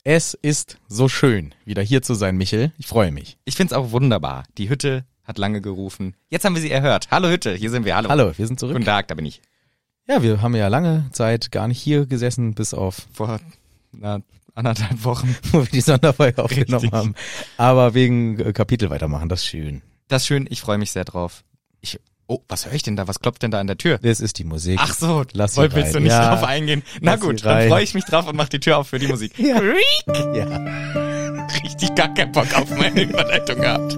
Es ist so schön, wieder hier zu sein, Michel. Ich freue mich. Ich find's auch wunderbar. Die Hütte hat lange gerufen. Jetzt haben wir sie erhört. Hallo Hütte, hier sind wir. Hallo. Hallo, wir sind zurück. Guten Tag, da bin ich. Ja, wir haben ja lange Zeit gar nicht hier gesessen, bis auf Vor 1,5 Wochen. wo wir die Sonderfolge aufgenommen Richtig. haben. Aber wegen Kapitel weitermachen, das ist schön. Das ist schön, ich freue mich sehr drauf. Oh, was höre ich denn da? Was klopft denn da an der Tür? Das ist die Musik. Ach so, Lass sie willst du rein. nicht Ja. drauf eingehen? Na Lass gut, sie dann rein. freue ich mich drauf und mach die Tür auf für die Musik. Ja. Ja. Richtig gar keinen Bock auf meine Überleitung gehabt.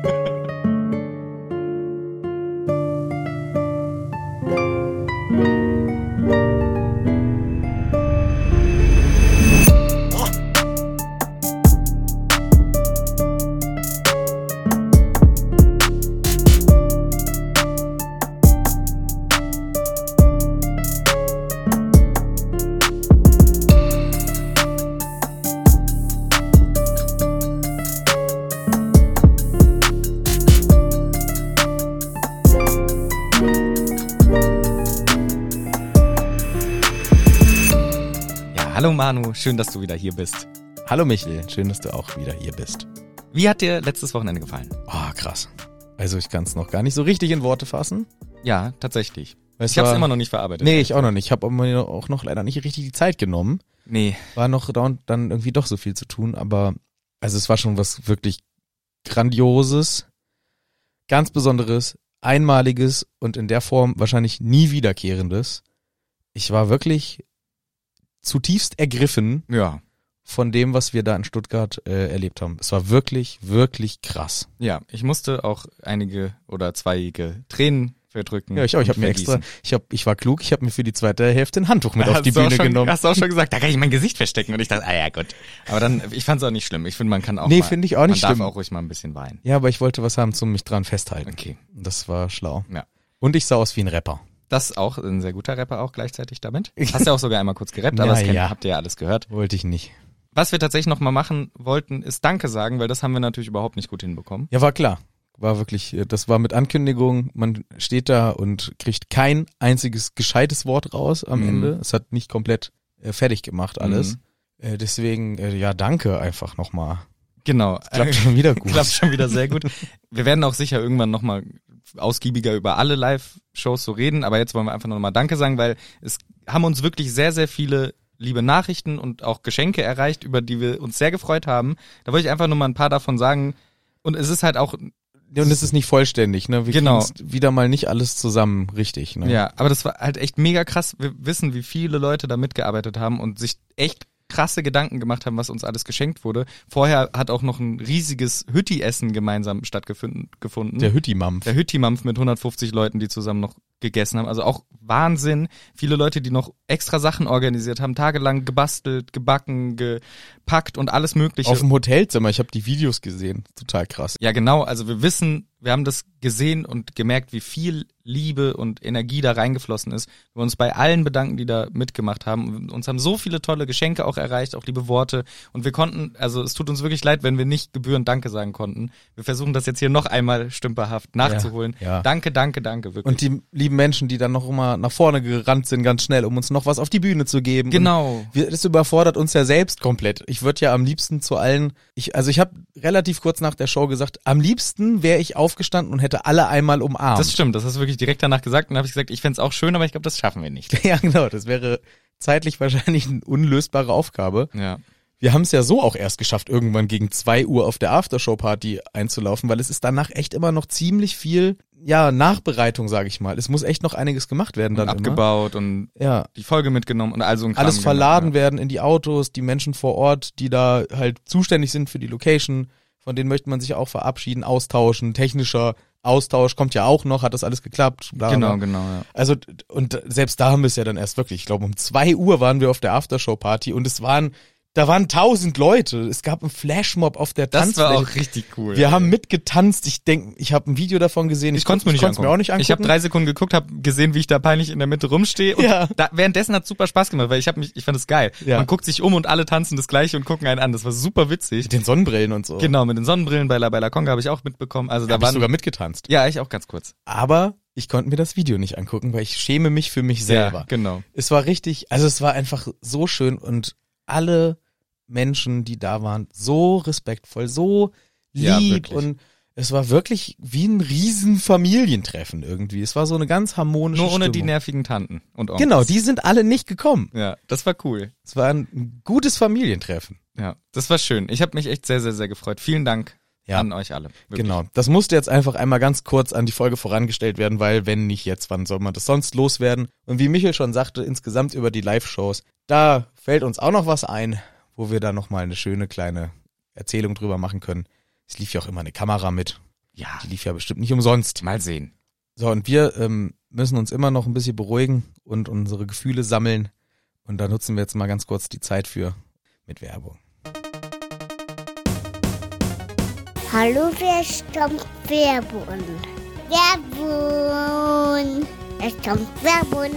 Hallo Manu, schön, dass du wieder hier bist. Hallo Michel, schön, dass du auch wieder hier bist. Wie hat dir letztes Wochenende gefallen? Oh, krass. Also ich kann es noch gar nicht so richtig in Worte fassen. Ja, tatsächlich. Es Ich habe es war- immer noch nicht verarbeitet. Nee, ich auch noch nicht. Ich habe mir auch noch leider nicht richtig die Zeit genommen. Nee. War noch da und dann irgendwie doch so viel zu tun, aber also es war schon was wirklich Grandioses, ganz Besonderes, Einmaliges und in der Form wahrscheinlich nie wiederkehrendes. Ich war wirklich zutiefst ergriffen Ja. von dem, was wir da in Stuttgart erlebt haben. Es war wirklich, wirklich krass. Ja, ich musste auch einige oder zweiige Tränen verdrücken. Ja, ich auch. Ich habe mir extra, ich war klug, ich habe mir für die zweite Hälfte ein Handtuch mit auf die Bühne genommen. Hast du auch schon gesagt, da kann ich mein Gesicht verstecken. Und ich dachte, ja gut. Aber dann, ich fand es auch nicht schlimm. Ich finde, man kann auch Nee, mal, finde ich auch nicht man schlimm. darf auch ruhig mal ein bisschen weinen. Ja, aber ich wollte was haben zum mich dran festhalten. Okay. Das war schlau. Ja. Und ich sah aus wie ein Rapper. Das ist auch ein sehr guter Rapper auch gleichzeitig damit. Hast ja auch sogar einmal kurz gerappt, aber Ja, das ja. habt ihr ja alles gehört. Wollte ich nicht. Was wir tatsächlich noch mal machen wollten, ist Danke sagen, weil das haben wir natürlich überhaupt nicht gut hinbekommen. Ja, war klar. War wirklich, das war mit Ankündigung, man steht da und kriegt kein einziges gescheites Wort raus am Mhm. Ende. Es hat nicht komplett fertig gemacht alles. Deswegen, ja, danke einfach nochmal. Genau. Klappt schon wieder gut. Klappt schon wieder sehr gut. Wir werden auch sicher irgendwann nochmal ausgiebiger über alle Live-Shows so reden, aber jetzt wollen wir einfach nochmal Danke sagen, weil es haben uns wirklich sehr, sehr viele liebe Nachrichten und auch Geschenke erreicht, über die wir uns sehr gefreut haben. Da wollte ich einfach nur mal ein paar davon sagen. Und es ist halt auch, Ja, und es ist nicht vollständig, ne? Wir Genau. kriegen's wieder mal nicht alles zusammen richtig, ne? ja, aber das war halt echt mega krass. Wir wissen, wie viele Leute da mitgearbeitet haben und sich echt krasse Gedanken gemacht haben, was uns alles geschenkt wurde. Vorher hat auch noch ein riesiges Hütti-Essen gemeinsam stattgefunden. Der Hütti-Mampf. Der Hütti-Mampf mit 150 Leuten, die zusammen noch gegessen haben. Also auch Wahnsinn. Viele Leute, die noch extra Sachen organisiert haben, tagelang gebastelt, gebacken, gepackt und alles Mögliche. Auf dem Hotelzimmer, ich habe die Videos gesehen. Total krass. Ja, genau. Also wir wissen, wir haben das gesehen und gemerkt, wie viel Liebe und Energie da reingeflossen ist. Wir uns bei allen bedanken, die da mitgemacht haben. Und uns haben so viele tolle Geschenke auch erreicht, auch liebe Worte. Und wir konnten, also es tut uns wirklich leid, wenn wir nicht gebührend Danke sagen konnten. Wir versuchen das jetzt hier noch einmal stümperhaft nachzuholen. Ja. Danke, danke, danke, wirklich. Und die lieben Menschen, die dann noch immer nach vorne gerannt sind, ganz schnell, um uns noch was auf die Bühne zu geben. Genau. Und das überfordert uns ja selbst komplett. Ich würde ja am liebsten zu allen, ich habe relativ kurz nach der Show gesagt, am liebsten wäre ich aufgestanden und hätte alle einmal umarmt. Das stimmt, das hast du wirklich direkt danach gesagt. Und dann habe ich gesagt, ich fänd's auch schön, aber ich glaube, das schaffen wir nicht. Ja, genau, das wäre zeitlich wahrscheinlich eine unlösbare Aufgabe. Ja. Wir haben es ja so auch erst geschafft, irgendwann gegen 2 Uhr auf der Aftershow-Party einzulaufen, weil es ist danach echt immer noch ziemlich viel, ja, Nachbereitung, sage ich mal. Es muss echt noch einiges gemacht werden dann Abgebaut und immer. Ja, die Folge mitgenommen und all so ein Kram. alles verladen gemacht, werden in die Autos, die Menschen vor Ort, die da halt zuständig sind für die Location, von denen möchte man sich auch verabschieden, austauschen, technischer Austausch kommt ja auch noch, hat das alles geklappt? Bla, Genau, bla. genau, ja. Also, und selbst da haben wir es ja dann erst wirklich, ich glaube um 2 Uhr waren wir auf der Aftershow-Party und da waren 1000 Leute, es gab einen Flashmob auf der Das Tanzfläche. war auch richtig cool. Wir haben mitgetanzt, ich habe ein Video davon gesehen. Ich konnte es mir nicht angucken. auch nicht angucken. Ich habe 3 Sekunden geguckt, habe gesehen, wie ich da peinlich in der Mitte rumstehe. Und Ja. währenddessen hat super Spaß gemacht, weil ich fand es geil. Ja. Man guckt sich um und alle tanzen das Gleiche und gucken einen an. Das war super witzig. Mit den Sonnenbrillen und so. Genau, mit den Sonnenbrillen bei La Conga habe ich auch mitbekommen. Also da Da war waren sogar mitgetanzt. ja, ich auch ganz kurz. Aber ich konnte mir das Video nicht angucken, weil ich schäme mich für mich selber. Ja, genau. Es war richtig, also es war einfach so schön und alle Menschen, die da waren, so respektvoll, so Ja, lieb wirklich. und es war wirklich wie ein riesen Familientreffen irgendwie. Es war so eine ganz harmonische Nur ohne die Stimmung. nervigen Tanten und Onkels. Genau, die sind alle nicht gekommen. Ja, das war cool. Es war ein gutes Familientreffen. Ja, das war schön. Ich habe mich echt sehr, sehr, sehr gefreut. Vielen Dank Ja. an euch alle. Wirklich. Genau. Das musste jetzt einfach einmal ganz kurz an die Folge vorangestellt werden, weil wenn nicht jetzt, wann soll man das sonst loswerden? Und wie Michael schon sagte, insgesamt über die Live-Shows, da fällt uns auch noch was ein, wo wir da nochmal eine schöne kleine Erzählung drüber machen können. Es lief ja auch immer eine Kamera mit. Ja, Die lief ja bestimmt nicht umsonst. mal sehen. So, und wir müssen uns immer noch ein bisschen beruhigen und unsere Gefühle sammeln. Und da nutzen wir jetzt mal ganz kurz die Zeit für mit Werbung. Hallo, wer stammt Werbun? Werbun! Es kommt Werbun!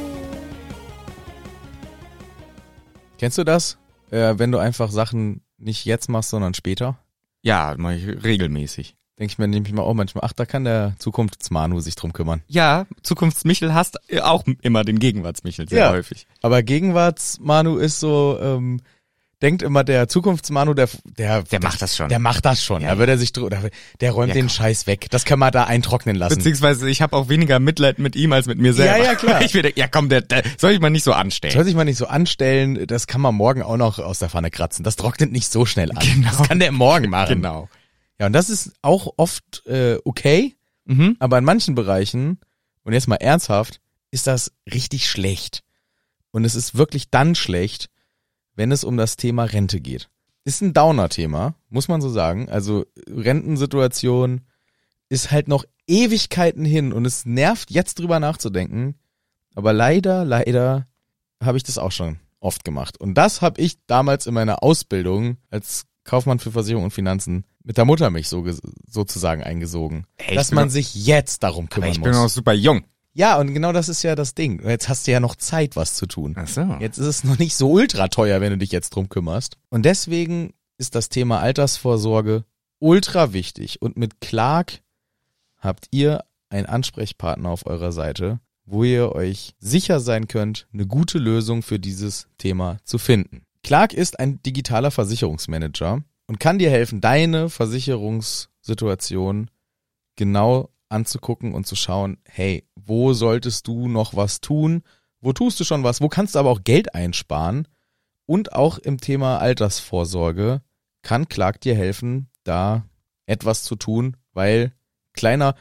Kennst du das? Wenn du einfach Sachen nicht jetzt machst, sondern später? Ja, mache ich regelmäßig. Denke ich mir nämlich mal auch manchmal, ach, da kann der Zukunftsmanu sich drum kümmern. Ja, Zukunftsmichel hast auch immer den Gegenwartsmichel sehr Ja. häufig. Aber Gegenwartsmanu ist so, denkt immer der Zukunftsmanu, der macht das schon. Der macht das schon. Ja, Da wird er sich der räumt Ja, den komm. Scheiß weg. Das kann man da eintrocknen lassen. Beziehungsweise ich habe auch weniger Mitleid mit ihm als mit mir selber. Ja, ja, klar. Ich würde, ja komm, der soll ich mal nicht so Soll anstellen. sich mal nicht so anstellen, das kann man morgen auch noch aus der Pfanne kratzen. Das trocknet nicht so schnell an. Genau. Das kann der morgen machen. Genau. Ja, und das ist auch oft okay, Mhm. aber in manchen Bereichen, und jetzt mal ernsthaft, ist das richtig schlecht. Und es ist wirklich dann schlecht, wenn es um das Thema Rente geht. Ist ein Downer-Thema, muss man so sagen. Also Rentensituation ist halt noch Ewigkeiten hin und es nervt, jetzt drüber nachzudenken. Aber leider habe ich das auch schon oft gemacht. Und das habe ich damals in meiner Ausbildung als Kaufmann für Versicherung und Finanzen mit der Muttermilch sozusagen eingesogen. Ey, dass ich bin man noch- sich jetzt darum Aber kümmern ich bin noch muss. super jung. Ja, und genau das ist ja das Ding. Jetzt hast du ja noch Zeit, was zu tun. Ach so. Jetzt ist es noch nicht so ultra teuer, wenn du dich jetzt drum kümmerst. Und deswegen ist das Thema Altersvorsorge ultra wichtig. Und mit Clark habt ihr einen Ansprechpartner auf eurer Seite, wo ihr euch sicher sein könnt, eine gute Lösung für dieses Thema zu finden. Clark ist ein digitaler Versicherungsmanager und kann dir helfen, deine Versicherungssituation genau anzugucken und zu schauen, hey, wo solltest du noch was tun? Wo tust du schon was? Wo kannst du aber auch Geld einsparen? Und auch im Thema Altersvorsorge kann Clark dir helfen, da etwas zu tun, weil kleiner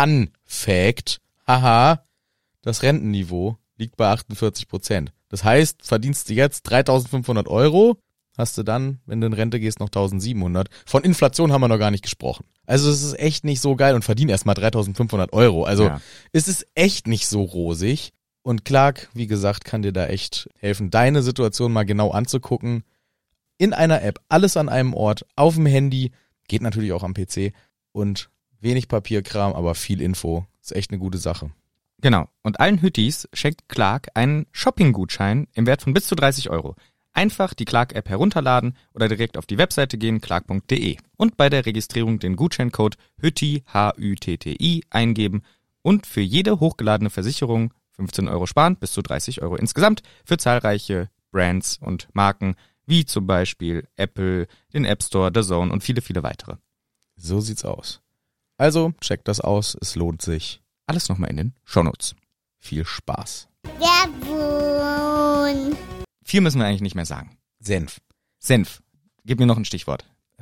Fun-Fact, haha, das Rentenniveau liegt bei 48%. Das heißt, verdienst du jetzt 3.500 Euro, hast du dann, wenn du in Rente gehst, noch 1.700. Von Inflation haben wir noch gar nicht gesprochen. Also es ist echt nicht so geil und verdienen erstmal 3.500 Euro. Also Ja. es ist echt nicht so rosig. Und Clark, wie gesagt, kann dir da echt helfen, deine Situation mal genau anzugucken. In einer App, alles an einem Ort, auf dem Handy, geht natürlich auch am PC und wenig Papierkram, aber viel Info. Ist echt eine gute Sache. Genau. Und allen Hüttis schenkt Clark einen Shopping-Gutschein im Wert von bis zu 30 Euro. Einfach die Clark-App herunterladen oder direkt auf die Webseite gehen, clark.de. Und bei der Registrierung den Gutscheincode HÜTTI, HÜTTI, eingeben und für jede hochgeladene Versicherung 15 Euro sparen, bis zu 30 Euro insgesamt für zahlreiche Brands und Marken, wie zum Beispiel Apple, den App Store, DAZN und viele, viele weitere. So sieht's aus. Also, checkt das aus, es lohnt sich. Alles nochmal in den Shownotes. Viel Spaß. Werbun! Viel müssen wir eigentlich nicht mehr sagen. Senf. Senf. Gib mir noch ein Stichwort.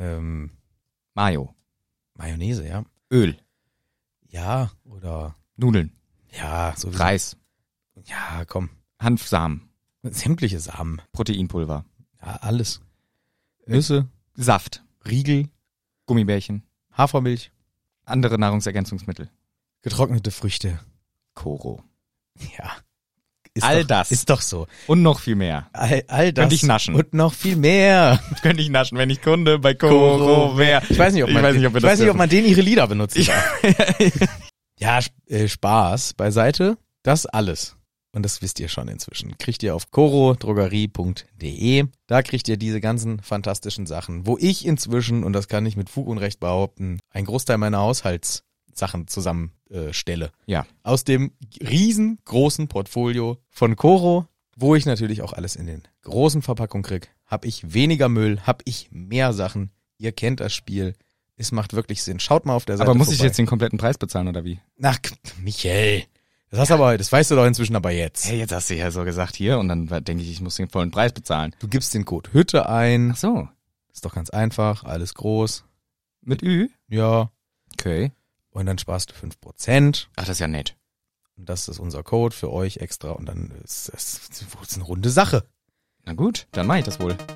Mayo. Mayonnaise, ja. Öl. Ja, oder Nudeln. ja, so Reis. Ja, komm. Hanfsamen. Sämtliche Samen. Proteinpulver. Ja, alles. Nüsse, Saft. Riegel, Gummibärchen. Hafermilch, Andere Nahrungsergänzungsmittel. getrocknete Früchte. Koro. Ja. All das. Ist doch so. Und noch viel mehr. All das. Könnte ich naschen. Und noch viel mehr. Könnte ich naschen, wenn ich Kunde bei Koro wäre. Ich weiß nicht, ob man denen ihre Lieder benutzen darf. Ja, Spaß beiseite. Das alles. Und das wisst ihr schon inzwischen. Kriegt ihr auf corodrogerie.de. Da kriegt ihr diese ganzen fantastischen Sachen, wo ich inzwischen, und das kann ich mit Fug und Recht behaupten, einen Großteil meiner Haushaltssachen zusammenstelle. Ja. Aus dem riesengroßen Portfolio von Coro, wo ich natürlich auch alles in den großen Verpackungen krieg. habe ich weniger Müll, habe ich mehr Sachen. Ihr kennt das Spiel. Es macht wirklich Sinn. Schaut mal auf der Seite Aber muss vorbei. ich jetzt den kompletten Preis bezahlen oder wie? Ach, Michael. Das weißt du doch inzwischen aber jetzt. Hey, jetzt hast du ja so gesagt hier und dann denke ich muss den vollen Preis bezahlen. Du gibst den Code Hütte ein. Ach so. Ist doch ganz einfach, alles groß. Mit Ü? Ja. Okay. Und dann sparst du 5%. Ach, das ist ja nett. Und das ist unser Code für euch extra. Und dann ist das eine runde Sache. Na gut, dann mache ich das wohl.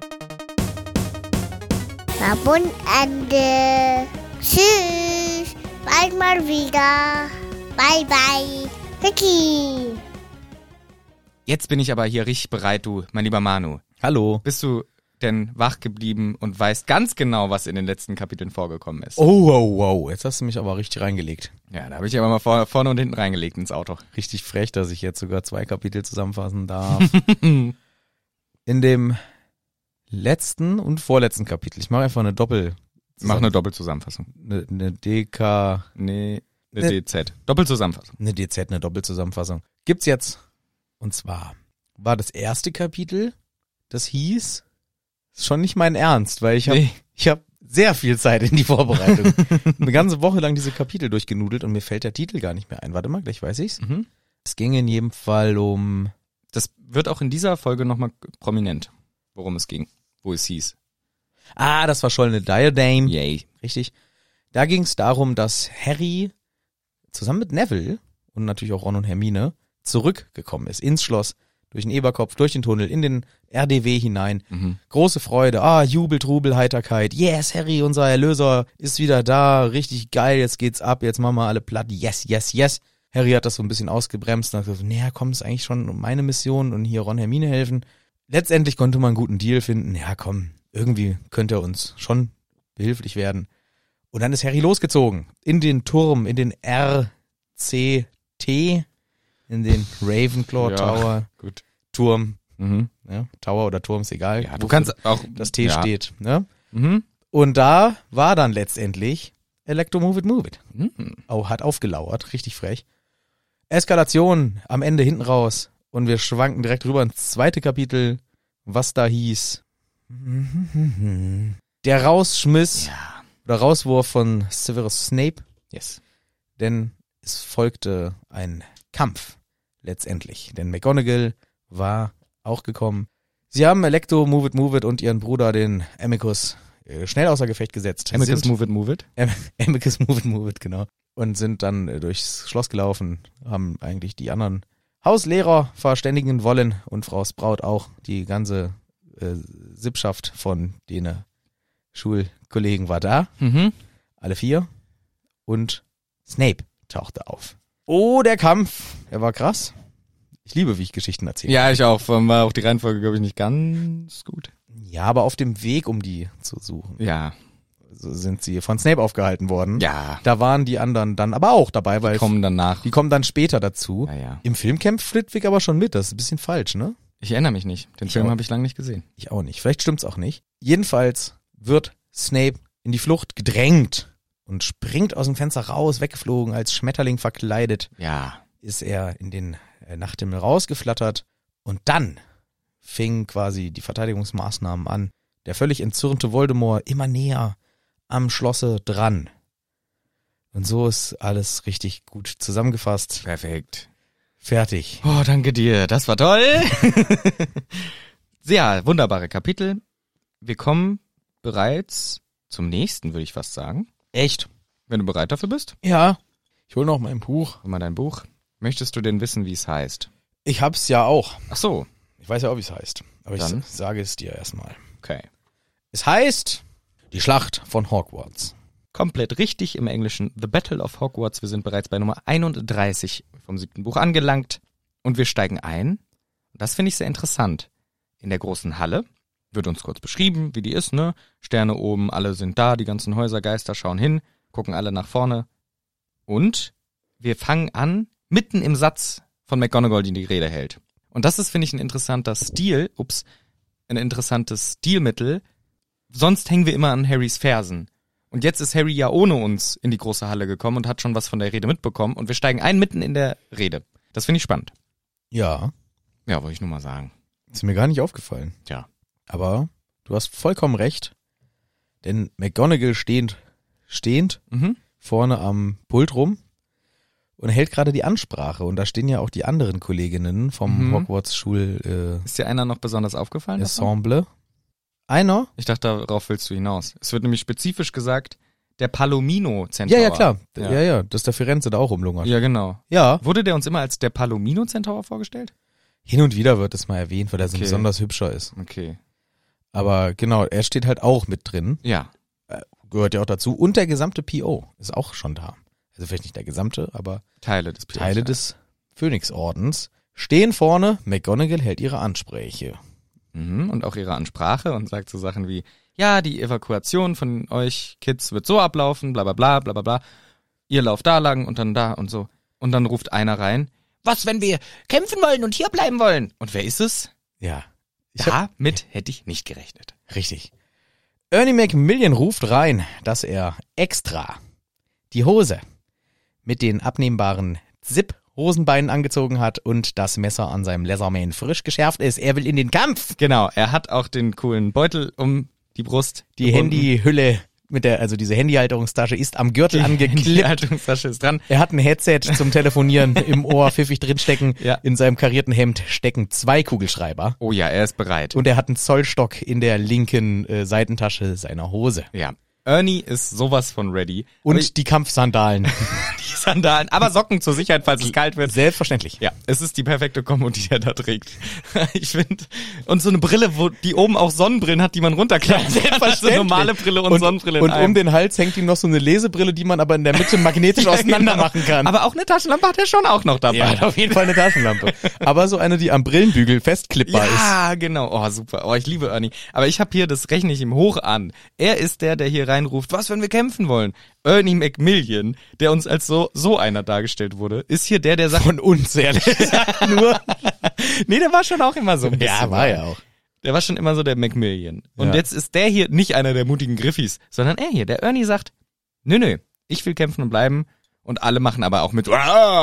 Werbung Ende. Tschüss. Bald mal wieder. Bye, bye. Vicky. Jetzt bin ich aber hier richtig bereit, du, mein lieber Manu. Hallo. Bist du denn wach geblieben und weißt ganz genau, was in den letzten Kapiteln vorgekommen ist? Oh, wow, wow. Jetzt hast du mich aber richtig reingelegt. Ja, da habe ich aber mal vorne und hinten reingelegt ins Auto. Richtig frech, dass ich jetzt sogar 2 Kapitel zusammenfassen darf. In dem letzten und vorletzten Kapitel. Ich mache einfach eine Mach eine Doppelzusammenfassung. eine DK, Nee, eine DZ. Doppelzusammenfassung. eine DZ, eine Doppelzusammenfassung. Gibt's jetzt. Und zwar war das erste Kapitel, das hieß, ist schon nicht mein Ernst, weil ich habe sehr viel Zeit in die Vorbereitung. Eine ganze Woche lang diese Kapitel durchgenudelt und mir fällt der Titel gar nicht mehr ein. Warte mal, gleich weiß ich's. Mhm. Es ging in jedem Fall um... Das wird auch in dieser Folge nochmal prominent, worum es ging, wo es hieß. Ah, das war Schollene Diadem. Yay. Richtig. Da ging es darum, dass Harry zusammen mit Neville und natürlich auch Ron und Hermine zurückgekommen ist ins Schloss, durch den Eberkopf, durch den Tunnel, in den RDW hinein. Große Freude, Jubel, Trubel, Heiterkeit. Yes, Harry, unser Erlöser, ist wieder da. Richtig geil, jetzt geht's ab, jetzt machen wir alle platt. Yes, yes, yes. Harry hat das so ein bisschen ausgebremst und hat gesagt, naja, komm, ist eigentlich schon um meine Mission und hier Ron, Hermine helfen. Letztendlich konnte man einen guten Deal finden. Ja, komm, irgendwie könnte er uns schon behilflich werden. Und dann ist Harry losgezogen. In den Turm, in den RCT, in den Ravenclaw Ja, Tower. gut. Turm, Mhm. ja, Tower oder Turm, ist egal. Ja, du wofür kannst auch das T ja. steht. Ne? Mhm. Und da war dann letztendlich Electro Move It Move It. Mhm. Hat aufgelauert, richtig frech. Eskalation am Ende hinten raus. Und wir schwanken direkt rüber ins zweite Kapitel, was da hieß. Der Rausschmiss Ja. oder Rauswurf von Severus Snape. Yes. Denn es folgte ein Kampf letztendlich. Denn McGonagall war auch gekommen. Sie haben Electro Move It und ihren Bruder, den Amicus, schnell außer Gefecht gesetzt. Amicus Move It. Amicus Move It, genau. Und sind dann durchs Schloss gelaufen, haben eigentlich die anderen Hauslehrer verständigen wollen und Frau Sprout auch, die ganze Sippschaft von den Schulkollegen war da. Mhm. Alle 4. Und Snape tauchte auf. Oh, der Kampf. Er war krass. Ich liebe, wie ich Geschichten erzähle. Ja, ich auch. War auch die Reihenfolge, glaube ich, nicht ganz gut. Ja, aber auf dem Weg, um die zu suchen, Ja. so sind sie von Snape aufgehalten worden. Ja. Da waren die anderen dann aber auch dabei, weil Kommen danach. die kommen dann später dazu. Ja, ja. Im Film kämpft Flitwick aber schon mit. Das ist ein bisschen falsch, ne? Ich erinnere mich nicht. Den Ich Film auch. habe ich lange nicht gesehen. Ich auch nicht. Vielleicht stimmt's auch nicht. Jedenfalls wird Snape in die Flucht gedrängt und springt aus dem Fenster raus, weggeflogen, als Schmetterling verkleidet. Ja. Ist er in den Nachthimmel rausgeflattert und dann fingen quasi die Verteidigungsmaßnahmen an. Der völlig entzürnte Voldemort immer näher am Schlosse dran. Und so ist alles richtig gut zusammengefasst. Perfekt. Fertig. Oh, danke dir. Das war toll. Ja, wunderbare Kapitel. Wir kommen bereits zum nächsten, würde ich fast sagen. Echt? Wenn du bereit dafür bist. Ja. Ich hol noch mein Buch. Hol mal dein Buch. Möchtest du denn wissen, wie es heißt? Ich hab's ja auch. Ach so. Ich weiß ja auch, wie es heißt. Aber Dann? ich sage es dir erstmal. Okay. Es heißt Die Schlacht von Hogwarts. Komplett richtig im Englischen. The Battle of Hogwarts. Wir sind bereits bei Nummer 31 vom 7. Buch angelangt. Und wir steigen ein. Das finde ich sehr interessant. In der großen Halle wird uns kurz beschrieben, wie die ist, ne? Sterne oben, alle sind da, die ganzen Häusergeister schauen hin, gucken alle nach vorne. Und wir fangen an, mitten im Satz von McGonagall, die Rede hält. Und das ist, finde ich, ein interessantes Stilmittel. Sonst hängen wir immer an Harrys Fersen. Und jetzt ist Harry ja ohne uns in die große Halle gekommen und hat schon was von der Rede mitbekommen. Und wir steigen ein mitten in der Rede. Das finde ich spannend. Ja. Ja, wollte ich nur mal sagen. Ist mir gar nicht aufgefallen. Tja. Aber du hast vollkommen recht. Denn McGonagall stehend vorne am Pult rum und hält gerade die Ansprache. Und da stehen ja auch die anderen Kolleginnen vom Hogwarts-Schul Ist dir einer noch besonders aufgefallen? davon? Ensemble. Einer? Ich dachte, darauf willst du hinaus. Es wird nämlich spezifisch gesagt, der Palomino-Centaur. Ja, klar. Ja. Ja, dass der Firenze da auch rumlungert. Ja, genau. Ja. Wurde der uns immer als der Palomino-Centaur vorgestellt? Hin und wieder wird es mal erwähnt, weil er so Okay. besonders hübscher ist. Okay. Aber genau, er steht halt auch mit drin. Ja. Gehört ja auch dazu. Und der gesamte PO ist auch schon da. Also vielleicht nicht der gesamte, aber Teile des POs. Teile des Phönixordens stehen vorne. McGonagall hält ihre Ansprache. Und auch ihre Ansprache und sagt so Sachen wie, ja, die Evakuation von euch Kids wird so ablaufen, bla bla bla bla bla bla. Ihr lauft da lang und dann da und so. Und dann ruft einer rein, was, wenn wir kämpfen wollen und hier bleiben wollen? Und wer ist es? Ja. Damit hätte ich nicht gerechnet. Richtig. Ernie Macmillan ruft rein, dass er extra die Hose mit den abnehmbaren Zip-Hosenbeinen angezogen hat und das Messer an seinem Leatherman frisch geschärft ist. Er will in den Kampf. Genau, er hat auch den coolen Beutel um die Brust. Die gebunden. Handyhülle also diese Handyhalterungstasche ist am Gürtel Die angeklippt. Haltungstasche ist dran. Er hat ein Headset zum Telefonieren im Ohr pfiffig drinstecken. Ja. In seinem karierten Hemd stecken 2 Kugelschreiber. Oh ja, er ist bereit. Und er hat einen Zollstock in der linken Seitentasche seiner Hose. Ja. Ernie ist sowas von ready. Und die Kampfsandalen. Die Sandalen, aber Socken zur Sicherheit, falls es kalt wird. Selbstverständlich. Ja, es ist die perfekte Kombo, die er da trägt. Ich finde, und so eine Brille, wo die oben auch Sonnenbrillen hat, die man runterklappen kann. Also normale Brille und Sonnenbrille in Und einem. um den Hals hängt ihm noch so eine Lesebrille, die man aber in der Mitte magnetisch auseinander machen kann. Aber auch eine Taschenlampe hat er schon auch noch dabei. er hat auf jeden Fall eine Taschenlampe. Aber so eine, die am Brillenbügel festklippbar ist. Ja, genau. Oh, super. Oh, ich liebe Ernie. Aber ich habe hier, das rechne ich ihm hoch an. Er ist der hier reinruft, was, wenn wir kämpfen wollen? Ernie Macmillan, der uns als so einer dargestellt wurde, ist hier der sagt... Von uns, ehrlich gesagt, nur. Nee, der war schon auch immer so ein bisschen. Ja, war ja auch. Der war schon immer so der Macmillan. Und Ja. jetzt ist der hier nicht einer der mutigen Griffis, sondern er hier, der Ernie sagt, nö, ich will kämpfen und bleiben. Und alle machen aber auch mit,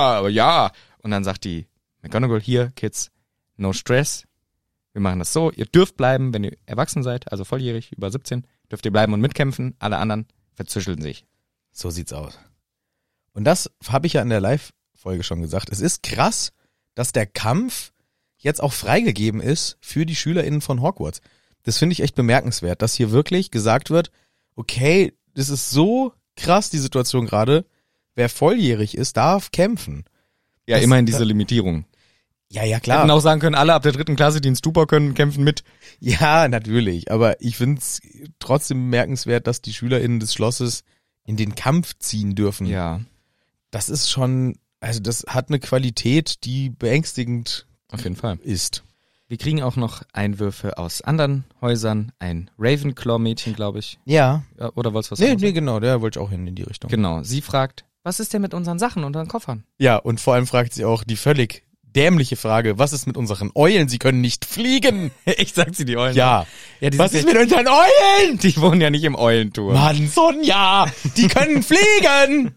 ja. Und dann sagt die McGonagall, hier, Kids, no stress. Wir machen das so, ihr dürft bleiben, wenn ihr erwachsen seid, also volljährig, über 17, dürft ihr bleiben und mitkämpfen. Alle anderen verzischeln sich. So sieht's aus. Und das habe ich ja in der Live-Folge schon gesagt. Es ist krass, dass der Kampf jetzt auch freigegeben ist für die SchülerInnen von Hogwarts. Das finde ich echt bemerkenswert, dass hier wirklich gesagt wird, okay, das ist so krass, die Situation gerade. Wer volljährig ist, darf kämpfen. Ja, Das- immerhin diese Limitierung. Ja, Hätten klar. auch sagen können, alle ab der 3. Klasse, die ins Stupa können, kämpfen mit. Ja, natürlich. Aber ich finde es trotzdem bemerkenswert, dass die SchülerInnen des Schlosses in den Kampf ziehen dürfen. Ja, Das ist schon, also das hat eine Qualität, die beängstigend auf jeden Fall. ist. Wir kriegen auch noch Einwürfe aus anderen Häusern. Ein Ravenclaw-Mädchen, glaube ich. Ja. Ja, oder wolltest du was Nee, anderes nee, genau, der wollte ich auch hin in die Richtung. Genau, sie fragt, was ist denn mit unseren Sachen, unseren Koffern? Ja, und vor allem fragt sie auch die völlig dämliche Frage, was ist mit unseren Eulen? Sie können nicht fliegen. Ich sag sie die Eulen. Ja. Ja, die Was sind ist mit unseren Eulen? Die wohnen ja nicht im Eulenturm. Mann, Sonja, die können fliegen.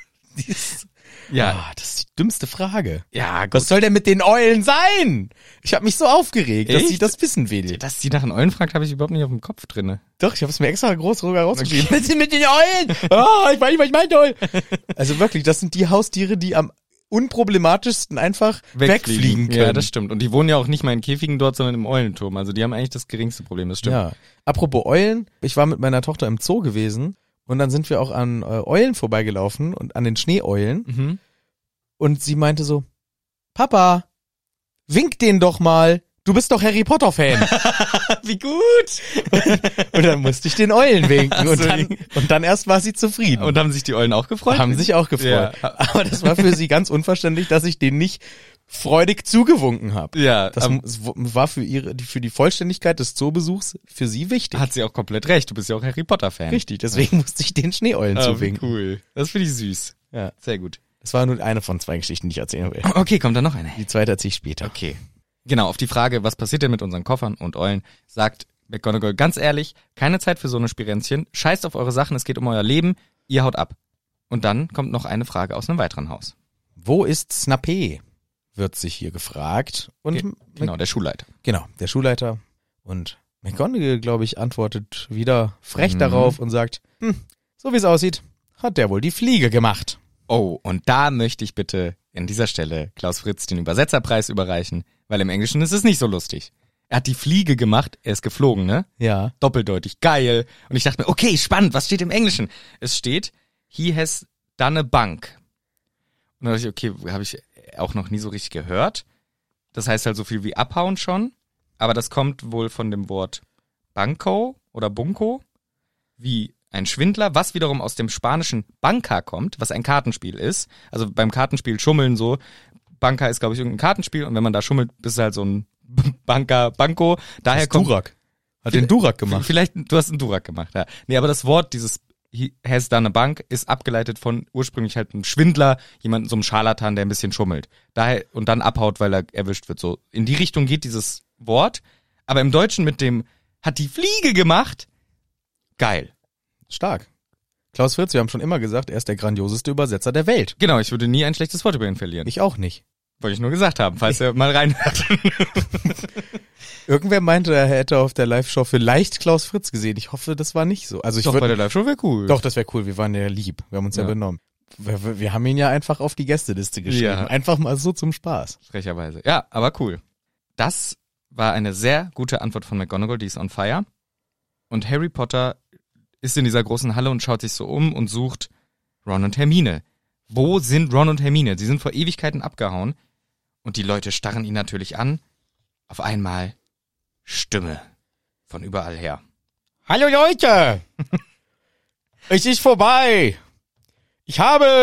Ja, Ah, das ist die dümmste Frage. ja, gut. Was soll denn mit den Eulen sein? Ich habe mich so aufgeregt, dass Echt? sie das wissen will. Dass sie nach den Eulen fragt, habe ich überhaupt nicht auf dem Kopf drinne. Doch, ich habe es mir extra groß sogar rausgeschrieben. Was ist mit den Eulen? Ah, ich weiß nicht, was ich meinte. Also wirklich, das sind die Haustiere, die am unproblematischsten einfach wegfliegen können. Ja, das stimmt. Und die wohnen ja auch nicht mal in Käfigen dort, sondern im Eulenturm. Also die haben eigentlich das geringste Problem, das stimmt. Ja. Apropos Eulen, ich war mit meiner Tochter im Zoo gewesen und dann sind wir auch an Eulen vorbeigelaufen und an den Schneeeulen Mhm. und sie meinte so, Papa, wink den doch mal. Du bist doch Harry Potter Fan. Wie gut! Und dann musste ich den Eulen winken Ach so, und dann erst war sie zufrieden. Und haben sich die Eulen auch gefreut? haben sich auch gefreut. Ja. Aber das war für sie ganz unverständlich, dass ich denen nicht freudig zugewunken habe. Ja, Das war für die Vollständigkeit des Zoobesuchs für sie wichtig. hat sie auch komplett recht. Du bist ja auch Harry Potter-Fan. Richtig, deswegen musste ich den Schneeeulen Ah, wie zuwinken. cool. Das finde ich süß. Ja. Sehr gut. Das war nur eine von 2 Geschichten, die ich erzählen will. Okay, kommt da noch eine. Die zweite erzähle ich später. Okay. Genau, auf die Frage, was passiert denn mit unseren Koffern und Eulen, sagt McGonagall ganz ehrlich, keine Zeit für so eine Spirenzchen, scheißt auf eure Sachen, es geht um euer Leben, ihr haut ab. Und dann kommt noch eine Frage aus einem weiteren Haus. Wo ist Snape? Wird sich hier gefragt. Und Genau, der Schulleiter. genau, der Schulleiter und McGonagall, glaube ich, antwortet wieder frech darauf und sagt, so wie es aussieht, hat der wohl die Fliege gemacht. Oh, und da möchte ich bitte an dieser Stelle Klaus Fritz den Übersetzerpreis überreichen, weil im Englischen ist es nicht so lustig. Er hat die Fliege gemacht, er ist geflogen, ne? Ja. Doppeldeutig, geil. Und ich dachte mir, okay, spannend, was steht im Englischen? Es steht, he has done a bunk. Und dann dachte ich, okay, habe ich auch noch nie so richtig gehört. Das heißt halt so viel wie abhauen schon, aber das kommt wohl von dem Wort Banco oder Bunco, wie ein Schwindler, was wiederum aus dem spanischen Banca kommt, was ein Kartenspiel ist. Also beim Kartenspiel schummeln so, Banca ist, glaube ich, irgendein Kartenspiel und wenn man da schummelt, bist du halt so ein Banco. Daher kommt Durak. Hat den Durak gemacht. Vielleicht, du hast einen Durak gemacht, ja. Nee, aber das Wort, dieses he has done a bunk, ist abgeleitet von ursprünglich halt einem Schwindler, jemanden, so einem Scharlatan, der ein bisschen schummelt. Daher, und dann abhaut, weil er erwischt wird. So, in die Richtung geht dieses Wort. Aber im Deutschen mit dem, hat die Fliege gemacht, geil. Stark. Klaus Fritz, wir haben schon immer gesagt, er ist der grandioseste Übersetzer der Welt. Genau, ich würde nie ein schlechtes Wort über ihn verlieren. Ich auch nicht. Wollte ich nur gesagt haben, falls er mal reinhört. Irgendwer meinte, er hätte auf der Live-Show vielleicht Klaus Fritz gesehen. Ich hoffe, das war nicht so. Also ich Doch, bei der Live-Show wäre cool. Doch, das wäre cool. Wir waren ja lieb. Wir haben uns ja benommen. Wir haben ihn ja einfach auf die Gästeliste geschrieben. Ja. Einfach mal so zum Spaß. Frecherweise. Ja, aber cool. Das war eine sehr gute Antwort von McGonagall, die ist on fire. Und Harry Potter ist in dieser großen Halle und schaut sich so um und sucht Ron und Hermine. Wo sind Ron und Hermine? Sie sind vor Ewigkeiten abgehauen. Und die Leute starren ihn natürlich an. Auf einmal Stimme von überall her. Hallo Leute! Es ist vorbei! Ich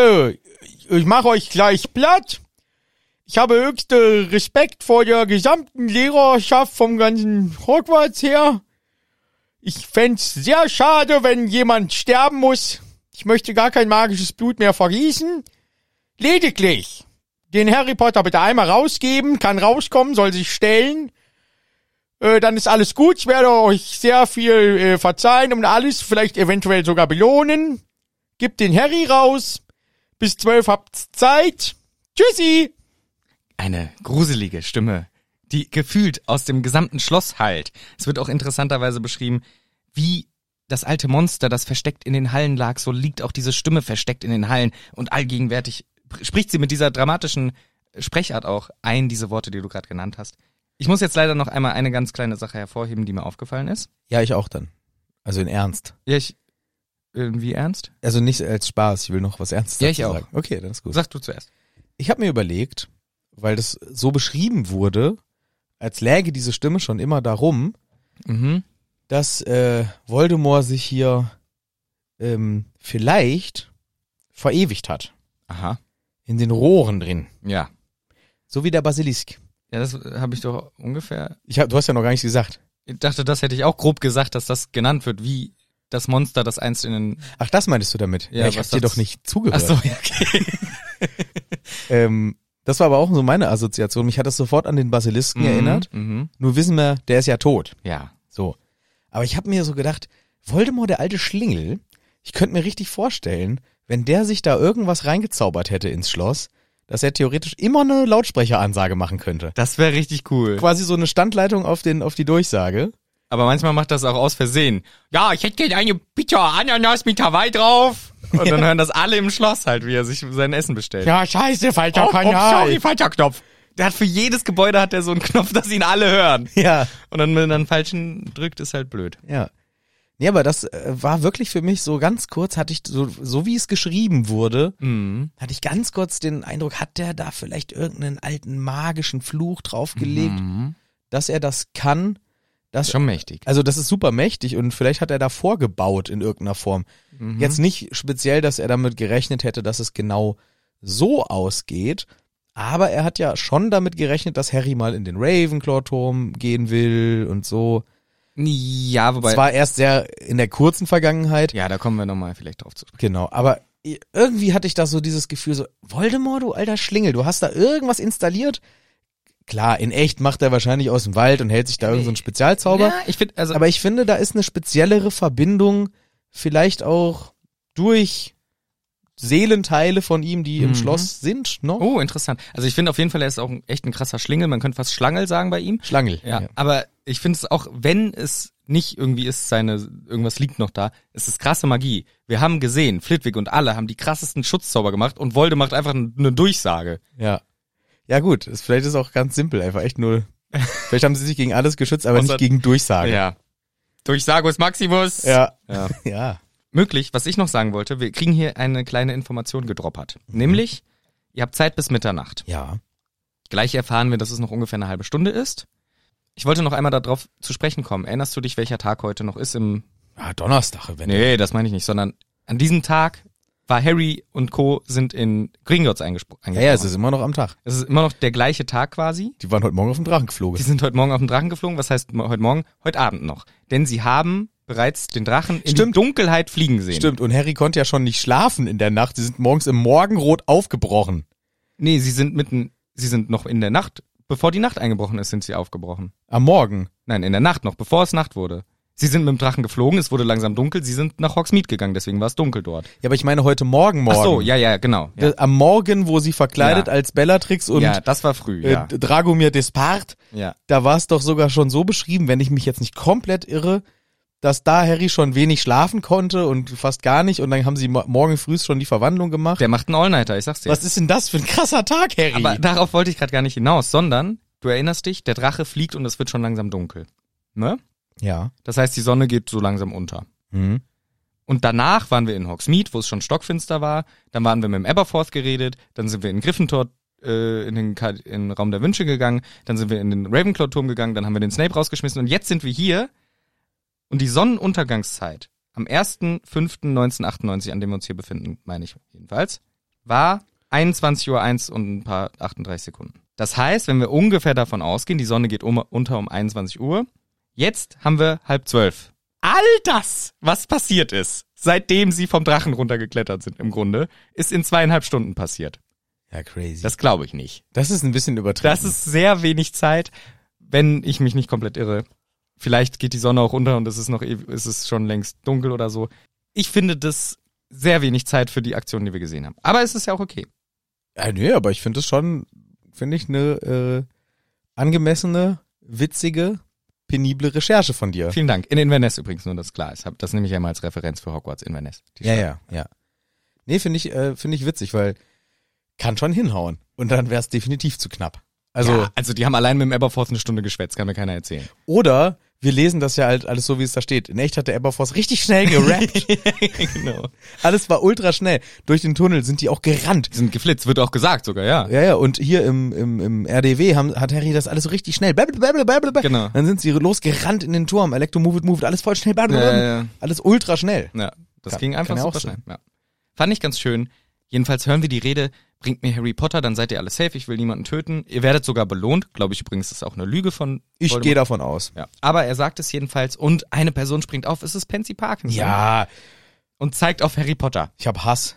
mache euch gleich platt. Ich habe höchsten Respekt vor der gesamten Lehrerschaft vom ganzen Hogwarts her. Ich fänd's sehr schade, wenn jemand sterben muss. Ich möchte gar kein magisches Blut mehr vergießen. Lediglich den Harry Potter bitte einmal rausgeben, kann rauskommen, soll sich stellen. Dann ist alles gut. Ich werde euch sehr viel verzeihen und alles, vielleicht eventuell sogar belohnen. Gebt den Harry raus. Bis 12 habt's Zeit. Tschüssi! Eine gruselige Stimme, die gefühlt aus dem gesamten Schloss hallt. Es wird auch interessanterweise beschrieben, wie das alte Monster, das versteckt in den Hallen lag, so liegt auch diese Stimme versteckt in den Hallen und allgegenwärtig spricht sie mit dieser dramatischen Sprechart auch ein, diese Worte, die du gerade genannt hast. Ich muss jetzt leider noch einmal eine ganz kleine Sache hervorheben, die mir aufgefallen ist. Ja, ich auch dann. Also in Ernst. Ja, irgendwie ernst? Also nicht als Spaß, ich will noch was Ernstes Ja, ich dazu auch. sagen. Okay, dann ist gut. Sag du zuerst. Ich habe mir überlegt, weil das so beschrieben wurde, als läge diese Stimme schon immer darum, dass Voldemort sich hier vielleicht verewigt hat. Aha. In den Rohren drin. Ja. So wie der Basilisk. Ja, das habe ich doch ungefähr... Du hast ja noch gar nichts gesagt. Ich dachte, das hätte ich auch grob gesagt, dass das genannt wird, wie das Monster, das einst in den... Ach, das meintest du damit? Ja, ich hab dir doch nicht zugehört. Ach so, ja, okay. Das war aber auch so meine Assoziation. Mich hat das sofort an den Basilisken erinnert. Nur wissen wir, der ist ja tot. Ja. So. Aber ich habe mir so gedacht, Voldemort, der alte Schlingel, ich könnte mir richtig vorstellen, wenn der sich da irgendwas reingezaubert hätte ins Schloss, dass er theoretisch immer eine Lautsprecheransage machen könnte. Das wäre richtig cool. Quasi so eine Standleitung auf die Durchsage. Aber manchmal macht das auch aus Versehen. Ja, ich hätte gerne eine Pizza Ananas mit Hawaii drauf. Und dann hören das alle im Schloss halt, wie er sich sein Essen bestellt. Ja, scheiße, falscher Kanal. Sorry, falscher Knopf. Der hat für jedes Gebäude hat der so einen Knopf, dass ihn alle hören. Ja. Und dann, wenn er einen falschen drückt, ist halt blöd. Ja. Nee, aber das war wirklich für mich so ganz kurz, hatte ich so wie es geschrieben wurde, hatte ich ganz kurz den Eindruck, hat der da vielleicht irgendeinen alten magischen Fluch draufgelegt, dass er das kann. Das schon mächtig. Also das ist super mächtig und vielleicht hat er da vorgebaut in irgendeiner Form. Jetzt nicht speziell, dass er damit gerechnet hätte, dass es genau so ausgeht, aber er hat ja schon damit gerechnet, dass Harry mal in den Ravenclaw-Turm gehen will und so. Ja, wobei... Zwar erst sehr in der kurzen Vergangenheit. Ja, da kommen wir nochmal vielleicht drauf zu sprechen. Genau, aber irgendwie hatte ich da so dieses Gefühl so, Voldemort, du alter Schlingel, du hast da irgendwas installiert. Klar, in echt macht er wahrscheinlich aus dem Wald und hält sich da irgend so einen Spezialzauber. Ja, ich finde, also... Aber ich finde, da ist eine speziellere Verbindung vielleicht auch durch Seelenteile von ihm, die im Schloss sind, noch. Oh, interessant. Also ich finde auf jeden Fall, er ist auch echt ein krasser Schlingel. Man könnte fast Schlangel sagen bei ihm. Schlangel. Ja. Aber ich finde es auch, wenn es nicht irgendwie ist, irgendwas liegt noch da, es ist krasse Magie. Wir haben gesehen, Flitwick und alle haben die krassesten Schutzzauber gemacht und Voldemort einfach eine Durchsage. Ja. Ja gut, vielleicht ist es auch ganz simpel, einfach echt nur, vielleicht haben sie sich gegen alles geschützt, aber nicht gegen Durchsage. Ja. Durchsagus Maximus. Ja. Ja. Ja. Möglich, was ich noch sagen wollte, wir kriegen hier eine kleine Information gedroppert. Nämlich, ihr habt Zeit bis Mitternacht. Ja. Gleich erfahren wir, dass es noch ungefähr eine halbe Stunde ist. Ich wollte noch einmal darauf zu sprechen kommen. Erinnerst du dich, welcher Tag heute noch ist im... Ah, Donnerstag, wenn Nee, das meine ich nicht, sondern an diesem Tag war Harry und Co. sind in Gringotts eingesprochen. Ja, es ist immer noch am Tag. Es ist immer noch der gleiche Tag quasi. Die waren heute Morgen auf dem Drachen Die geflogen. sind heute Morgen auf den Drachen geflogen. Was heißt heute Morgen? Heute Abend noch. Denn sie haben bereits den Drachen in die Dunkelheit fliegen sehen. Stimmt, und Harry konnte ja schon nicht schlafen in der Nacht. Sie sind morgens im Morgenrot aufgebrochen. Nee, sie sind noch in der Nacht, bevor die Nacht eingebrochen ist, sind sie aufgebrochen. Am Morgen. Nein, in der Nacht noch, bevor es Nacht wurde. Sie sind mit dem Drachen geflogen, es wurde langsam dunkel, sie sind nach Hogsmeade gegangen, deswegen war es dunkel dort. Ja, aber ich meine heute Morgen. Ach so, ja, genau. Ja. Am Morgen, wo sie verkleidet Ja. als Bellatrix und Ja, das war früh, ja. Dragomir Despard, Ja. da war es doch sogar schon so beschrieben, wenn ich mich jetzt nicht komplett irre, dass da Harry schon wenig schlafen konnte und fast gar nicht und dann haben sie morgen früh schon die Verwandlung gemacht. Der macht einen All-Nighter, ich sag's dir. Was ist denn das für ein krasser Tag, Harry? Aber darauf wollte ich gerade gar nicht hinaus, sondern, du erinnerst dich, der Drache fliegt und es wird schon langsam dunkel. Ne? Ja. Das heißt, die Sonne geht so langsam unter. Mhm. Und danach waren wir in Hogsmeade, wo es schon stockfinster war. Dann waren wir mit dem Aberforth geredet. Dann sind wir in Gryffindor in den Raum der Wünsche gegangen. Dann sind wir in den Ravenclaw-Turm gegangen. Dann haben wir den Snape rausgeschmissen. Und jetzt sind wir hier. Und die Sonnenuntergangszeit am 1.5.1998, an dem wir uns hier befinden, meine ich jedenfalls, war 21:01 und ein paar 38 Sekunden. Das heißt, wenn wir ungefähr davon ausgehen, die Sonne geht unter um 21 Uhr. Jetzt haben wir 11:30. All das, was passiert ist, seitdem sie vom Drachen runtergeklettert sind im Grunde, ist in 2,5 Stunden passiert. Ja, crazy. Das glaube ich nicht. Das ist ein bisschen übertrieben. Das ist sehr wenig Zeit, wenn ich mich nicht komplett irre. Vielleicht geht die Sonne auch unter und es ist schon längst dunkel oder so. Ich finde das sehr wenig Zeit für die Aktion, die wir gesehen haben. Aber es ist ja auch okay. Ja, nee, aber ich finde es schon, eine angemessene, witzige, penible Recherche von dir. Vielen Dank. In Inverness übrigens, nur dass klar ist. Das nehme ich ja mal als Referenz für Hogwarts Inverness. Ja. Nee, finde ich witzig, weil kann schon hinhauen. Und dann wäre es definitiv zu knapp. Also die haben allein mit dem Aberforth eine Stunde geschwätzt, kann mir keiner erzählen. Oder wir lesen das ja halt alles so, wie es da steht. In echt hat der Aberforth richtig schnell gerappt. Genau. Alles war ultra schnell. Durch den Tunnel sind die auch gerannt. Die sind geflitzt, wird auch gesagt sogar, ja. Ja, und hier im RDW hat Harry das alles so richtig schnell. Blablabla. Genau. Dann sind sie losgerannt in den Turm. Electro move it, alles voll schnell. Ja. Alles ultra schnell. Ja, das Kann- ging einfach kann ja auch super sein. schnell. Ja. Fand ich ganz schön. Jedenfalls hören wir die Rede, bringt mir Harry Potter, dann seid ihr alle safe, ich will niemanden töten. Ihr werdet sogar belohnt, glaube ich übrigens, das ist auch eine Lüge von Ich Voldemort. gehe davon aus. Ja. Aber er sagt es jedenfalls und eine Person springt auf, es ist Pansy Parkinson. Ja, Und zeigt auf Harry Potter. ich habe Hass.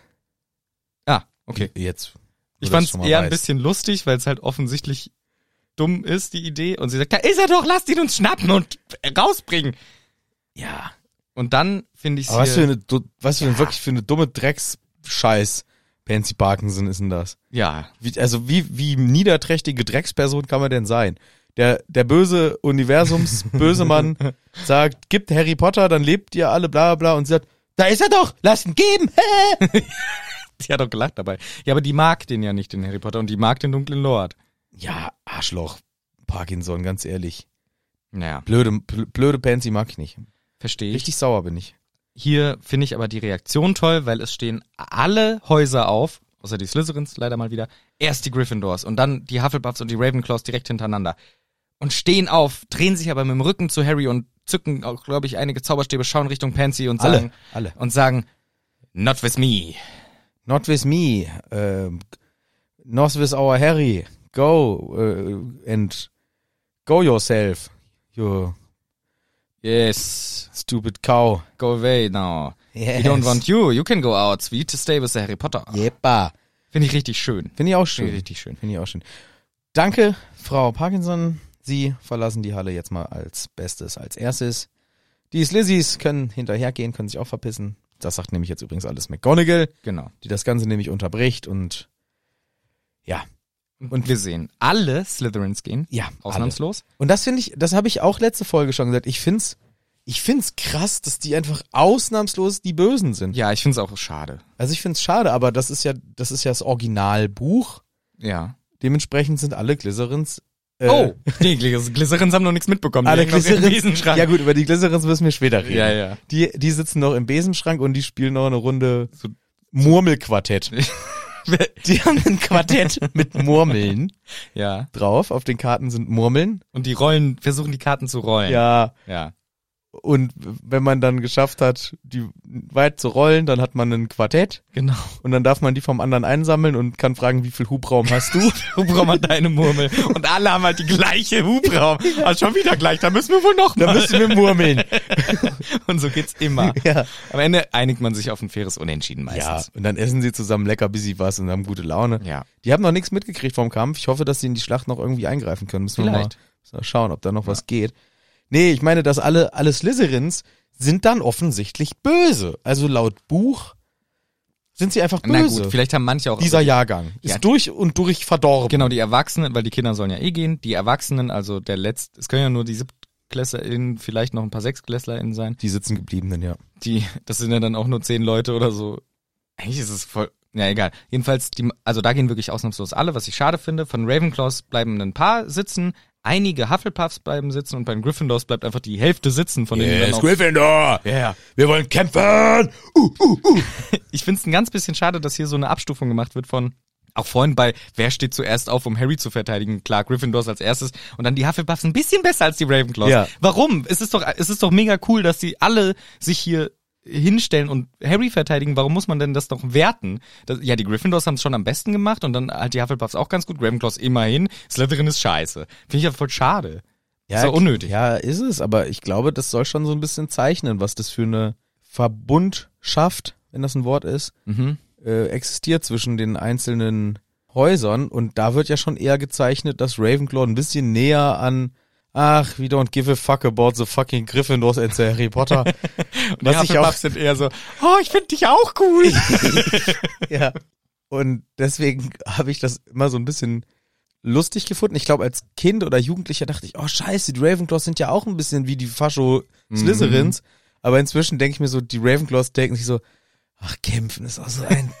Ah, okay. Jetzt. Ich wo du das fand's schon mal eher ein weißt. bisschen lustig, weil es halt offensichtlich dumm ist, die Idee. Und sie sagt, da ist er doch, lasst ihn uns schnappen und rausbringen. Ja. Und dann finde ich Aber was für eine wirklich für eine dumme Drecksscheiß Pansy Parkinson ist denn das? Ja, Wie niederträchtige Drecksperson kann man denn sein? Der böse böse Mann sagt, gibt Harry Potter, dann lebt ihr alle, bla bla, und sie sagt, da ist er doch, lass ihn geben. die hat doch gelacht dabei. Ja, aber die mag den ja nicht, den Harry Potter, und die mag den dunklen Lord. Ja, Arschloch, Parkinson, ganz ehrlich. Naja, Blöde Pansy mag ich nicht. verstehe ich. Richtig sauer bin ich. Hier finde ich aber die Reaktion toll, weil es stehen alle Häuser auf, außer die Slytherins leider mal wieder, erst die Gryffindors und dann die Hufflepuffs und die Ravenclaws direkt hintereinander. Und stehen auf, drehen sich aber mit dem Rücken zu Harry und zücken auch, glaube ich, einige Zauberstäbe, schauen Richtung Pansy und sagen, Alle. und sagen, not with me. Not with me, not with our Harry. Go and go yourself, you Yes, stupid cow. go away now. Yes. We don't want you. You can go out. We to stay with the Harry Potter. Jeppa. Finde ich richtig schön. Finde ich auch schön. Finde ich richtig schön. Finde ich auch schön. Danke, Frau Parkinson. Sie verlassen die Halle jetzt mal als erstes. Die Slizzys können hinterhergehen, können sich auch verpissen. Das sagt nämlich jetzt übrigens alles McGonagall, Genau. die das Ganze nämlich unterbricht und ja. Und wir sehen, alle Slytherins gehen. Ja, Ausnahmslos. Und das finde ich, das habe ich auch letzte Folge schon gesagt. Ich find's krass, dass die einfach ausnahmslos die Bösen sind. Ja, ich finde es auch schade. Also ich find's schade, aber das ist ja das Originalbuch. Ja. Dementsprechend sind alle Glycerins. Die Glycerins haben noch nichts mitbekommen. Alle Die hängen noch im Glycerins. Besenschrank. Ja gut, über die Glycerins müssen wir später reden. Ja. Die sitzen noch im Besenschrank und die spielen noch eine Runde Murmelquartett. Die haben ein Quartett mit Murmeln Ja. drauf. Auf den Karten sind Murmeln. Und die versuchen die Karten zu rollen. Ja. Ja. Und wenn man dann geschafft hat, die weit zu rollen, dann hat man ein Quartett. Genau. Und dann darf man die vom anderen einsammeln und kann fragen, wie viel Hubraum hast du? Hubraum hat deine Murmel. Und alle haben halt die gleiche Hubraum. Also schon wieder gleich, da müssen wir wohl noch Da mal. müssen wir murmeln. Und so geht's immer. Ja. Am Ende einigt man sich auf ein faires Unentschieden Ja, meistens. und dann essen sie zusammen lecker busy was und haben gute Laune. Ja. Die haben noch nichts mitgekriegt vom Kampf. Ich hoffe, dass sie in die Schlacht noch irgendwie eingreifen können. Müssen wir Vielleicht. mal schauen, ob da noch was geht. Nee, ich meine, dass alle Slytherins sind dann offensichtlich böse. Also laut Buch sind sie einfach Na böse. gut, vielleicht haben manche auch... Dieser Jahrgang Ja. ist durch und durch verdorben. Genau, die Erwachsenen, weil die Kinder sollen ja gehen. Die Erwachsenen, also es können ja nur die SiebtklässlerInnen, vielleicht noch ein paar SechstklässlerInnen sein. Die sitzen gebliebenen, ja. Das sind ja dann auch nur 10 Leute oder so. Eigentlich ist es voll... Ja, egal. Jedenfalls, also da gehen wirklich ausnahmslos alle, was ich schade finde. Von Ravenclaws bleiben ein paar sitzen, einige Hufflepuffs bleiben sitzen und bei den Gryffindors bleibt einfach die Hälfte sitzen, von denen dann auch... Gryffindor! Ja. Wir wollen kämpfen! Ich find's ein ganz bisschen schade, dass hier so eine Abstufung gemacht wird von... Auch vorhin bei, wer steht zuerst auf, um Harry zu verteidigen? Klar, Gryffindors als erstes und dann die Hufflepuffs ein bisschen besser als die Ravenclaws. Ja. Warum? Es ist doch mega cool, dass die alle sich hier hinstellen und Harry verteidigen. Warum muss man denn das doch werten? Die Gryffindors haben es schon am besten gemacht und dann halt die Hufflepuffs auch ganz gut. Ravenclaws immerhin. Slytherin ist scheiße. Finde ich ja voll schade. Ja, ist doch unnötig. Ja, ist es, aber ich glaube, das soll schon so ein bisschen zeichnen, was das für eine Verbundschaft, wenn das ein Wort ist, existiert zwischen den einzelnen Häusern. Und da wird ja schon eher gezeichnet, dass Ravenclaw ein bisschen näher an we don't give a fuck about the fucking Gryffindors and the Harry Potter. Und die Hufflepuffs sind eher so, ich finde dich auch cool. Ja. Und deswegen habe ich das immer so ein bisschen lustig gefunden. Ich glaube, als Kind oder Jugendlicher dachte ich, scheiße, die Ravenclaws sind ja auch ein bisschen wie die Fascho-Slytherins. Aber inzwischen denke ich mir so, die Ravenclaws denken sich so, kämpfen ist auch so ein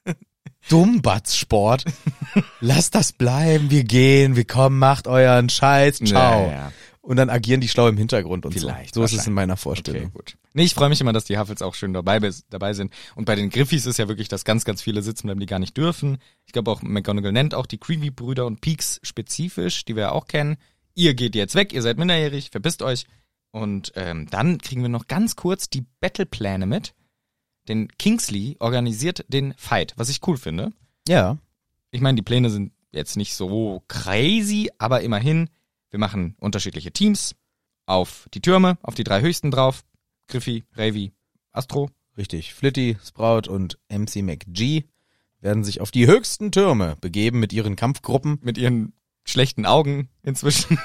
Dummbatz-Sport. Lasst das bleiben, wir gehen, wir kommen, macht euren Scheiß, ciao. Ja. Und dann agieren die schlau im Hintergrund und Vielleicht, so ist es in meiner Vorstellung. Okay, gut. Nee, ich freue mich immer, dass die Huffles auch schön dabei sind. Und bei den Griffis ist ja wirklich, dass ganz, ganz viele sitzen bleiben, die gar nicht dürfen. Ich glaube auch, McGonagall nennt auch die Creevy-Brüder und Peaks spezifisch, die wir ja auch kennen. Ihr geht jetzt weg, ihr seid minderjährig, verpisst euch. Und dann kriegen wir noch ganz kurz die Battlepläne mit. Denn Kingsley organisiert den Fight, was ich cool finde. Ja. Ich meine, die Pläne sind jetzt nicht so crazy, aber immerhin, wir machen unterschiedliche Teams auf die Türme, auf die 3 höchsten drauf. Griffy, Ravi, Astro. Richtig. Flitty, Sprout und MC McG werden sich auf die höchsten Türme begeben mit ihren Kampfgruppen. Mit ihren schlechten Augen inzwischen.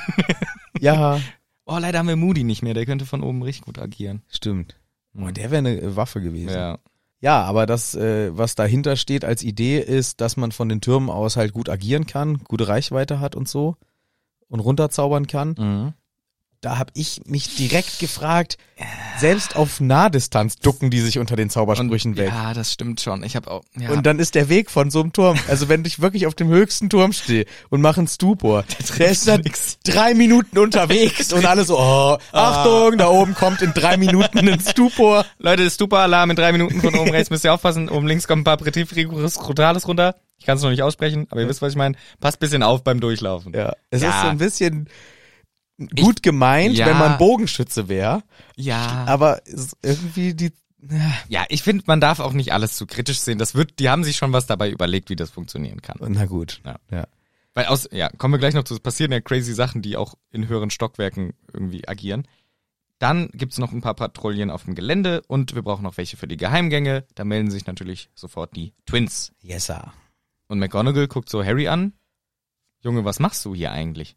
Ja. Leider haben wir Moody nicht mehr, der könnte von oben richtig gut agieren. Stimmt. Der wäre eine Waffe gewesen. Ja. Ja, aber das, was dahinter steht als Idee, ist, dass man von den Türmen aus halt gut agieren kann, gute Reichweite hat und so und runterzaubern kann. Mhm. Da habe ich mich direkt gefragt, selbst auf Nahdistanz ducken die sich unter den Zaubersprüchen weg. Ja, das stimmt schon. Ich habe auch. Ja. Und dann ist der Weg von so einem Turm, also wenn ich wirklich auf dem höchsten Turm stehe und mache einen Stupor, der ist dann 3 Minuten unterwegs und alle so, Achtung, da oben kommt in 3 Minuten ein Stupor. Leute, Stupa-Alarm in 3 Minuten von oben rechts, müsst ihr aufpassen. Oben links kommt ein Aperitif Brutales runter. Ich kann es noch nicht aussprechen, aber ihr wisst, was ich meine. Passt bisschen auf beim Durchlaufen. Ja, es ist so ein bisschen gut gemeint, ja. wenn man Bogenschütze wäre. Ja. Aber irgendwie Ja, ich finde, man darf auch nicht alles zu kritisch sehen. Die haben sich schon was dabei überlegt, wie das funktionieren kann. Na gut. Ja. Weil kommen wir gleich noch zu, es passieren ja crazy Sachen, die auch in höheren Stockwerken irgendwie agieren. Dann gibt's noch ein paar Patrouillen auf dem Gelände und wir brauchen noch welche für die Geheimgänge. Da melden sich natürlich sofort die Twins. Yes, sir. Und McGonagall guckt so Harry an. Junge, was machst du hier eigentlich?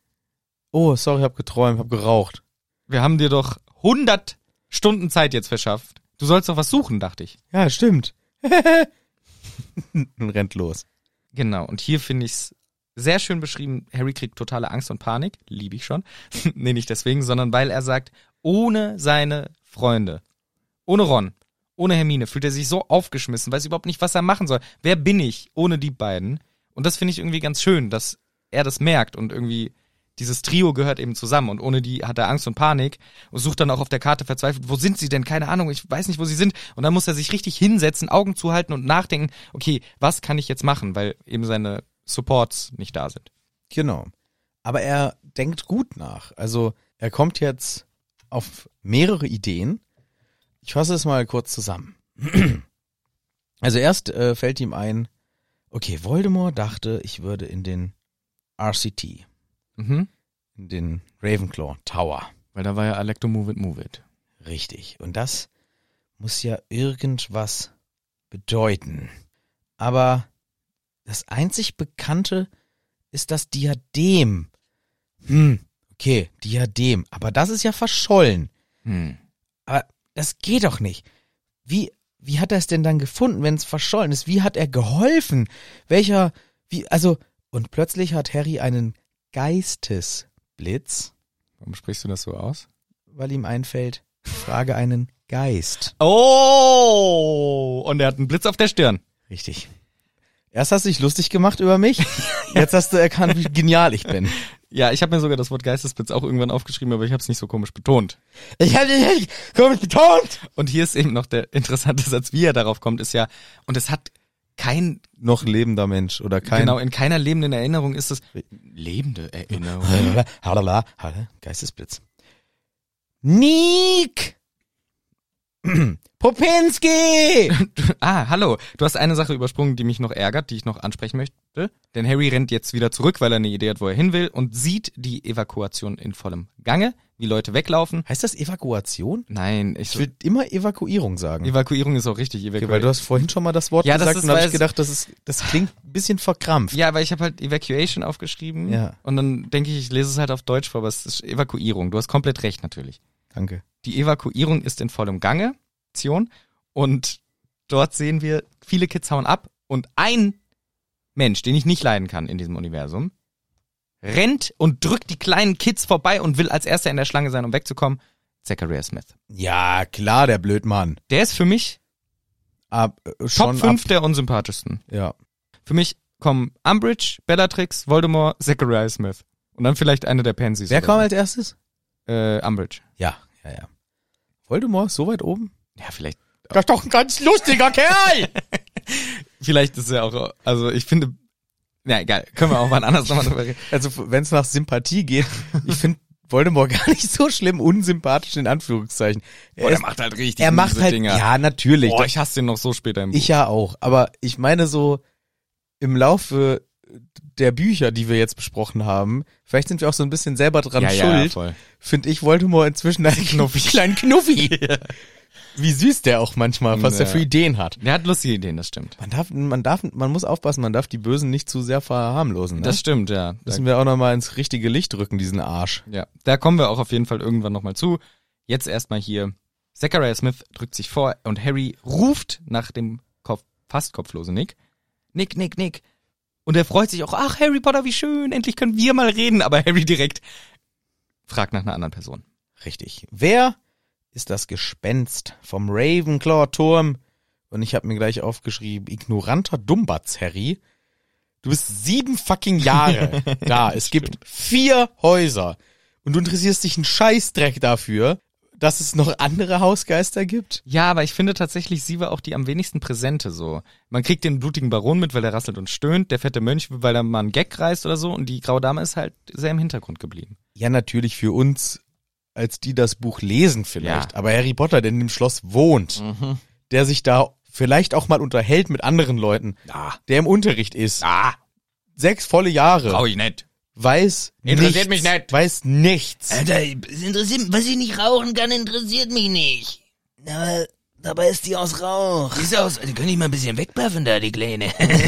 Oh, sorry, hab geträumt, hab geraucht. Wir haben dir doch 100 Stunden Zeit jetzt verschafft. Du sollst doch was suchen, dachte ich. Ja, stimmt. Und rennt los. Genau, und hier finde ich es sehr schön beschrieben, Harry kriegt totale Angst und Panik, liebe ich schon. Nee, nicht deswegen, sondern weil er sagt, ohne seine Freunde, ohne Ron, ohne Hermine fühlt er sich so aufgeschmissen, weiß überhaupt nicht, was er machen soll. Wer bin ich ohne die beiden? Und das finde ich irgendwie ganz schön, dass er das merkt und irgendwie dieses Trio gehört eben zusammen und ohne die hat er Angst und Panik und sucht dann auch auf der Karte verzweifelt, wo sind sie denn? Keine Ahnung, ich weiß nicht, wo sie sind. Und dann muss er sich richtig hinsetzen, Augen zuhalten und nachdenken, okay, was kann ich jetzt machen, weil eben seine Supports nicht da sind. Genau. Aber er denkt gut nach. Also er kommt jetzt auf mehrere Ideen. Ich fasse es mal kurz zusammen. Also erst fällt ihm ein, okay, Voldemort dachte, ich würde in den RCT, in den Ravenclaw Tower. Weil da war ja Alecto Move It. Richtig. Und das muss ja irgendwas bedeuten. Aber das einzig Bekannte ist das Diadem. Okay, Diadem. Aber das ist ja verschollen. Aber das geht doch nicht. Wie hat er es denn dann gefunden, wenn es verschollen ist? Wie hat er geholfen? Und plötzlich hat Harry einen Geistesblitz. Warum sprichst du das so aus? Weil ihm einfällt, frage einen Geist. Oh! Und er hat einen Blitz auf der Stirn. Richtig. Erst hast du dich lustig gemacht über mich, jetzt hast du erkannt, wie genial ich bin. Ja, ich habe mir sogar das Wort Geistesblitz auch irgendwann aufgeschrieben, aber ich habe es nicht so komisch betont. Ich habe dich nicht komisch betont! Und hier ist eben noch der interessante Satz, wie er darauf kommt, ist ja, und es hat kein noch lebender Mensch oder kein... Genau, in keiner lebenden Erinnerung ist es lebende Erinnerung. Geistesblitz. Nick! Popinski! Hallo. Du hast eine Sache übersprungen, die mich noch ärgert, die ich noch ansprechen möchte. Denn Harry rennt jetzt wieder zurück, weil er eine Idee hat, wo er hin will und sieht die Evakuation in vollem Gange, wie Leute weglaufen. Heißt das Evakuation? Nein, Ich will immer Evakuierung sagen. Evakuierung ist auch richtig. Okay, weil du hast vorhin schon mal das Wort gesagt und da habe ich gedacht, das klingt ein bisschen verkrampft. Ja, aber ich habe halt Evacuation aufgeschrieben und dann denke ich lese es halt auf Deutsch vor, aber es ist Evakuierung. Du hast komplett recht natürlich. Danke. Die Evakuierung ist in vollem Gange und dort sehen wir, viele Kids hauen ab und ein Mensch, den ich nicht leiden kann in diesem Universum, rennt und drückt die kleinen Kids vorbei und will als erster in der Schlange sein, um wegzukommen. Zachariah Smith. Ja, klar, der Blödmann. Der ist für mich Top 5 der unsympathischsten. Ja. Für mich kommen Umbridge, Bellatrix, Voldemort, Zachariah Smith. Und dann vielleicht eine der Pansies. Wer kam als erstes? Umbridge. Ja. Voldemort ist so weit oben? Ja, vielleicht. Das ist doch ein ganz lustiger Kerl! Vielleicht ist er auch, also ich finde, na egal, können wir auch mal anders nochmal drüber reden. Also wenn es nach Sympathie geht, ich finde Voldemort gar nicht so schlimm, unsympathisch in Anführungszeichen. Der macht halt richtig Dinger. Ja, natürlich. Boah, ich hasse den noch so später im Buch. Ich ja auch, aber ich meine so im Laufe der Bücher, die wir jetzt besprochen haben, vielleicht sind wir auch so ein bisschen selber dran schuld, finde ich Voldemort inzwischen einen kleinen Knuffi. Ja. Wie süß der auch manchmal, was der für Ideen hat. Der hat lustige Ideen, das stimmt. Man muss aufpassen, man darf die Bösen nicht zu sehr verharmlosen. Ne? Das stimmt, ja. Müssen wir auch nochmal ins richtige Licht rücken, diesen Arsch. Ja, da kommen wir auch auf jeden Fall irgendwann nochmal zu. Jetzt erstmal hier. Zachariah Smith drückt sich vor und Harry ruft nach dem fast kopflosen Nick. Nick. Und er freut sich auch, ach Harry Potter, wie schön, endlich können wir mal reden. Aber Harry direkt fragt nach einer anderen Person. Richtig. Wer ist das Gespenst vom Ravenclaw-Turm? Und ich habe mir gleich aufgeschrieben, ignoranter Dummbatz, Harry. Du bist 7 fucking Jahre da. Es gibt 4 Häuser. Und du interessierst dich einen Scheißdreck dafür, dass es noch andere Hausgeister gibt? Ja, aber ich finde tatsächlich, sie war auch die am wenigsten präsente so. Man kriegt den blutigen Baron mit, weil er rasselt und stöhnt, der fette Mönch, weil er mal einen Gag reißt oder so und die graue Dame ist halt sehr im Hintergrund geblieben. Ja, natürlich für uns, als die das Buch lesen vielleicht. Ja. Aber Harry Potter, der in dem Schloss wohnt, der sich da vielleicht auch mal unterhält mit anderen Leuten, der im Unterricht ist, 6 volle Jahre. Brauch ich nicht. Interessiert mich nicht. Weiß nichts. Alter, was ich nicht rauchen kann, interessiert mich nicht. Aber dabei ist die aus Rauch. Die können nicht mal ein bisschen wegbuffen da, die Kleine.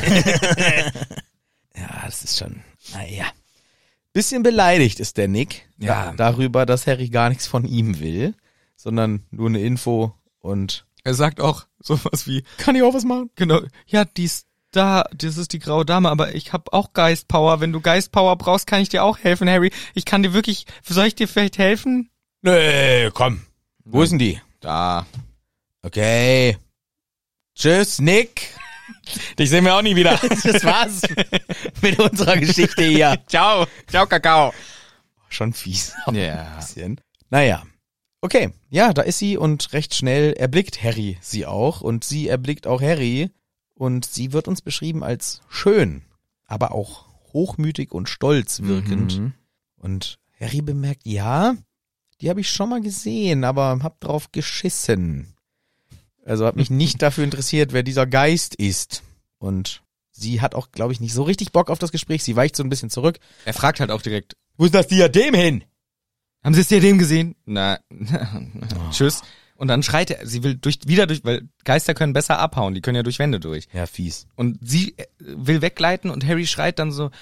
Ja, das ist schon, naja. Bisschen beleidigt ist der Nick darüber, dass Harry gar nichts von ihm will, sondern nur eine Info und Er sagt auch sowas wie, Kann ich auch was machen? genau, ja, das ist die graue Dame, aber ich habe auch Geistpower. Wenn du Geistpower brauchst, kann ich dir auch helfen, Harry. Soll ich dir vielleicht helfen? Nee, komm. Wo ist denn die? Da. Okay. Tschüss, Nick. Dich sehen wir auch nie wieder. Das war's mit unserer Geschichte hier. Ciao. Ciao, Kakao. Schon fies. Ja. Bisschen. Naja. Okay, ja, da ist sie und recht schnell erblickt Harry sie auch und sie erblickt auch Harry und sie wird uns beschrieben als schön, aber auch hochmütig und stolz wirkend. Mhm. Und Harry bemerkt, ja, die habe ich schon mal gesehen, aber hab drauf geschissen. Also hat mich nicht dafür interessiert, wer dieser Geist ist. Und sie hat auch, glaube ich, nicht so richtig Bock auf das Gespräch. Sie weicht so ein bisschen zurück. Er fragt halt auch direkt, Wo ist das Diadem hin? haben Sie das Diadem gesehen? Na, tschüss. Und dann schreit er, sie will weil Geister können besser abhauen, die können ja durch Wände durch. Ja, fies. Und sie will weggleiten und Harry schreit dann so,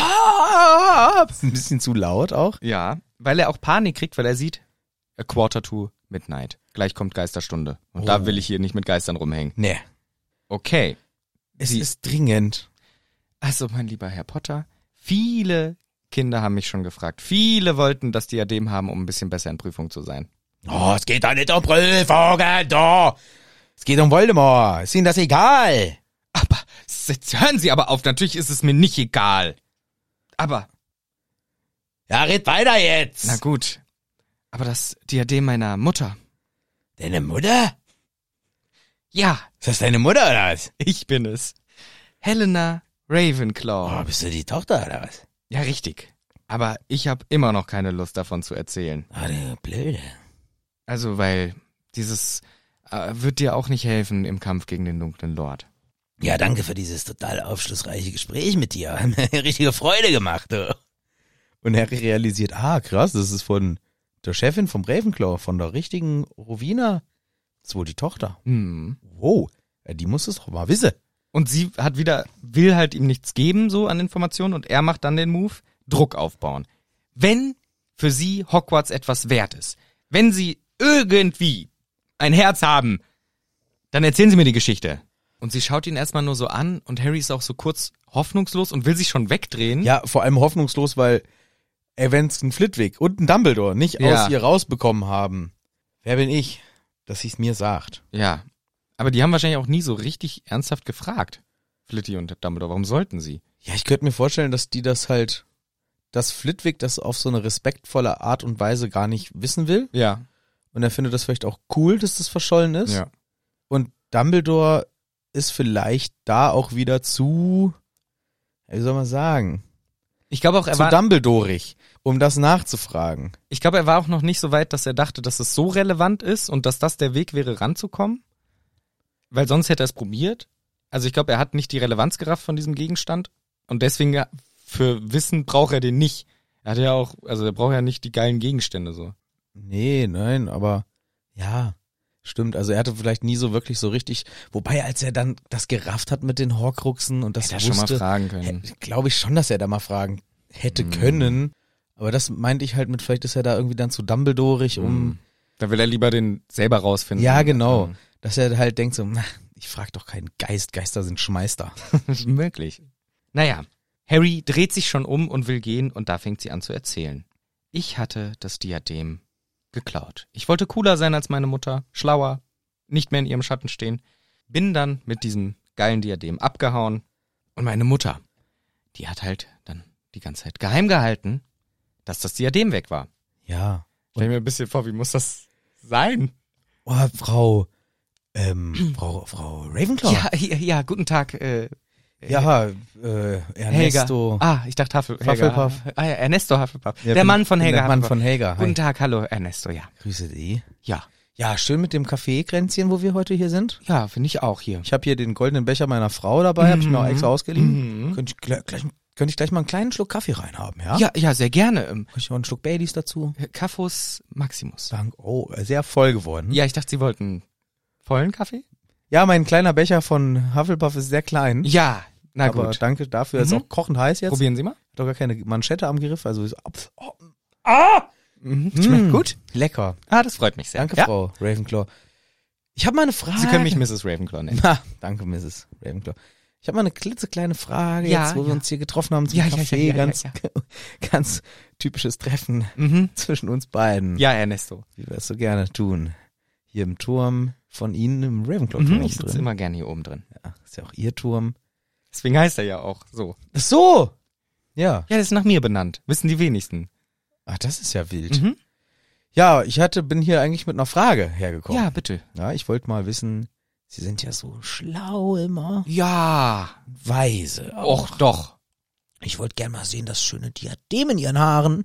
Stopp! Ist ein bisschen zu laut auch. Ja, weil er auch Panik kriegt, weil er sieht, a quarter to midnight. Gleich kommt Geisterstunde. Und da will ich hier nicht mit Geistern rumhängen. Nee. Okay. Es ist dringend. Also, mein lieber Herr Potter, viele Kinder haben mich schon gefragt. Viele wollten das Diadem haben, um ein bisschen besser in Prüfung zu sein. Oh, es geht doch nicht um Prüfungen, da. Es geht um Voldemort. Ist Ihnen das egal? Aber, jetzt hören Sie aber auf, natürlich ist es mir nicht egal. Aber, Ja, red weiter jetzt. na gut. Aber das Diadem meiner Mutter. Deine Mutter? Ja, Ist das deine Mutter oder was? ich bin es. Helena Ravenclaw. Oh, bist du die Tochter oder was? Ja, richtig. Aber ich habe immer noch keine Lust davon zu erzählen. Ah, du Blöde. Also, weil dieses wird dir auch nicht helfen im Kampf gegen den dunklen Lord. Ja, danke für dieses total aufschlussreiche Gespräch mit dir. Hat mir richtige Freude gemacht, du. Und Harry realisiert, krass, das ist von der Chefin vom Ravenclaw, von der richtigen Rowena. Das ist wohl die Tochter. Hm. Wow, ja, die muss es doch mal wissen. Und sie will halt ihm nichts geben, so an Informationen, und er macht dann den Move, Druck aufbauen. Wenn für sie Hogwarts etwas wert ist, wenn sie irgendwie ein Herz haben, dann erzählen sie mir die Geschichte. Und sie schaut ihn erstmal nur so an und Harry ist auch so kurz hoffnungslos und will sich schon wegdrehen. Ja, vor allem hoffnungslos, weil wenn es einen Flitwick und einen Dumbledore nicht Ja. aus ihr rausbekommen haben, wer bin ich, dass sie es mir sagt? Ja. Aber die haben wahrscheinlich auch nie so richtig ernsthaft gefragt, Flitty und Dumbledore. Warum sollten sie? Ja, ich könnte mir vorstellen, dass die das halt, dass Flitwick das auf so eine respektvolle Art und Weise gar nicht wissen will. Ja. Und er findet das vielleicht auch cool, dass das verschollen ist. Ja. Und Dumbledore ist vielleicht da auch wieder zu, wie soll man sagen, Ich glaube auch, zu Dumbledorig, um das nachzufragen. Ich glaube, er war auch noch nicht so weit, dass er dachte, dass es so relevant ist und dass das der Weg wäre, ranzukommen. Weil sonst hätte er es probiert. Also ich glaube, er hat nicht die Relevanz gerafft von diesem Gegenstand. Und deswegen, für Wissen braucht er den nicht. Er hat ja auch, also er braucht ja nicht die geilen Gegenstände so. Nee, nein, aber ja, stimmt. Also er hatte vielleicht nie so wirklich so richtig, wobei als er dann das gerafft hat mit den Horcruxen und das Hätte er schon mal wusste, fragen können. glaube ich schon, dass er da mal fragen hätte können. Aber das meinte ich halt mit, vielleicht ist er da irgendwie dann zu Dumbledorig, um... Da will er lieber den selber rausfinden. Ja, genau. Dass er halt denkt so, ich frag doch keinen Geist, Geister sind Schmeister. Möglich. Naja, Harry dreht sich schon um und will gehen und da fängt sie an zu erzählen. Ich hatte das Diadem geklaut. Ich wollte cooler sein als meine Mutter, schlauer, nicht mehr in ihrem Schatten stehen. Bin dann mit diesem geilen Diadem abgehauen und meine Mutter, die hat halt dann die ganze Zeit geheim gehalten, dass das Diadem weg war. Ja. Stell mir ein bisschen vor, wie muss das sein? Oh, Frau Ravenclaw. Ja, guten Tag, Ernesto. Helga. Ich dachte Hufflepuff. Ja, Ernesto Hufflepuff. Ja, der Mann von Helga Der Mann Hufflepuff. von Helga. Hi. Guten Tag, hallo Ernesto, ja. Grüße Sie. Ja. Ja, schön mit dem Kaffeekränzchen, wo wir heute hier sind. Ja, finde ich auch hier. Ich habe hier den goldenen Becher meiner Frau dabei, habe ich mir auch extra ausgeliehen. Mhm. Könnte ich gleich mal einen kleinen Schluck Kaffee reinhaben, ja? Ja, sehr gerne. Kann ich noch einen Schluck Baileys dazu? Kaffus Maximus. Dank. Oh, sehr voll geworden. Ja, ich dachte, Sie wollten vollen Kaffee? Ja, mein kleiner Becher von Hufflepuff ist sehr klein. Ja, na aber gut. danke dafür. Ist auch kochend heiß jetzt. Probieren Sie mal. Hat doch gar keine Manschette am Griff. Also ist Schmeckt gut? Lecker. Das freut mich sehr. Danke, ja? Frau Ravenclaw. Ich habe mal eine Frage. Sie können mich Mrs. Ravenclaw nennen. Na, danke, Mrs. Ravenclaw. Ich habe mal eine klitzekleine Frage, Ja, jetzt wo wir ja. uns hier getroffen haben zum Ja, Café. ja. Ganz typisches Treffen zwischen uns beiden. Ja, Ernesto. Wie wir es so gerne tun. Hier im Turm von Ihnen im Ravenclaw-Turm Ich sitze drin. immer gerne hier oben drin. Ja, ist ja auch Ihr Turm. Deswegen heißt er ja auch so. Ach so! Ja. Ja, das ist nach mir benannt. Wissen die wenigsten. Ach, das ist ja wild. Ja, bin hier eigentlich mit einer Frage hergekommen. Ja, bitte. Ja, ich wollte mal wissen, Sie sind ja so schlau immer. Ja. Weise. Och, doch. Ich wollte gerne mal sehen, das schöne Diadem in Ihren Haaren.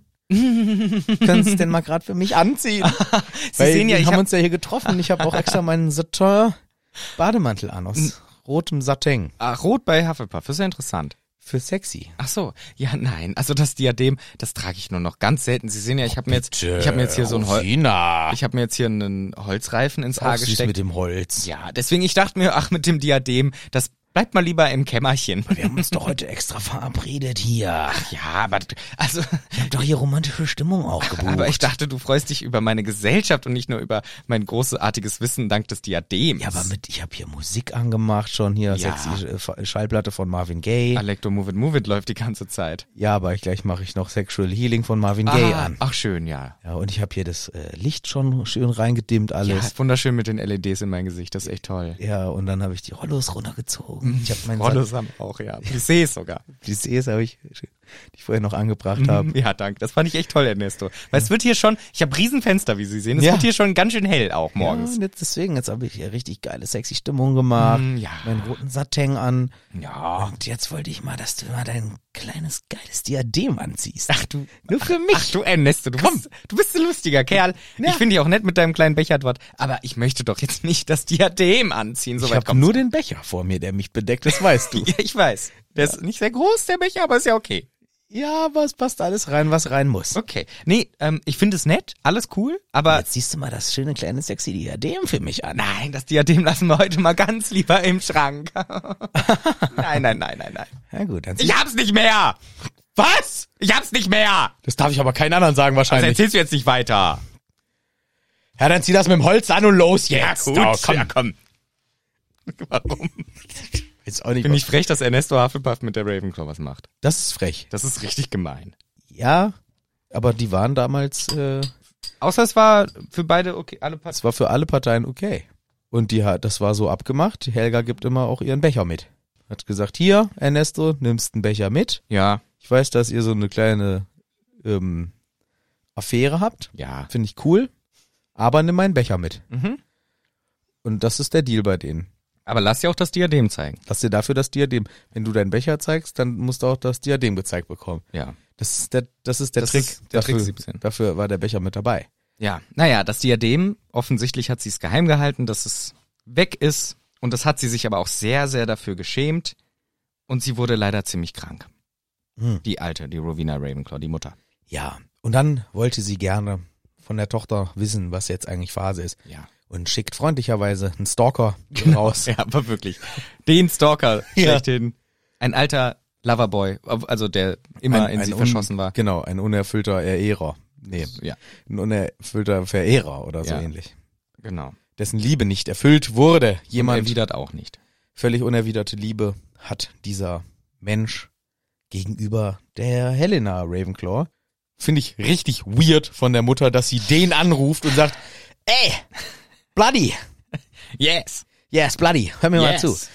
Können Sie es denn mal gerade für mich anziehen? Sie Weil sehen ja, wir ich haben uns ja hier getroffen. Ich habe auch extra meinen Satin Bademantel an aus rotem Satin. Rot bei Hufflepuff, ist ja interessant. Für sexy. Ach so, ja, nein, also das Diadem, das trage ich nur noch ganz selten. Sie sehen ja, ich habe mir jetzt hier so ein ich habe mir jetzt hier einen Holzreifen ins Haar Süß gesteckt. mit dem Holz. Ja, deswegen ich dachte mir, ach, mit dem Diadem, das bleibt mal lieber im Kämmerchen. Wir haben uns doch heute extra verabredet hier. Ja, aber also, Ich habe doch hier romantische Stimmung aufgebucht. aber ich dachte, du freust dich über meine Gesellschaft und nicht nur über mein großartiges Wissen dank des Diadems. Ja, aber ich habe hier Musik angemacht schon hier, Ja. sexy Schallplatte von Marvin Gaye. Electro Move It läuft die ganze Zeit. Ja, aber gleich mache ich noch Sexual Healing von Marvin Gaye an. Ach schön, ja. Ja, und ich habe hier das Licht schon schön reingedimmt Ja, alles. ist wunderschön mit den LEDs in mein Gesicht, das ist echt toll. Ja, und dann habe ich die Rollos runtergezogen. Ich habe meinen Rollos haben auch, ja. Ich sehe es sogar. Die Cs habe ich, die ich vorher noch angebracht habe. Ja, danke. Das fand ich echt toll, Ernesto. Weil es wird hier schon, ich habe Riesenfenster, wie Sie sehen. Es Ja. wird hier schon ganz schön hell auch Ja, morgens. und jetzt habe ich hier richtig geile, sexy Stimmung gemacht. Ja. Meinen roten Satin an. Ja. Und jetzt wollte ich mal, dass du mal dein kleines, geiles Diadem anziehst. Ach du, Nur für mich. ach du Ernesto, du bist ein lustiger Kerl. Ja. Ich finde dich auch nett mit deinem kleinen Becher dort. Aber ich möchte doch jetzt nicht das Diadem anziehen. So Ich weit habe kommt's. nur den Becher vor mir, der mich bedeckt, das weißt du. Ja, ich weiß. Der ist nicht sehr groß, der Becher, aber ist ja okay. Ja, aber es passt alles rein, was rein muss. Okay. Nee, ich finde es nett, alles cool, aber Jetzt siehst du mal das schöne kleine sexy Diadem für mich an. nein, das Diadem lassen wir heute mal ganz lieber im Schrank. Nein. Ja gut, dann Ich hab's nicht mehr! Was? Ich hab's nicht mehr! Das darf ich aber keinen anderen sagen Also wahrscheinlich. erzählst du jetzt nicht weiter. Ja, dann zieh das mit dem Holz an und los jetzt. gut. Oh, komm. Ja, komm. Warum? Ist auch nicht Finde ich frech, dass Ernesto Hufflepuff mit der Ravenclaw was macht. Das ist frech. Das ist richtig gemein. Ja, aber die waren damals, Außer es war für beide okay, alle Parteien. es war für alle Parteien okay. Und das war so abgemacht. Helga gibt immer auch ihren Becher mit. Hat gesagt, hier, Ernesto, nimmst einen Becher mit. Ja, Ich weiß, dass ihr so eine kleine Affäre habt. ja. Finde ich cool. Aber nimm meinen Becher mit. Mhm. Und das ist der Deal bei denen. Aber lass dir auch das Diadem zeigen. Lass dir dafür das Diadem. Wenn du deinen Becher zeigst, dann musst du auch das Diadem gezeigt bekommen. Ja. Das ist der Das Trick. ist der Trick dafür, 17. dafür war der Becher mit dabei. Ja. Naja, das Diadem, offensichtlich hat sie es geheim gehalten, dass es weg ist. Und das hat sie sich aber auch sehr, sehr dafür geschämt. Und sie wurde leider ziemlich krank. Die alte, die Rowena Ravenclaw, die Mutter. Ja. Und dann wollte sie gerne von der Tochter wissen, was jetzt eigentlich Phase ist. Ja. Und schickt freundlicherweise einen Stalker raus. Ja, aber wirklich. Den Stalker Ja. schlechthin. Ein alter Loverboy, also der immer in sie verschossen war. Genau, ein unerfüllter Erehrer. Nee, Ja, ein unerfüllter Verehrer oder so Ja. ähnlich. genau. Dessen Liebe nicht erfüllt wurde. Jemand Jemand, erwidert auch nicht. völlig unerwiderte Liebe hat dieser Mensch gegenüber der Helena Ravenclaw. Finde ich richtig weird von der Mutter, dass sie den anruft und sagt, ey, Bloody, Yes. yes, Bloody, hör mir mal zu.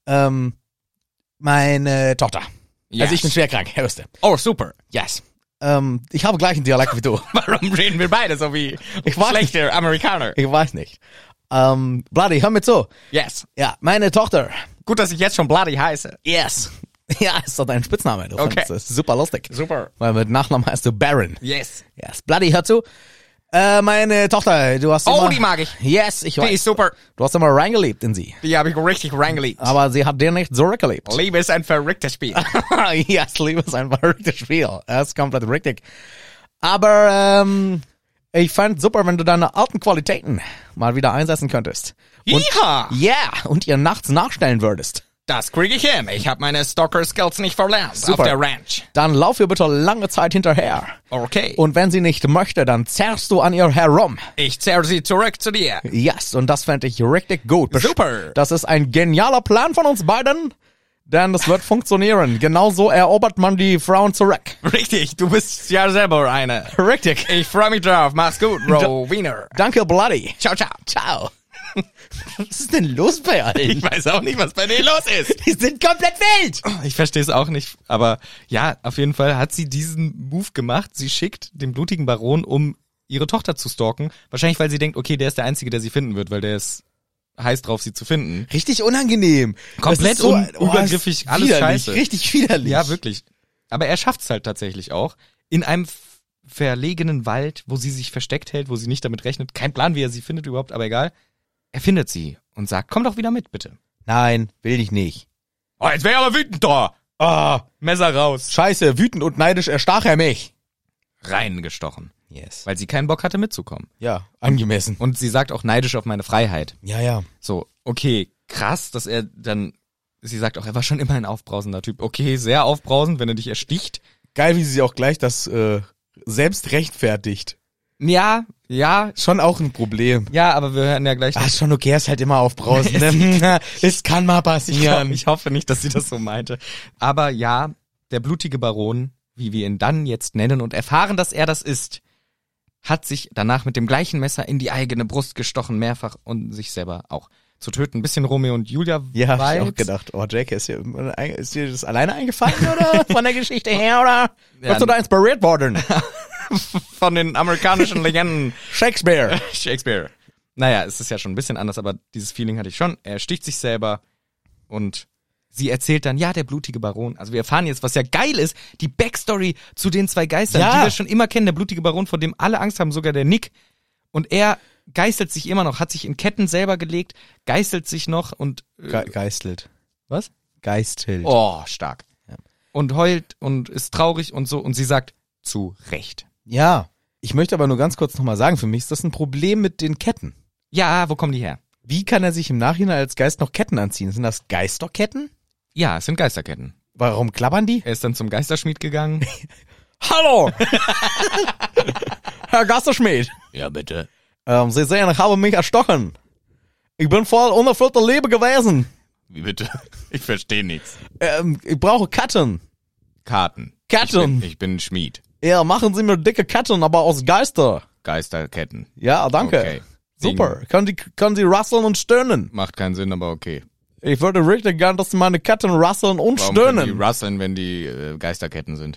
Meine Tochter. Yes. Also ich bin schwer krank, Herr Öste. Oh, super. Yes. Ich habe gleichen Dialekt wie du. Warum reden wir beide so wie Ich weiß schlechte Amerikaner? Ich weiß nicht. Bloody, hör mir zu. Yes. Ja, meine Tochter. Gut, dass ich jetzt schon Bloody heiße. Yes. Ja, ist doch dein Spitzname. Du Okay. findest das super lustig. Super. Weil mit Nachnamen heißt du Baron. Yes. Yes. Bloody, hör zu. Meine Tochter, du hast Oh, immer... die mag ich. Yes, ich weiß. Die ist super. Du hast immer reingeliebt in sie. Die habe ich richtig reingelegt. Aber sie hat dir nicht zurückgeliebt. Liebe ist ein verrücktes Spiel. Yes, Liebe ist ein verrücktes Spiel. Das ist komplett richtig. Aber ich fand super, wenn du deine alten Qualitäten mal wieder einsetzen könntest. Und, Yeehaw! ja, und ihr nachts nachstellen würdest. Das kriege ich hin. Ich habe meine Stalker-Skills nicht verlernt Super. auf der Ranch. Dann lauf ihr bitte lange Zeit hinterher. Okay. Und wenn sie nicht möchte, dann zerrst du an ihr herum. Ich zerre sie zurück zu dir. Yes, und das fände ich richtig gut. Super. Das ist ein genialer Plan von uns beiden, denn das wird funktionieren. Genauso erobert man die Frauen zurück. Richtig, du bist ja selber eine. Richtig. Ich freue mich drauf. Mach's gut, Rowena. Danke, Bloody. Ciao, ciao. Ciao. Was ist denn los bei allen? Ich weiß auch nicht, was bei denen los ist. Die sind komplett wild. Ich verstehe es auch nicht, aber ja, auf jeden Fall hat sie diesen Move gemacht. Sie schickt den blutigen Baron, um ihre Tochter zu stalken. Wahrscheinlich, weil sie denkt, okay, der ist der Einzige, der sie finden wird, weil der ist heiß drauf, sie zu finden. Richtig unangenehm. Komplett Das ist übergriffig, alles widerlich, scheiße. Richtig widerlich. Ja, wirklich. Aber er schafft es halt tatsächlich auch. In einem verlegenen Wald, wo sie sich versteckt hält, wo sie nicht damit rechnet. Kein Plan, wie er sie findet überhaupt, aber egal. Er findet sie und sagt, komm doch wieder mit, bitte. Nein, will ich nicht. Oh, jetzt wäre er aber wütend da. Ah, Messer raus. scheiße, wütend und neidisch erstach er mich. Reingestochen. Yes. Weil sie keinen Bock hatte mitzukommen. Ja, angemessen. Und sie sagt auch neidisch auf meine Freiheit. Ja. So, okay, krass, dass er dann, sie sagt auch, er war schon immer ein aufbrausender Typ. Okay, sehr aufbrausend, wenn er dich ersticht. Geil, wie sie auch gleich das selbst rechtfertigt. Ja, Schon auch ein Problem. ja, aber wir hören ja gleich. Ah, ist schon okay, er ist halt immer aufbrausend. Ne? Es kann mal passieren. Ich hoffe nicht, dass sie das so meinte. Aber ja, der blutige Baron, wie wir ihn dann jetzt nennen und erfahren, dass er das ist, hat sich danach mit dem gleichen Messer in die eigene Brust gestochen, mehrfach, und sich selber auch zu töten. Ein bisschen Romeo und Julia Ja, hab ich auch Vibes. gedacht. Oh, Jake, ist dir das alleine eingefallen, oder? Von der Geschichte her, oder? Ja, Bist du da inspiriert worden? Von den amerikanischen Legenden. Shakespeare. Shakespeare. Naja, es ist ja schon ein bisschen anders, aber dieses Feeling hatte ich schon. Er sticht sich selber und sie erzählt dann, ja, der blutige Baron. Also wir erfahren jetzt, was ja geil ist, die Backstory zu den zwei Geistern, Ja. die wir schon immer kennen. Der blutige Baron, vor dem alle Angst haben, sogar der Nick. Und er geißelt sich immer noch, hat sich in Ketten selber gelegt, geißelt sich noch und... Geistelt. Was? Geistelt. Oh, stark. Ja. Und heult und ist traurig und so. Und sie sagt, zu Recht. Ja. Ich möchte aber nur ganz kurz nochmal sagen, für mich ist das ein Problem mit den Ketten. Ja, wo kommen die her? Wie kann er sich im Nachhinein als Geist noch Ketten anziehen? Sind das Geisterketten? Ja, es sind Geisterketten. Warum klappern die? Er ist dann zum Geisterschmied gegangen. Hallo! Herr Geisterschmied. Ja, bitte. Sie sehen, ich habe mich erstochen. Ich bin voll unerfüllter Liebe gewesen. Wie bitte? Ich verstehe nichts. Ich brauche Ketten. Karten. Ketten. Ich bin Schmied. Ja, machen Sie mir dicke Ketten, aber aus Geister. Geisterketten. Ja, danke. Okay. Super. Können Sie rasseln und stöhnen? Macht keinen Sinn, aber okay. Ich würde richtig gern, dass meine Ketten rasseln und Warum können die stöhnen. russeln, wenn die Geisterketten sind?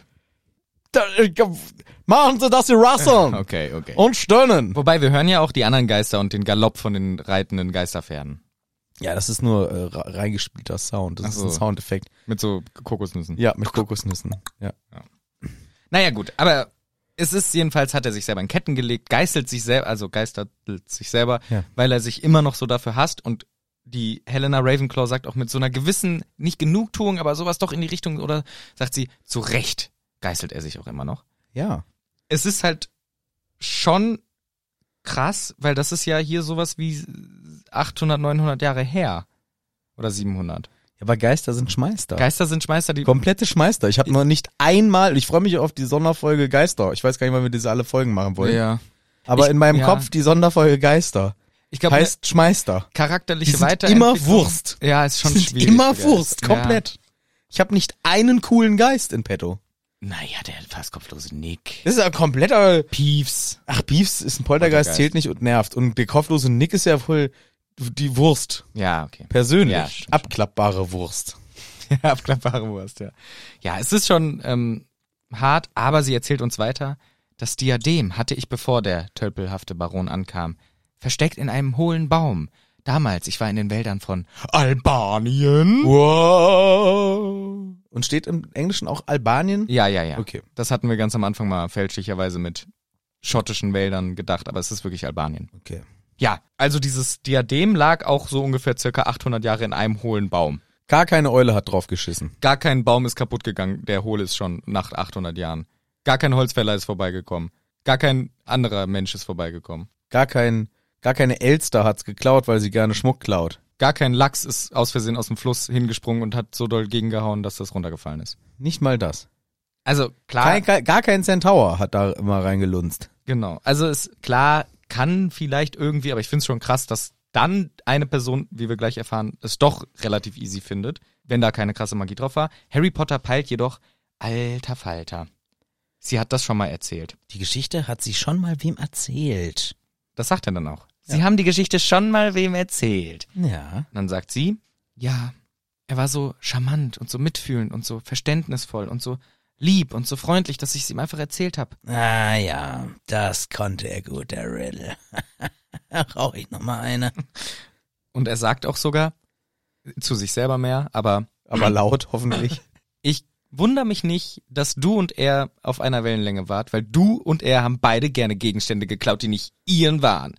Machen Sie, dass Sie rasseln Okay. und stöhnen. Wobei, wir hören ja auch die anderen Geister und den Galopp von den reitenden Geisterpferden. Ja, das ist nur reingespielter Sound. Das Ach ist so. ein Soundeffekt. Mit so Kokosnüssen. Ja, mit Kokosnüssen. Ja. Naja, gut, aber es ist jedenfalls, hat er sich selber in Ketten gelegt, geistert sich selber, Ja. weil er sich immer noch so dafür hasst, und die Helena Ravenclaw sagt auch mit so einer gewissen, nicht Genugtuung, aber sowas doch in die Richtung, oder sagt sie, zu Recht geißelt er sich auch immer noch. Ja. Es ist halt schon krass, weil das ist ja hier sowas wie 800, 900 Jahre her. Oder 700. Ja, aber Geister sind Schmeister. Geister sind Schmeister, die... Komplette Schmeister. Ich habe noch nicht einmal, ich freue mich auf die Sonderfolge Geister. Ich weiß gar nicht, wann wir diese alle Folgen machen wollen. Ja. Aber in meinem ja. Kopf die Sonderfolge Geister. Ich glaube, Heißt Schmeister. charakterliche Die sind Weiterentwicklung. immer Wurst. Ja, ist schon Die sind schwierig. immer die Wurst, Geister. komplett. Ich habe nicht einen coolen Geist in petto. Naja, der fast kopflose Nick. Das ist ja kompletter... Peeves. Ach, Beefs ist ein Poltergeist, zählt nicht und nervt. Und der kopflose Nick ist ja voll die Wurst. Ja, okay. Persönlich. Ja, stimmt. Abklappbare Wurst. Ja, abklappbare Wurst, ja. Ja, es ist schon hart, aber sie erzählt uns weiter, das Diadem hatte ich, bevor der tölpelhafte Baron ankam, versteckt in einem hohlen Baum. Damals, ich war in den Wäldern von Albanien. Wow. Und steht im Englischen auch Albanien? Ja. Okay. Das hatten wir ganz am Anfang mal fälschlicherweise mit schottischen Wäldern gedacht, aber es ist wirklich Albanien. Okay. Ja, also dieses Diadem lag auch so ungefähr circa 800 Jahre in einem hohlen Baum. Gar keine Eule hat drauf geschissen. Gar kein Baum ist kaputt gegangen, der hohl ist schon nach 800 Jahren. Gar kein Holzfäller ist vorbeigekommen. Gar kein anderer Mensch ist vorbeigekommen. Gar keine Elster hat's geklaut, weil sie gerne Schmuck klaut. gar kein Lachs ist aus Versehen aus dem Fluss hingesprungen und hat so doll gegengehauen, dass das runtergefallen ist. Nicht mal das. Also klar, Gar kein Centaur hat da immer reingelunzt. genau. Also ist klar, kann vielleicht irgendwie, aber ich finde es schon krass, dass dann eine Person, wie wir gleich erfahren, es doch relativ easy findet, wenn da keine krasse Magie drauf war. Harry Potter peilt jedoch, alter Falter. Sie hat das schon mal erzählt. Die Geschichte hat sie schon mal wem erzählt. Das sagt er dann auch. Sie haben die Geschichte schon mal wem erzählt. Ja. Und dann sagt sie, ja, er war so charmant und so mitfühlend und so verständnisvoll und so lieb und so freundlich, dass ich es ihm einfach erzählt habe. Ah ja, das konnte er gut, der Riddle. Rauche ich noch mal eine. Und er sagt auch sogar, zu sich selber mehr, aber laut, hoffentlich. ich wundere mich nicht, dass du und er auf einer Wellenlänge wart, weil du und er haben beide gerne Gegenstände geklaut, die nicht ihren waren.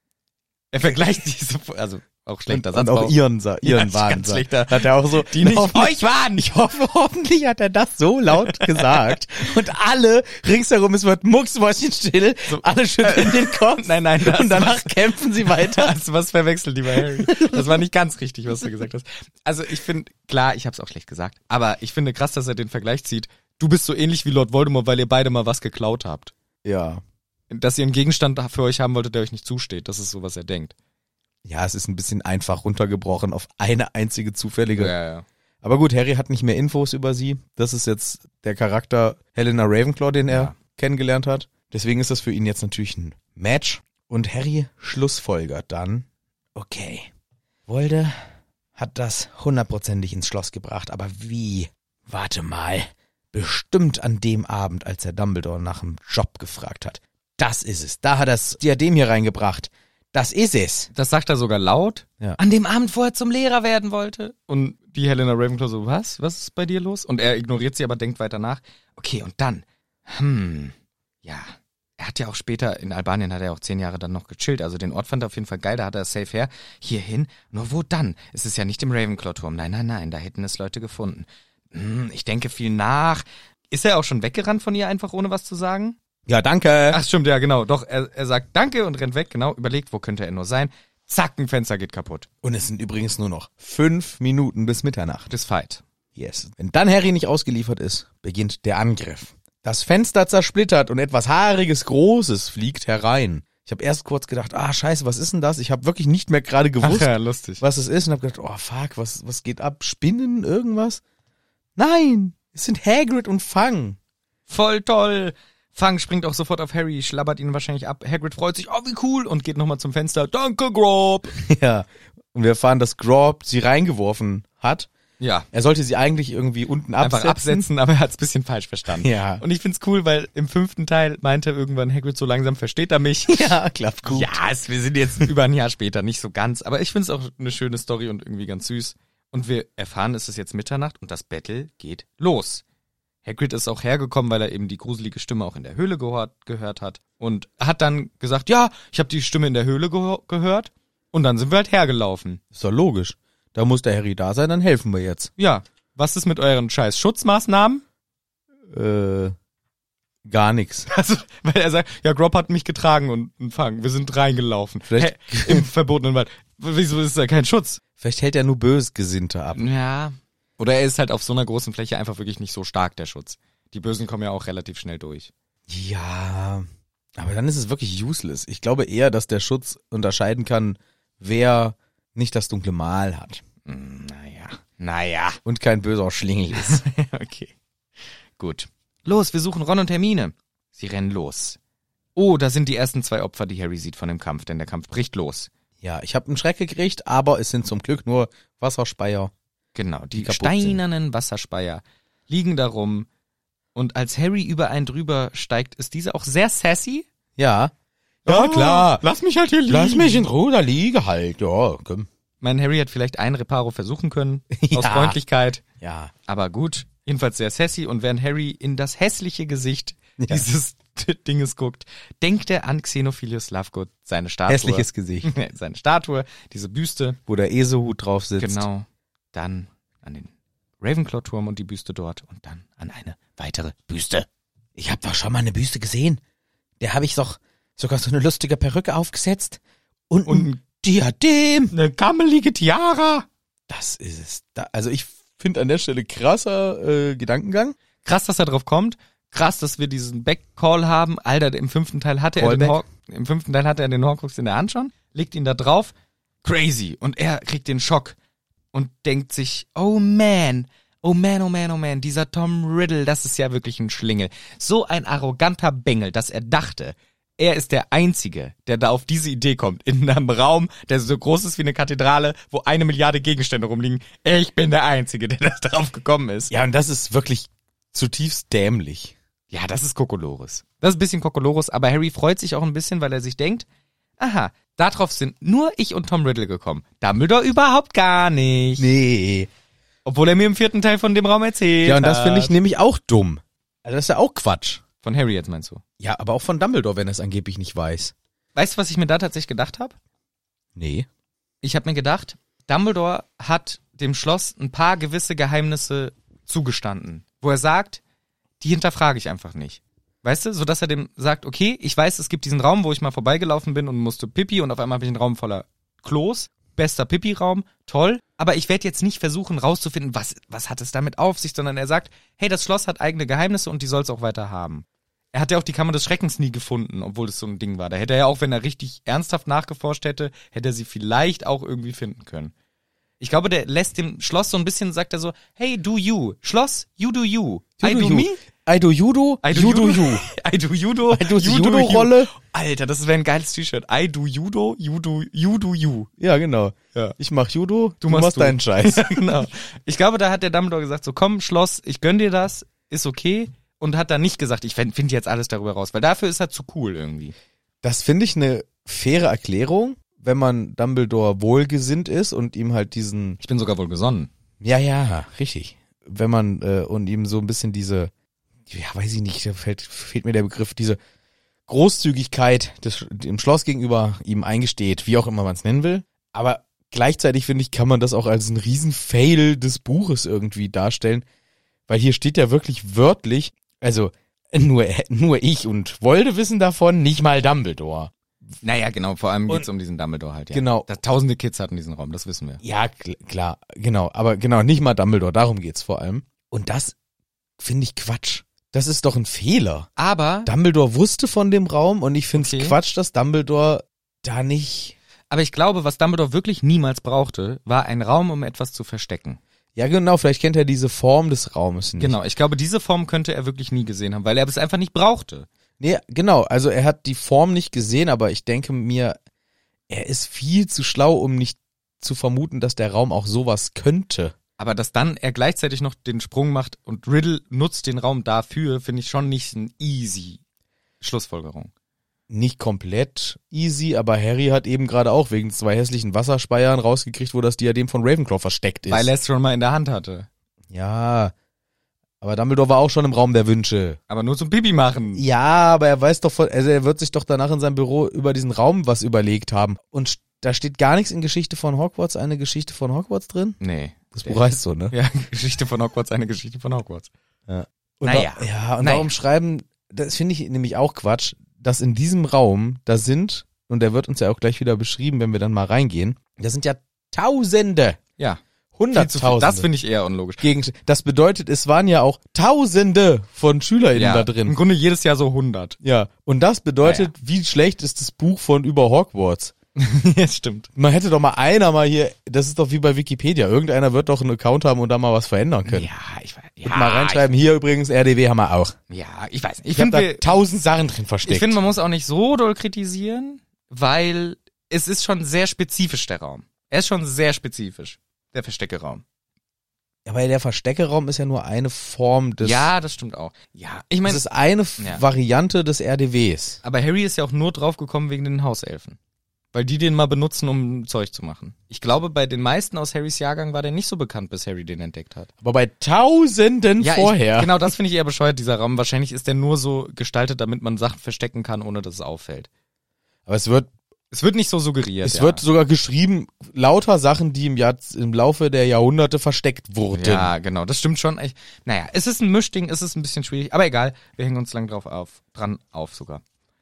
Er vergleicht diese, also auch schlechter Satz. Und auch ihren waren. Ganz schlechter. Hat er auch so, Die nicht euch waren. Ich hoffe, hoffentlich hat er das so laut gesagt. Und alle ringsherum, es wird mucksmäuschenstill, So, alle schütteln den Kopf. Nein, das Und danach kämpfen sie weiter. Hast du was verwechselt, lieber Harry? Das war nicht ganz richtig, was du gesagt hast. Also ich finde, klar, ich habe es auch schlecht gesagt, aber ich finde krass, dass er den Vergleich zieht. Du bist so ähnlich wie Lord Voldemort, weil ihr beide mal was geklaut habt. Ja. Dass ihr einen Gegenstand für euch haben wolltet, der euch nicht zusteht. Das ist so, was er denkt. Ja, es ist ein bisschen einfach runtergebrochen auf eine einzige zufällige. Ja. Aber gut, Harry hat nicht mehr Infos über sie. Das ist jetzt der Charakter Helena Ravenclaw, den er kennengelernt hat. Deswegen ist das für ihn jetzt natürlich ein Match. Und Harry schlussfolgert dann, okay, Volde hat das 100%ig ins Schloss gebracht, aber wie? Warte mal, bestimmt an dem Abend, als er Dumbledore nach dem Job gefragt hat. Das ist es, da hat er das Diadem hier reingebracht. Das ist es. Das sagt er sogar laut. Ja. An dem Abend, wo er zum Lehrer werden wollte. Und die Helena Ravenclaw so, was? Was ist bei dir los? Und er ignoriert sie, aber denkt weiter nach. Okay, und dann, ja. Er hat ja auch später, in Albanien hat er auch 10 Jahre dann noch gechillt. Also den Ort fand er auf jeden Fall geil, da hat er safe her. Hierhin, nur wo dann? Es ist ja nicht im Ravenclaw-Turm. Nein, da hätten es Leute gefunden. Ich denke viel nach. Ist er auch schon weggerannt von ihr, einfach ohne was zu sagen? Ja, danke. Ach stimmt, ja genau. Doch, er sagt Danke und rennt weg, genau, überlegt, wo könnte er nur sein. Zack, ein Fenster geht kaputt. Und es sind übrigens nur noch 5 Minuten bis Mitternacht. Das Fight. Yes. Wenn dann Harry nicht ausgeliefert ist, beginnt der Angriff. Das Fenster zersplittert und etwas Haariges, Großes fliegt herein. Ich habe erst kurz gedacht, scheiße, was ist denn das? Ich habe wirklich nicht mehr gerade gewusst, Lustig. was es ist und habe gedacht, fuck, was geht ab? Spinnen, irgendwas? Nein, es sind Hagrid und Fang. Voll toll. Fang springt auch sofort auf Harry, schlabbert ihn wahrscheinlich ab. Hagrid freut sich, wie cool, und geht nochmal zum Fenster. Danke, Grob. Ja, und wir erfahren, dass Grob sie reingeworfen hat. Ja. Er sollte sie eigentlich irgendwie unten Einfach absetzen, aber er hat's ein bisschen falsch verstanden. Ja. Und ich find's cool, weil im 5. Teil meinte irgendwann Hagrid, so langsam versteht er mich. Ja, klappt gut. Ja, wir sind jetzt über ein Jahr später, nicht so ganz. Aber ich find's auch eine schöne Story und irgendwie ganz süß. Und wir erfahren, es ist jetzt Mitternacht und das Battle geht los. Hagrid ist auch hergekommen, weil er eben die gruselige Stimme auch in der Höhle gehört hat. Und hat dann gesagt, ja, ich habe die Stimme in der Höhle gehört. Und dann sind wir halt hergelaufen. Ist doch logisch. Da muss der Harry da sein, dann helfen wir jetzt. Ja, was ist mit euren scheiß Schutzmaßnahmen? Gar nichts. Also, weil er sagt, ja, Grob hat mich getragen und Fang. Wir sind reingelaufen. Vielleicht- Im verbotenen Wald. Wieso ist da kein Schutz? Vielleicht hält er nur Bösgesinnte ab. Ja. Oder er ist halt auf so einer großen Fläche einfach wirklich nicht so stark, der Schutz. Die Bösen kommen ja auch relativ schnell durch. Ja, aber dann ist es wirklich useless. Ich glaube eher, dass der Schutz unterscheiden kann, wer nicht das dunkle Mal hat. Naja. Und kein böser Schlingel ist. Okay. Gut. Los, wir suchen Ron und Hermine. Sie rennen los. Oh, da sind die ersten 2 Opfer, die Harry sieht von dem Kampf, denn der Kampf bricht los. Ja, ich habe einen Schreck gekriegt, aber es sind zum Glück nur Wasserspeier. Genau, die kaputt steinernen Wasserspeier liegen darum. Und als Harry über einen drüber steigt, ist dieser auch sehr sassy. Ja. Ja, klar. Lass mich halt hier liegen. Lass mich in Ruhe, da liege halt. Ja, komm. Mein Harry hat vielleicht einen Reparo versuchen können, aus Ja. Freundlichkeit. Ja. Aber gut, jedenfalls sehr sassy. Und während Harry in das hässliche Gesicht dieses Dinges guckt, denkt er an Xenophilius Lovegood, seine Statue. Hässliches Gesicht. Seine Statue, diese Büste. Wo der Esehut drauf sitzt. Genau. Dann an den Ravenclaw-Turm und die Büste dort und dann an eine weitere Büste. Ich habe doch schon mal eine Büste gesehen. Der habe ich doch sogar so eine lustige Perücke aufgesetzt und ein Diadem. Eine kammelige Tiara. Das ist es. Also ich finde an der Stelle krasser Gedankengang. Krass, dass er drauf kommt. Krass, dass wir diesen Backcall haben. Alter, im 5. Teil hatte er den Horcrux in der Hand schon, legt ihn da drauf. Crazy. Und er kriegt den Schock und denkt sich, oh man, dieser Tom Riddle, das ist ja wirklich ein Schlingel. So ein arroganter Bengel, dass er dachte, er ist der Einzige, der da auf diese Idee kommt. In einem Raum, der so groß ist wie eine Kathedrale, wo 1 Milliarde Gegenstände rumliegen. Ich bin der Einzige, der da drauf gekommen ist. Ja, und das ist wirklich zutiefst dämlich. Ja, das ist Kokolores. Das ist ein bisschen Kokolores, aber Harry freut sich auch ein bisschen, weil er sich denkt, aha, darauf sind nur ich und Tom Riddle gekommen. Dumbledore überhaupt gar nicht. Nee. Obwohl er mir im 4. Teil von dem Raum erzählt Ja, und das hat. finde ich nämlich auch dumm. Also das ist ja auch Quatsch. Von Harry jetzt meinst du? Ja, aber auch von Dumbledore, wenn er es angeblich nicht weiß. Weißt du, was ich mir da tatsächlich gedacht habe? Nee. Ich habe mir gedacht, Dumbledore hat dem Schloss ein paar gewisse Geheimnisse zugestanden, wo er sagt, die hinterfrage ich einfach nicht. Weißt du, so dass er dem sagt, okay, ich weiß, es gibt diesen Raum, wo ich mal vorbeigelaufen bin und musste Pipi und auf einmal habe ich einen Raum voller Klos, bester Pipi-Raum, toll, aber ich werde jetzt nicht versuchen rauszufinden, was hat es damit auf sich, sondern er sagt, hey, das Schloss hat eigene Geheimnisse und die soll es auch weiter haben. Er hat ja auch die Kammer des Schreckens nie gefunden, obwohl es so ein Ding war. Da hätte er ja auch, wenn er richtig ernsthaft nachgeforscht hätte, hätte er sie vielleicht auch irgendwie finden können. Ich glaube, der lässt dem Schloss so ein bisschen, sagt er so, hey, do you. Schloss, you do you. I do me. I do Judo, you do you. I do Judo, I do you do Judo-Rolle. you. Alter, das wäre ein geiles T-Shirt. I do Judo, you do you. Ja, genau. Ja. Ich mach Judo, du machst machst deinen Scheiß. Genau. Ich glaube, da hat der Dumbledore gesagt, so komm, Schloss, ich gönn dir das, ist okay. Und hat dann nicht gesagt, ich finde jetzt alles darüber raus, weil dafür ist er zu cool irgendwie. Das finde ich eine faire Erklärung, wenn man Dumbledore wohlgesinnt ist und ihm halt diesen... Ich bin sogar wohl gesonnen. Ja, richtig. Wenn man und ihm so ein bisschen diese, ja, weiß ich nicht, da fehlt mir der Begriff, diese Großzügigkeit dem Schloss gegenüber ihm eingesteht, wie auch immer man es nennen will. Aber gleichzeitig, finde ich, kann man das auch als einen riesen Fail des Buches irgendwie darstellen, weil hier steht ja wirklich wörtlich, also nur ich und Wolde wissen davon, nicht mal Dumbledore. Naja, genau, vor allem geht's um diesen Dumbledore halt, ja. Genau. Tausende Kids hatten diesen Raum, das wissen wir. Ja, klar, genau, aber genau, nicht mal Dumbledore, darum geht's vor allem. Und das finde ich Quatsch. Das ist doch ein Fehler. Aber Dumbledore wusste von dem Raum und ich finde es Okay. Quatsch, dass Dumbledore da nicht... ich glaube, was Dumbledore wirklich niemals brauchte, war ein Raum, um etwas zu verstecken. Ja, genau, vielleicht kennt er diese Form des Raumes nicht. Genau, ich glaube, diese Form könnte er wirklich nie gesehen haben, weil er es einfach nicht brauchte. Nee, genau, also er hat die Form nicht gesehen, aber ich denke mir, er ist viel zu schlau, um nicht zu vermuten, dass der Raum auch sowas könnte. Aber dass dann er gleichzeitig noch den Sprung macht und Riddle nutzt den Raum dafür, finde ich schon nicht eine easy Schlussfolgerung. Nicht komplett easy, aber Harry hat eben gerade auch wegen 2 hässlichen Wasserspeiern rausgekriegt, wo das Diadem von Ravenclaw versteckt ist. Weil er es schon mal in der Hand hatte. Ja, aber Dumbledore war auch schon im Raum der Wünsche. Aber nur zum Pipi machen. Ja, aber er weiß doch, also er wird sich doch danach in seinem Büro über diesen Raum was überlegt haben. Und da steht gar nichts in Geschichte von Hogwarts, eine Geschichte von Hogwarts drin? Nee. Das Buch heißt so, ne? Ja, Geschichte von Hogwarts, eine Geschichte von Hogwarts. Und Naja. Warum schreiben, das finde ich nämlich auch Quatsch, dass in diesem Raum, da sind, und der wird uns ja auch gleich wieder beschrieben, wenn wir dann mal reingehen, da sind ja Tausende, Ja. Hunderttausende. Das finde ich eher unlogisch. Das bedeutet, es waren ja auch Tausende von SchülerInnen da Im drin. Grunde jedes Jahr so 100. Ja, und das bedeutet, wie schlecht ist das Buch von über Hogwarts? Ja, stimmt. Man hätte doch mal hier, das ist doch wie bei Wikipedia, irgendeiner wird doch einen Account haben und da mal was verändern können. Ja, ich weiß. Und mal reinschreiben, hier übrigens, RDW haben wir auch. Ich weiß nicht. Ich habe da 1000 Sachen drin versteckt. Ich finde, man muss auch nicht so doll kritisieren, weil es ist schon sehr spezifisch, der Raum. Er ist schon sehr spezifisch, der Versteckeraum. Aber der Versteckeraum ist ja nur eine Form des... Ja, das stimmt auch. Ja, ich meine, das ist eine Ja. Variante des RDWs. aber Harry ist ja auch nur draufgekommen wegen den Hauselfen. Weil die den mal benutzen, um Zeug zu machen. Ich glaube, bei den meisten aus Harrys Jahrgang war der nicht so bekannt, bis Harry den entdeckt hat. Aber bei Tausenden vorher. Genau, das finde ich eher bescheuert, dieser Raum. Wahrscheinlich ist der nur so gestaltet, damit man Sachen verstecken kann, ohne dass es auffällt. Aber es wird nicht so suggeriert. Es wird sogar geschrieben, lauter Sachen, die im Laufe der Jahrhunderte versteckt wurden. Ja, genau, das stimmt schon. Naja, es ist ein Mischding, es ist ein bisschen schwierig, aber egal, wir hängen uns lang dran auf sogar.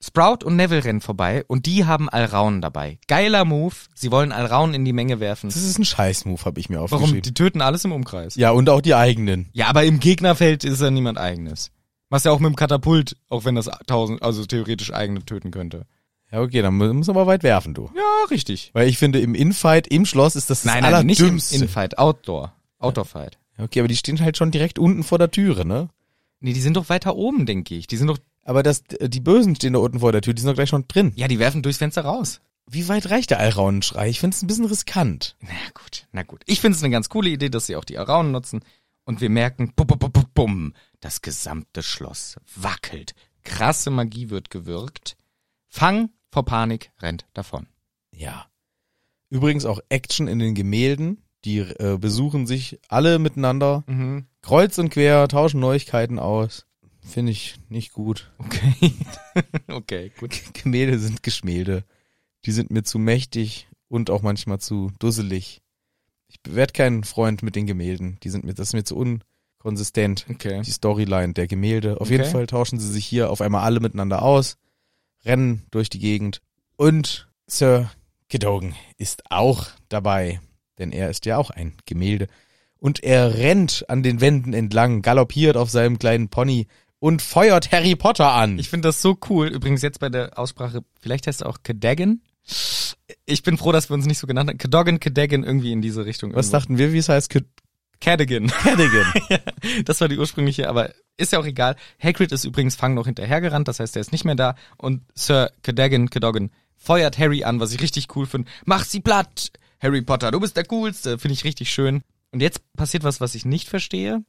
Sprout und Neville rennen vorbei und die haben Alraun dabei. Geiler Move. Sie wollen Alraun in die Menge werfen. Das ist ein Scheiß-Move, habe ich mir aufgeschrieben. Warum? Die töten alles im Umkreis. Ja, und auch die eigenen. Ja, aber im Gegnerfeld ist ja niemand eigenes. Was ja auch mit dem Katapult, auch wenn das 1000, also theoretisch eigene töten könnte. Ja, okay, dann muss man aber weit werfen, du. Ja, richtig. Weil ich finde, im Infight, im Schloss ist das Nein, nicht im Infight, Outdoor-Fight. Okay, aber die stehen halt schon direkt unten vor der Türe, ne? Nee, die sind doch weiter oben, denke ich. Die sind doch, Aber die Bösen stehen da unten vor der Tür, die sind doch gleich schon drin. ja, die werfen durchs Fenster raus. Wie weit reicht der Alraunenschrei? Ich finde es ein bisschen riskant. Na gut. Ich finde es eine ganz coole Idee, dass sie auch die Alraunen nutzen. Und wir merken, bumm, das gesamte Schloss wackelt. Krasse Magie wird gewirkt. Fang vor Panik rennt davon. Ja. Übrigens auch Action in den Gemälden. Die besuchen sich alle miteinander. Kreuz und quer, tauschen Neuigkeiten aus. Finde ich nicht gut. Okay. Okay, gut. Gemälde sind Geschmähde. Die sind mir zu mächtig und auch manchmal zu dusselig. Ich werde kein Freund mit den Gemälden. Das ist mir zu unkonsistent. Okay. Die Storyline der Gemälde. Auf Okay. jeden Fall tauschen sie sich hier auf einmal alle miteinander aus, rennen durch die Gegend. Und Sir Cadogan ist auch dabei, denn er ist ja auch ein Gemälde. Und er rennt an den Wänden entlang, galoppiert auf seinem kleinen Pony und feuert Harry Potter an. Ich finde das so cool. Übrigens jetzt bei der Aussprache, vielleicht heißt er auch Cadogan. Ich bin froh, dass wir uns nicht so genannt haben. Cadogan, irgendwie in diese Richtung. Was irgendwo. dachten wir, wie es heißt? Cadogan. Cadogan. Ja, das war die ursprüngliche, aber ist ja auch egal. Hagrid ist übrigens Fang noch hinterhergerannt, das heißt, er ist nicht mehr da. Und Sir Cadogan feuert Harry an, was ich richtig cool finde. Mach sie platt, Harry Potter, du bist der Coolste. Finde ich richtig schön. Und jetzt passiert was ich nicht verstehe.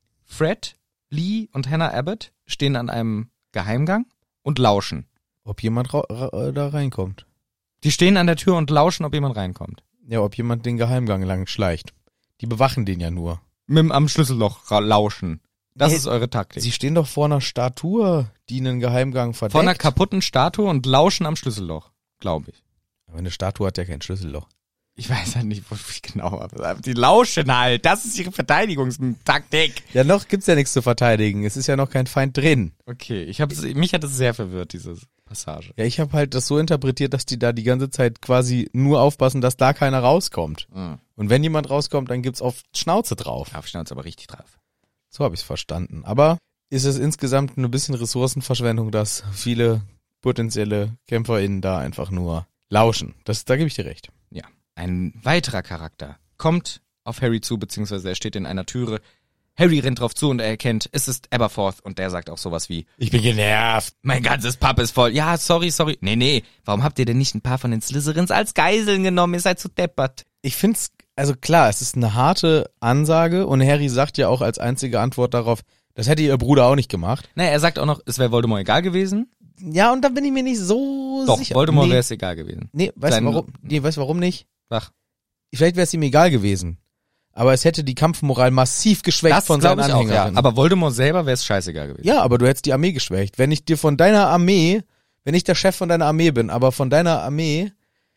Fred, Lee und Hannah Abbott stehen an einem Geheimgang und lauschen. Ob jemand da reinkommt. Die stehen an der Tür und lauschen, ob jemand reinkommt. Ja, ob jemand den Geheimgang lang schleicht. Die bewachen den ja nur. Am Schlüsselloch lauschen. Das Nee, ist eure Taktik. Sie stehen doch vor einer Statue, die einen Geheimgang verdeckt. Vor einer kaputten Statue und lauschen am Schlüsselloch, glaube ich. Aber eine Statue hat ja kein Schlüsselloch. Ich weiß halt nicht, wie genau, aber die lauschen halt. Das ist ihre Verteidigungstaktik. Ja, noch gibt's ja nichts zu verteidigen. Es ist ja noch kein Feind drin. Okay, mich hat es sehr verwirrt, diese Passage. Ja, ich habe halt das so interpretiert, dass die da die ganze Zeit quasi nur aufpassen, dass da keiner rauskommt. Mhm. Und wenn jemand rauskommt, dann gibt's auf Schnauze drauf. Auf Schnauze aber richtig drauf. So habe ich's verstanden. Aber ist es insgesamt ein bisschen Ressourcenverschwendung, dass viele potenzielle KämpferInnen da einfach nur lauschen. Da gebe ich dir recht. Ja. Ein weiterer Charakter kommt auf Harry zu, beziehungsweise er steht in einer Türe. Harry rennt drauf zu und er erkennt, es ist Aberforth und der sagt auch sowas wie, Ich bin genervt. mein ganzes Papp ist voll. Ja, sorry. Nee, warum habt ihr denn nicht ein paar von den Slytherins als Geiseln genommen? Ihr seid zu deppert. Ich find's, also klar, es ist eine harte Ansage und Harry sagt ja auch als einzige Antwort darauf, das hätte ihr Bruder auch nicht gemacht. Naja, er sagt auch noch, es wäre Voldemort egal gewesen. Ja, und da bin ich mir nicht so Doch, sicher. Warum Nee. wäre es egal gewesen. Nee, weißt du Sein- warum? Nee, weißt du warum nicht? Ach, Vielleicht wäre es ihm egal gewesen. Aber es hätte die Kampfmoral massiv geschwächt das von seinen glaube ich auch, ja. Anhängern. Aber Voldemort selber wäre es scheißegal gewesen. Ja, aber du hättest die Armee geschwächt. Wenn ich dir von deiner Armee, wenn ich der Chef von deiner Armee bin, aber von deiner Armee,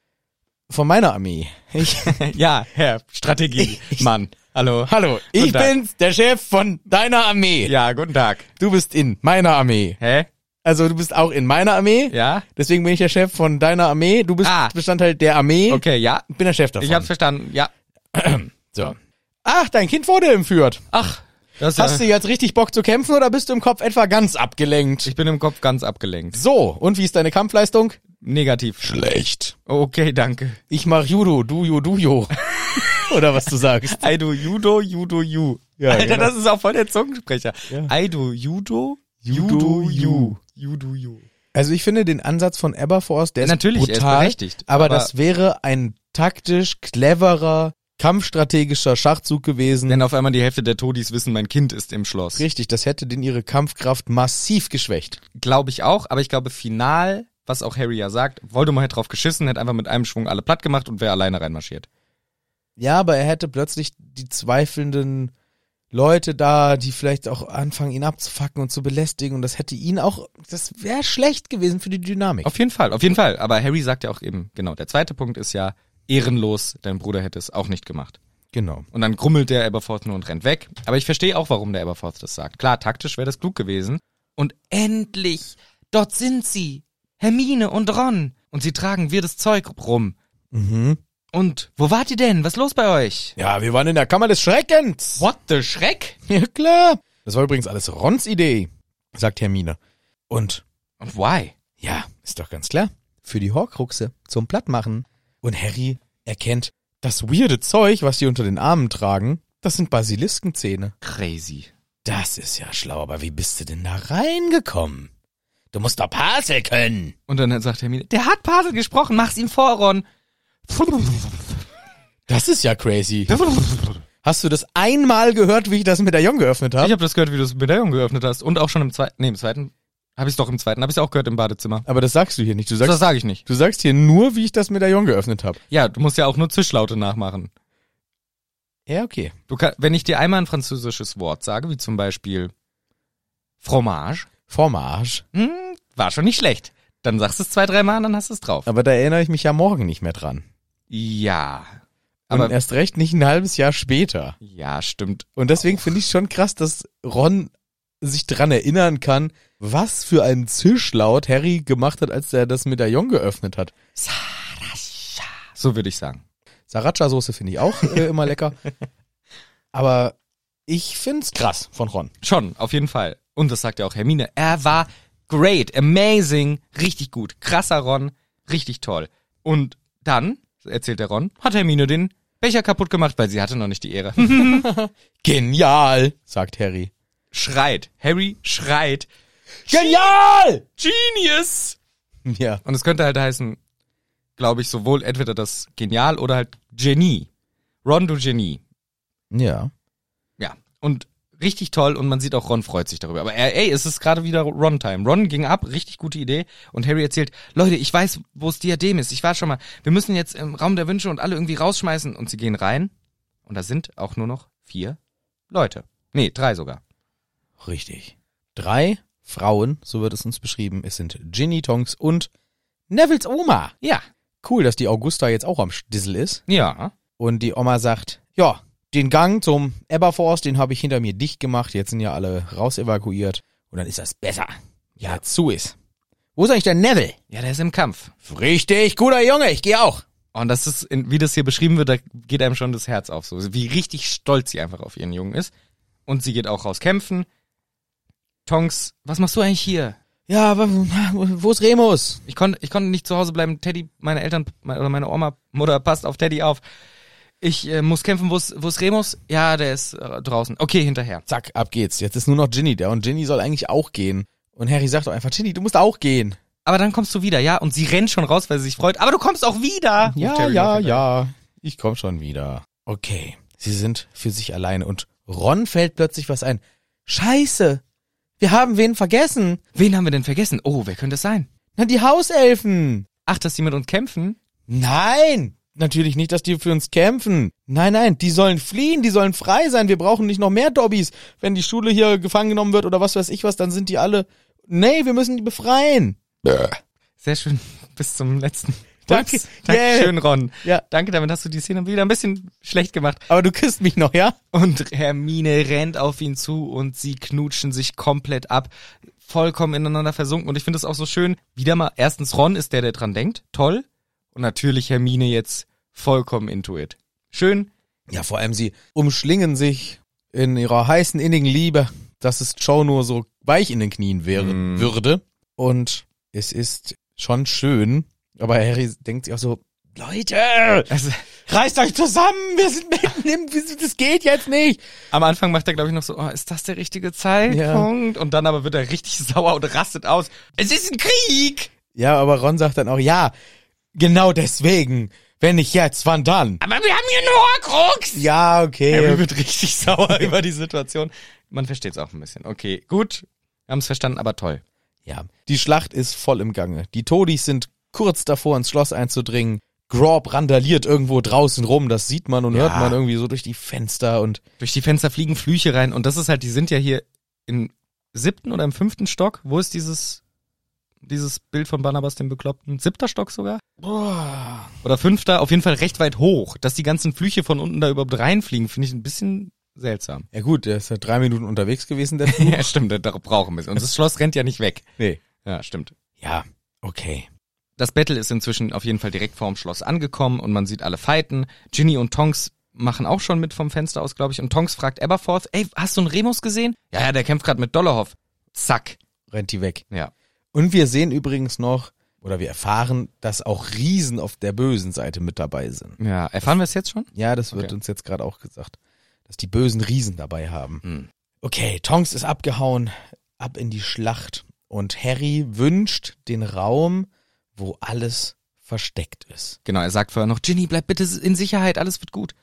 von meiner Armee. Ja, Herr Strategie, Mann. Hallo. Hallo, ich Guten Tag. bin's, der Chef von deiner Armee. Ja, guten Tag. Du bist in meiner Armee. Hä? Also du bist auch in meiner Armee. Ja? Deswegen bin ich der Chef von deiner Armee. Du bist Bestandteil der Armee. Okay, ja. Ich bin der Chef davon. Ich hab's verstanden. Ja. So. Ach, dein Kind wurde entführt. Ach, das Hast du jetzt richtig Bock zu kämpfen oder bist du im Kopf etwa ganz abgelenkt? Ich bin im Kopf ganz abgelenkt. So, und wie ist deine Kampfleistung? Negativ. Schlecht. Okay, danke. Ich mach Judo, du. Oder was du sagst. I do Judo, you. Ja, Alter, genau. das ist auch voll der Zungensprecher. Ja. I do Judo, You. You do you. Also ich finde den Ansatz von Aberforth, der ist Natürlich, er ist brutal, berechtigt, aber aber- das wäre ein taktisch cleverer, kampfstrategischer Schachzug gewesen. Denn auf einmal die Hälfte der Todis wissen, mein Kind ist im Schloss. Richtig, das hätte denn ihre Kampfkraft massiv geschwächt. Glaube ich auch, aber ich glaube final, was auch Harry ja sagt, Voldemort hätte drauf geschissen, hätte einfach mit einem Schwung alle platt gemacht und wäre alleine reinmarschiert. Ja, aber er hätte plötzlich die zweifelnden Leute da, die vielleicht auch anfangen, ihn abzufacken und zu belästigen und das hätte ihn auch, das wäre schlecht gewesen für die Dynamik. Auf jeden Fall. Aber Harry sagt ja auch eben, genau, der zweite Punkt ist ja, ehrenlos, dein Bruder hätte es auch nicht gemacht. Genau. Und dann grummelt der Aberforth nur und rennt weg. Aber ich verstehe auch, warum der Aberforth das sagt. Klar, taktisch wäre das klug gewesen. Und endlich, dort sind sie. Hermine und Ron. Und sie tragen wirdes Zeug rum. Mhm. Und wo wart ihr denn? Was ist los bei euch? Ja, wir waren in der Kammer des Schreckens. What the Schreck? Ja, klar. Das war übrigens alles Rons Idee, sagt Hermine. Und why? ja, ist doch ganz klar. Für die Horcruxe zum Plattmachen. Und Harry erkennt, das weirde Zeug, was die unter den Armen tragen, das sind Basiliskenzähne. Crazy. Das ist ja schlau, aber wie bist du denn da reingekommen? Du musst doch Parsel können. Und dann sagt Hermine, der hat Parsel gesprochen, mach's ihm vor, Ron. Das ist ja crazy. Hast du das einmal gehört, wie ich das Medaillon geöffnet Ich habe? habe das gehört, wie du das Medaillon geöffnet hast. Und auch schon im zweiten, habe ich es doch im zweiten, habe ich es auch gehört im Badezimmer. Aber das sagst du hier nicht. Das Du sage ich nicht. sagst hier nur, wie ich das Medaillon geöffnet habe. Ja, du musst ja auch nur Zischlaute nachmachen. Ja, okay. Wenn ich dir einmal ein französisches Wort sage, wie zum Beispiel Fromage, Fromage. war schon nicht schlecht. Dann sagst du es 2-3 Mal und dann hast du es drauf. Aber da erinnere ich mich ja morgen nicht mehr dran. Ja. Aber Aber erst recht nicht ein halbes Jahr später. ja, stimmt. Und deswegen finde ich schon krass, dass Ron sich dran erinnern kann, was für einen Zischlaut Harry gemacht hat, als er das Medaillon geöffnet hat. So würde ich sagen. Sriracha-Soße finde ich auch immer lecker. Aber ich find's krass von Ron. Schon, auf jeden Fall. Und das sagt ja auch Hermine. Er war great, amazing, richtig gut. Krasser Ron, richtig toll. Und dann, erzählt der Ron, hat Hermine den Becher kaputt gemacht, weil sie hatte noch nicht die Ehre. Genial, sagt Harry. Schreit. Harry schreit. Genial! Genius! Ja. Und es könnte halt heißen, glaube ich, sowohl entweder das Genial oder halt Genie. Ron, du Genie. Ja. Ja. Und richtig toll und man sieht auch, Ron freut sich darüber. Aber es ist gerade wieder Ron-Time. Ron ging ab, richtig gute Idee. Und Harry erzählt, Leute, ich weiß, wo das Diadem ist. Ich war schon mal. Wir müssen jetzt im Raum der Wünsche und alle irgendwie rausschmeißen. Und sie gehen rein. Und da sind auch nur noch 4 Leute. Nee, 3 sogar. Richtig. 3 Frauen, so wird es uns beschrieben. Es sind Ginny, Tonks und Nevilles Oma. Ja. Cool, dass die Augusta jetzt auch am Stissel ist. Ja. Und die Oma sagt, ja, den Gang zum Aberforth, den habe ich hinter mir dicht gemacht. Jetzt sind ja alle raus evakuiert. Und dann ist das besser. Ja, zu ist. Wo ist eigentlich der Neville? Ja, der ist im Kampf. Richtig, guter Junge, ich gehe auch. Und das ist, wie das hier beschrieben wird, da geht einem schon das Herz auf. So wie richtig stolz sie einfach auf ihren Jungen ist. Und sie geht auch raus kämpfen. Tonks, was machst du eigentlich hier? Ja, aber wo ist Remus? Ich konnte nicht zu Hause bleiben. Teddy, meine Eltern oder meine Mutter passt auf Teddy auf. Ich muss kämpfen. Wo ist Remus? Ja, der ist draußen. Okay, hinterher. Zack, ab geht's. Jetzt ist nur noch Ginny da und Ginny soll eigentlich auch gehen. Und Harry sagt doch einfach, Ginny, du musst auch gehen. Aber dann kommst du wieder, ja? Und sie rennt schon raus, weil sie sich freut. Aber du kommst auch wieder. Ja. Ich komm schon wieder. Okay, sie sind für sich alleine und Ron fällt plötzlich was ein. Scheiße, wir haben wen vergessen. Wen haben wir denn vergessen? Oh, wer könnte es sein? Na, die Hauselfen. Ach, dass die mit uns kämpfen? Nein, natürlich nicht, dass die für uns kämpfen. Nein, die sollen fliehen, die sollen frei sein. Wir brauchen nicht noch mehr Dobbys. Wenn die Schule hier gefangen genommen wird oder was weiß ich was, dann sind die alle... Nee, wir müssen die befreien. Sehr schön, bis zum letzten. Danke. Dankeschön, Ron. Ja. Danke, damit hast du die Szene wieder ein bisschen schlecht gemacht. Aber du küsst mich noch, ja? Und Hermine rennt auf ihn zu und sie knutschen sich komplett ab. Vollkommen ineinander versunken. Und ich finde es auch so schön. Wieder mal, erstens Ron ist der dran denkt. Toll. Und natürlich Hermine jetzt vollkommen into it. Schön. Ja, vor allem sie umschlingen sich in ihrer heißen, innigen Liebe, dass es Joe nur so weich in den Knien würde. Und es ist schon schön. Aber Harry denkt sich auch so, Leute, Also, reißt euch zusammen, wir sind mitten im, das geht jetzt nicht. am Anfang macht er, glaube ich, noch so, oh, ist das der richtige Zeitpunkt? Und dann aber wird er richtig sauer und rastet aus. Es ist ein Krieg! Ja, aber Ron sagt dann auch, ja, genau deswegen, wenn nicht jetzt, wann dann? Aber wir haben hier einen Horcrux! Ja, okay. Harry wird richtig sauer über die Situation. Man versteht es auch ein bisschen. Okay, gut. Wir haben es verstanden, aber toll. Ja, die Schlacht ist voll im Gange. Die Todis sind kurz davor, ins Schloss einzudringen. Grob randaliert irgendwo draußen rum, das sieht man und hört man irgendwie so durch die Fenster und... Durch die Fenster fliegen Flüche rein und das ist halt, die sind ja hier im 7. oder im 5. Stock. Wo ist dieses Bild von Barnabas, dem Bekloppten? 7. Stock sogar? Boah. Oder 5. Auf jeden Fall recht weit hoch. Dass die ganzen Flüche von unten da überhaupt reinfliegen, finde ich ein bisschen seltsam. Ja gut, der ist ja 3 Minuten unterwegs gewesen, der Flug. Ja, stimmt, der braucht ein bisschen. Und das Schloss rennt ja nicht weg. Nee. Ja, stimmt. Ja, Okay. Das Battle ist inzwischen auf jeden Fall direkt vorm Schloss angekommen und man sieht alle fighten. Ginny und Tonks machen auch schon mit vom Fenster aus, glaube ich. Und Tonks fragt Aberforth, ey, hast du einen Remus gesehen? Ja, der kämpft gerade mit Dolohov. Zack. Rennt die weg. Ja. Und wir sehen übrigens noch, oder wir erfahren, dass auch Riesen auf der bösen Seite mit dabei sind. Ja, erfahren wir es jetzt schon? Ja, das wird uns jetzt gerade auch gesagt, dass die bösen Riesen dabei haben. Okay, Tonks ist abgehauen, ab in die Schlacht. Und Harry wünscht den Raum, wo alles versteckt ist. Genau, er sagt vorher noch, Ginny, bleib bitte in Sicherheit, alles wird gut.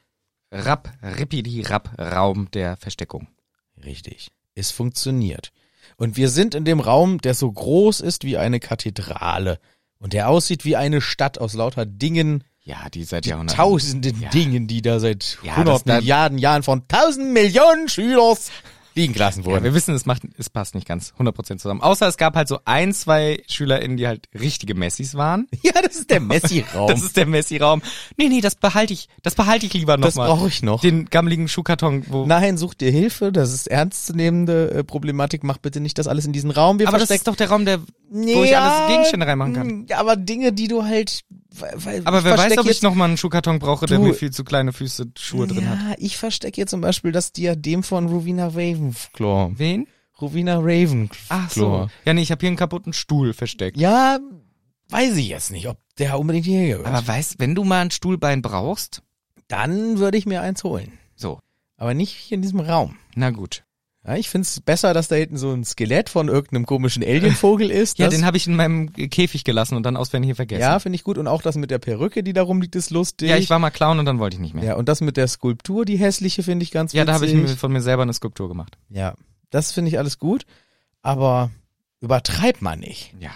Raum der Versteckung. Richtig. Es funktioniert. Und wir sind in dem Raum, der so groß ist wie eine Kathedrale. Und der aussieht wie eine Stadt aus lauter Dingen, Ja, die seit Jahrhunderten. tausenden Dingen, die da seit Ja, 100 Milliarden Jahren von 1000 Millionen Schülern liegen gelassen Ja, wurden. wir wissen, es passt nicht ganz 100% zusammen. Außer es gab halt so 2 SchülerInnen, die halt richtige Messis waren. Ja, das ist der Messi-Raum. Das ist der Messi-Raum. Nee, das behalte ich lieber Das nochmal. brauche ich noch. Den gammeligen Schuhkarton, wo... Nein, such dir Hilfe, das ist ernstzunehmende Problematik. Mach bitte nicht das alles in diesen Raum. Wir aber das ist doch der Raum, wo ich alles Gegenstände reinmachen kann. Aber Dinge, die du halt... Aber wer weiß, ob ich jetzt nochmal einen Schuhkarton brauche, der Du- mir viel zu kleine Schuhe drin hat. Ja, ich verstecke hier zum Beispiel das Diadem von Rowena Ravenclaw. Wen? Rowena Ravenclaw. Ach so. Ja, nee, ich habe hier einen kaputten Stuhl versteckt. Ja, weiß ich jetzt nicht, ob der unbedingt hier gehört. Aber wenn du mal ein Stuhlbein brauchst, Dann würde ich mir eins holen. so, Aber nicht hier in diesem Raum. na gut. Ja, ich find's besser, dass da hinten so ein Skelett von irgendeinem komischen Alienvogel ist. Ja, Das- den habe ich in meinem Käfig gelassen und dann auswendig hier vergessen. ja, finde ich gut. Und auch das mit der Perücke, die da rumliegt, ist lustig. Ja, ich war mal Clown und dann wollte ich nicht mehr. Ja, und das mit der Skulptur, die hässliche, finde ich ganz witzig. Ja, da habe ich von mir selber eine Skulptur gemacht. Ja, das finde ich alles gut. Aber übertreib mal nicht. Ja.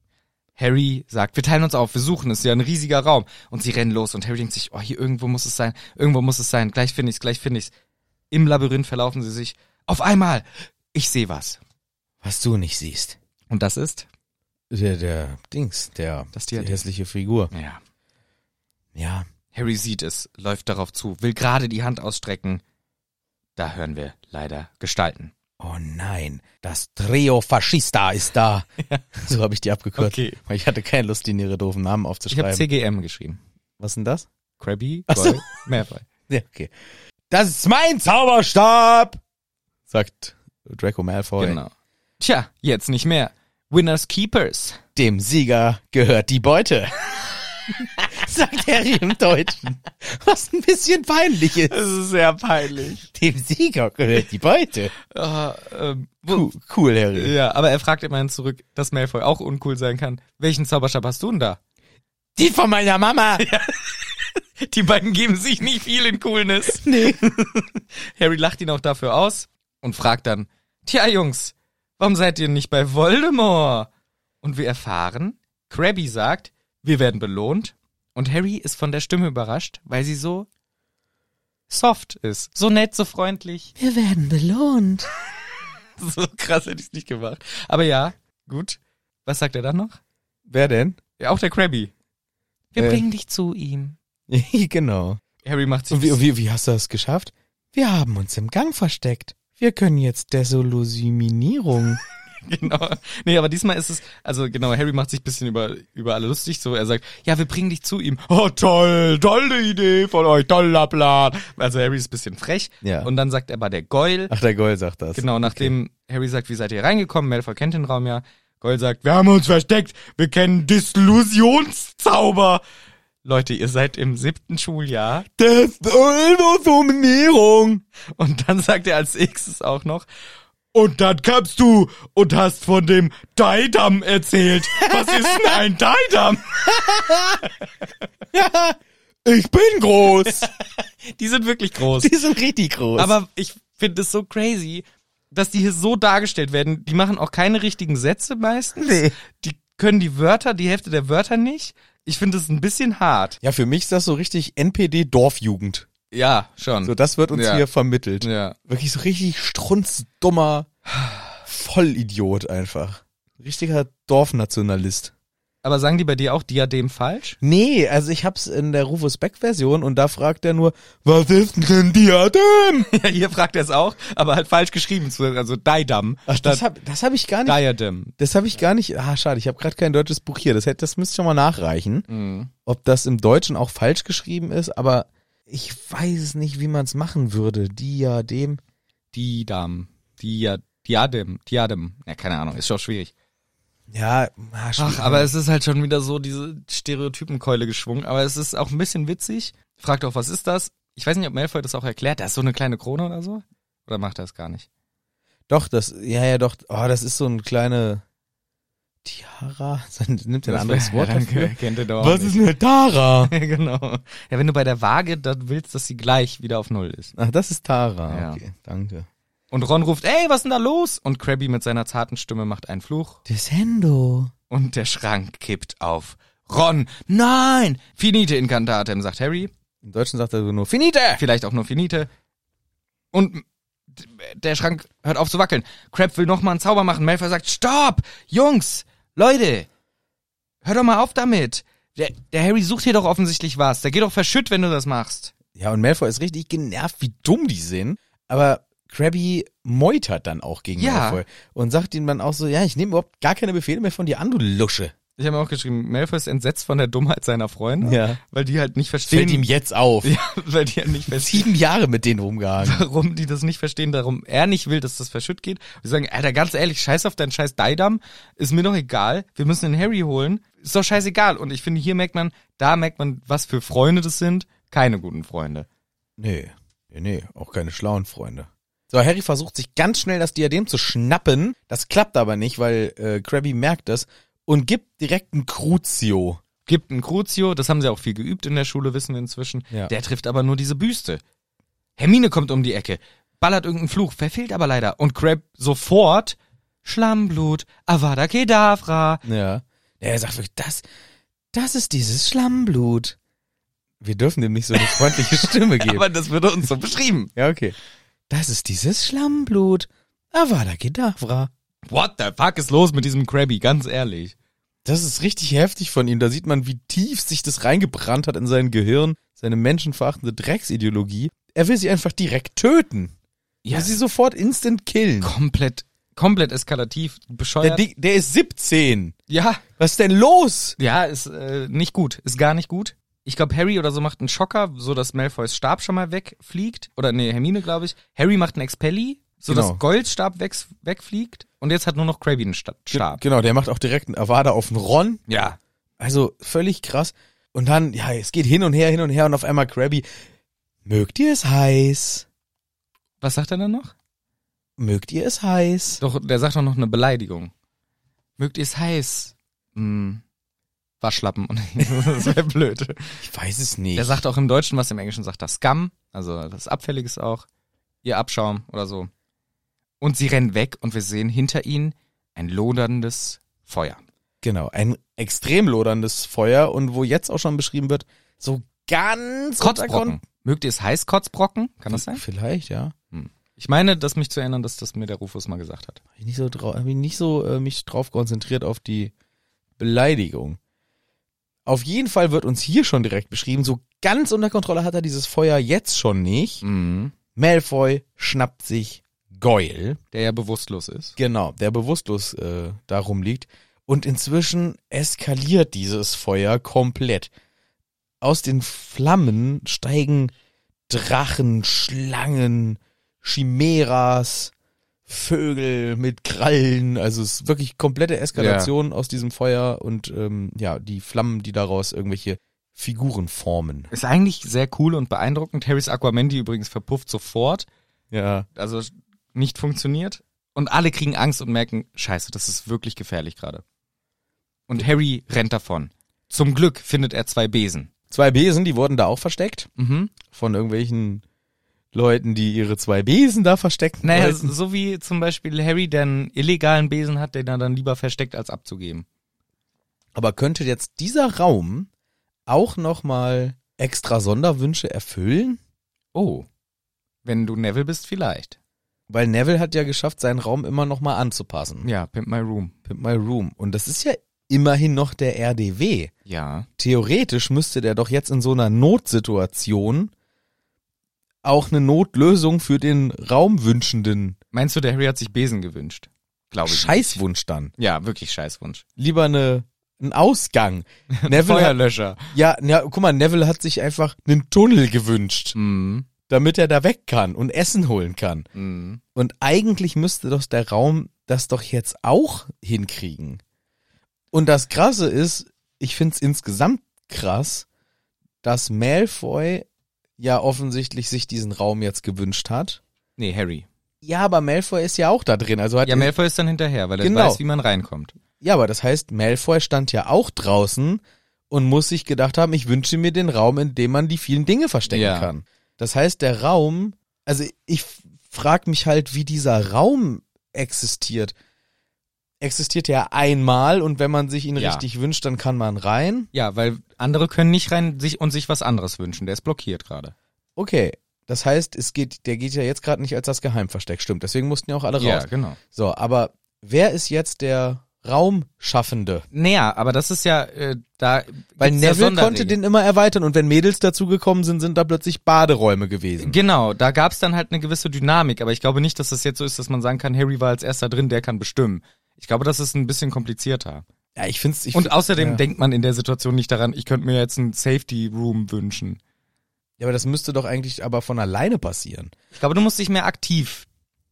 Harry sagt, wir teilen uns auf, wir suchen, es ist ja ein riesiger Raum. Und sie rennen los und Harry denkt sich, oh, hier irgendwo muss es sein, gleich finde ich's. Im Labyrinth verlaufen sie sich. Auf einmal, ich sehe was. Was du nicht siehst. Und das ist? Der Das die Diadem. hässliche Figur. Ja. Ja, Harry sieht es, läuft darauf zu, will gerade die Hand ausstrecken. Da hören wir leider Gestalten. oh nein, das Trio Fascista ist da. So habe ich die abgekürzt. Okay. Weil ich hatte keine Lust, ihre doofen Namen Ich habe aufzuschreiben. CGM geschrieben. Was ist denn das? Krabby, Ach so. Goyle, Malfoy. Ja, okay. Das ist mein Zauberstab, sagt Draco Malfoy. Genau. Tja, jetzt nicht mehr. Winners Keepers. Dem Sieger gehört die Beute. Sagt Harry im Deutschen. Was ein bisschen peinlich ist. Das ist sehr peinlich. Dem Sieger gehört die Beute. Cool, Harry. Ja, aber er fragt immerhin zurück, dass Malfoy auch uncool sein kann. Welchen Zauberstab hast du denn da? Die von meiner Mama. Die beiden geben sich nicht viel in Coolness. Nee. Harry lacht ihn auch dafür aus und fragt dann, tja Jungs, warum seid ihr nicht bei Voldemort? Und wir erfahren, Krabby sagt, wir werden belohnt. Und Harry ist von der Stimme überrascht, weil sie so soft ist. So nett, so freundlich. Wir werden belohnt. So krass hätte ich es nicht gemacht. Aber ja, gut. Was sagt er dann noch? Wer denn? Ja, auch der Krabby. Wir Äh. bringen dich zu ihm. Genau. Harry macht sich... Und wie hast du das geschafft? Wir haben uns im Gang versteckt. Wir können jetzt Desillusionierung. Genau. Nee, aber diesmal ist es, also genau, Harry macht sich ein bisschen über alle lustig, so, er sagt, ja, wir bringen dich zu ihm. Oh, tolle Idee von euch, toller Plan. Also Harry ist ein bisschen frech. Ja. Und dann sagt aber der Goyle, Ach, der Goyle sagt das. genau, nachdem Harry sagt, wie seid ihr reingekommen, Malfoy kennt den Raum ja, Goyle sagt, wir haben uns versteckt, wir kennen Desillusionszauber. Leute, ihr seid im 7. Schuljahr. Desillusionierung. Und dann sagt er als nächstes auch noch, und dann kamst du und hast von dem Daidam erzählt. Was ist denn ein Daidam? Ich bin groß. Die sind wirklich groß. Die sind richtig groß. Aber ich finde es so crazy, dass die hier so dargestellt werden. Die machen auch keine richtigen Sätze meistens. Nee. Die können die Hälfte der Wörter nicht. Ich finde es ein bisschen hart. Ja, für mich ist das so richtig NPD Dorfjugend. Ja, schon. So, das wird uns Ja. hier vermittelt. Ja. Wirklich so richtig strunzdummer Vollidiot einfach. Richtiger Dorfnationalist. Aber sagen die bei dir auch Diadem falsch? Nee, also ich hab's in der Rufus Beck Version und da fragt er nur, was ist denn Diadem? Ja, hier fragt er es auch, aber halt falsch geschrieben, also Diadem. Ach, das hab ich gar nicht. Diadem. Das habe ich gar nicht. Ah, schade, ich habe gerade kein deutsches Buch hier. Das müsste ich schon mal nachreichen, ob das im Deutschen auch falsch geschrieben ist, aber ich weiß nicht, wie man es machen würde. Diadem. Diadem. Ja, keine Ahnung, ist schon schwierig. Ja, Ach, aber es ist halt schon wieder so diese Stereotypenkeule geschwungen, aber es ist auch ein bisschen witzig. Fragt auch, was ist das? Ich weiß nicht, ob Malfoy das auch erklärt. Da ist so eine kleine Krone oder so? Oder macht er es gar nicht? Doch, doch. Oh, das ist so eine kleine Tiara. Nimmt er ein anderes Wort dafür? Kennt ihr doch Was ist eine Tara? Genau. Ja, wenn du bei der Waage dann willst, dass sie gleich wieder auf Null ist. Ach, das ist Tara. Ja. Okay, danke. Und Ron ruft, ey, was ist denn da los? Und Krabby mit seiner zarten Stimme macht einen Fluch. Descendo. Und der Schrank kippt auf. Ron, nein! Finite Incantatem, sagt Harry. Im Deutschen sagt er nur Finite. Vielleicht auch nur Finite. Und der Schrank hört auf zu wackeln. Crab will nochmal einen Zauber machen. Malfoy sagt, stopp! Jungs! Leute! Hör doch mal auf damit! Der Harry sucht hier doch offensichtlich was. Der geht doch verschütt, wenn du das machst. Ja, und Malfoy ist richtig genervt, wie dumm die sind. Aber Krabby meutert dann auch gegen Malfoy und sagt ihm dann auch so, ja, ich nehme überhaupt gar keine Befehle mehr von dir an, du Lusche. Ich habe mir auch geschrieben, Malfoy ist entsetzt von der Dummheit seiner Freunde, weil die halt nicht verstehen. Fällt ihm jetzt auf. Ja, weil die halt nicht verstehen. 7 Jahre mit denen rumgehangen. Warum die das nicht verstehen, darum er nicht will, dass das verschütt geht. Wir sagen, Alter, ganz ehrlich, scheiß auf deinen scheiß Diadem, ist mir doch egal, wir müssen den Harry holen, ist doch scheißegal. Und ich finde, hier merkt man, was für Freunde das sind, keine guten Freunde. Nee, auch keine schlauen Freunde. So, Harry versucht sich ganz schnell das Diadem zu schnappen, das klappt aber nicht, weil Krabby merkt das und gibt direkt ein Crucio. Das haben sie auch viel geübt in der Schule, wissen wir inzwischen. Ja. Der trifft aber nur diese Büste. Hermine kommt um die Ecke, ballert irgendeinen Fluch, verfehlt aber leider. Und Crabbe sofort, Schlammblut, Avada Kedavra. Ja. Er sagt wirklich, das ist dieses Schlammblut. Wir dürfen dem nicht so eine freundliche Stimme geben. Aber das würde uns so beschrieben. Ja, okay. Das ist dieses Schlammblut. Avada Kedavra. What the fuck ist los mit diesem Krabby, ganz ehrlich? Das ist richtig heftig von ihm. Da sieht man, wie tief sich das reingebrannt hat in sein Gehirn. Seine menschenverachtende Drecksideologie. Er will sie einfach direkt töten. Er will sie sofort instant killen. Komplett eskalativ, bescheuert. Der ist 17. Ja. Was ist denn los? Ja, ist nicht gut. Ist gar nicht gut. Ich glaube, Harry oder so macht einen Schocker, so dass Malfoys Stab schon mal wegfliegt. Oder nee, Hermine, glaube ich. Harry macht einen Expelli, so dass Golds Stab wegfliegt. Und jetzt hat nur noch Krabby einen Stab. Genau, der macht auch direkt einen Avada auf den Ron. Ja. Also völlig krass. Und dann, ja, es geht hin und her und auf einmal Krabby. Mögt ihr es heiß? Was sagt er dann noch? Mögt ihr es heiß? Doch, der sagt doch noch eine Beleidigung. Mögt ihr es heiß? Waschlappen. Das wäre blöd. Ich weiß es nicht. Der sagt auch im Deutschen, was im Englischen sagt, das Scum, also das Abfälliges auch. Ihr Abschaum oder so. Und sie rennen weg und wir sehen hinter ihnen ein loderndes Feuer. Genau, ein extrem loderndes Feuer und wo jetzt auch schon beschrieben wird, so ganz Kotzbrocken. Mögt ihr es heiß, Kotzbrocken? Kann das sein? Vielleicht, ja. Ich meine, mich zu erinnern, dass das mir der Rufus mal gesagt hat. Hab ich nicht so mich drauf konzentriert auf die Beleidigung. Auf jeden Fall wird uns hier schon direkt beschrieben, so ganz unter Kontrolle hat er dieses Feuer jetzt schon nicht. Mhm. Malfoy schnappt sich Goyle. Der ja bewusstlos ist. Genau, der bewusstlos da rumliegt. Und inzwischen eskaliert dieses Feuer komplett. Aus den Flammen steigen Drachen, Schlangen, Chimäras, Vögel mit Krallen. Also es ist wirklich komplette Eskalation aus diesem Feuer und die Flammen, die daraus irgendwelche Figuren formen. Ist eigentlich sehr cool und beeindruckend. Harrys Aquamendi übrigens verpufft sofort. Ja. Also nicht funktioniert. Und alle kriegen Angst und merken, scheiße, das ist wirklich gefährlich gerade. Und Harry rennt davon. Zum Glück findet er 2 Besen. 2 Besen, die wurden da auch versteckt. Mhm. Von irgendwelchen Leuten, die ihre 2 Besen da verstecken. Naja, wollten. so wie zum Beispiel Harry, der einen illegalen Besen hat, den er dann lieber versteckt, als abzugeben. Aber könnte jetzt dieser Raum auch nochmal extra Sonderwünsche erfüllen? Oh. Wenn du Neville bist, vielleicht. Weil Neville hat ja geschafft, seinen Raum immer nochmal anzupassen. Ja, Pimp My Room. Pimp My Room. Und das ist ja immerhin noch der RDW. Ja. Theoretisch müsste der doch jetzt in so einer Notsituation auch eine Notlösung für den Raumwünschenden. Meinst du, der Harry hat sich Besen gewünscht? Glaube ich. Scheißwunsch dann. Nicht. Ja, wirklich Scheißwunsch. Lieber einen Ausgang. Neville Feuerlöscher. ja, guck mal, Neville hat sich einfach einen Tunnel gewünscht, Mhm. damit er da weg kann und Essen holen kann. Mhm. Und eigentlich müsste doch der Raum das doch jetzt auch hinkriegen. Und das Krasse ist, ich find's insgesamt krass, dass Malfoy ja offensichtlich sich diesen Raum jetzt gewünscht hat. Nee, Harry. Ja, aber Malfoy ist ja auch da drin. Also hat Ja, Malfoy ist dann hinterher, weil er Genau. weiß, wie man reinkommt. Ja, aber das heißt, Malfoy stand ja auch draußen und muss sich gedacht haben, ich wünsche mir den Raum, in dem man die vielen Dinge verstecken Ja. kann. Das heißt, der Raum, also ich frage mich halt, wie dieser Raum existiert. Existiert ja einmal und wenn man sich ihn Ja. richtig wünscht, dann kann man rein. Ja, weil andere können nicht rein sich was anderes wünschen. Der ist blockiert gerade. Okay, das heißt, der geht ja jetzt gerade nicht als das Geheimversteck, stimmt. Deswegen mussten ja auch alle raus. Ja, genau. So, aber wer ist jetzt der Raumschaffende? Naja, aber das ist ja da. Weil gibt's ja Neville konnte Sonderregeln. den immer erweitern und wenn Mädels dazugekommen sind, sind da plötzlich Baderäume gewesen. Genau, da gab's dann halt eine gewisse Dynamik, aber ich glaube nicht, dass das jetzt so ist, dass man sagen kann, Harry war als erster drin, der kann bestimmen. Ich glaube, das ist ein bisschen komplizierter. Ja, ich find's. Und außerdem ja. denkt man in der Situation nicht daran, ich könnte mir jetzt einen Safety Room wünschen. Ja, aber das müsste doch eigentlich aber von alleine passieren. Ich glaube, du musst dich mehr aktiv,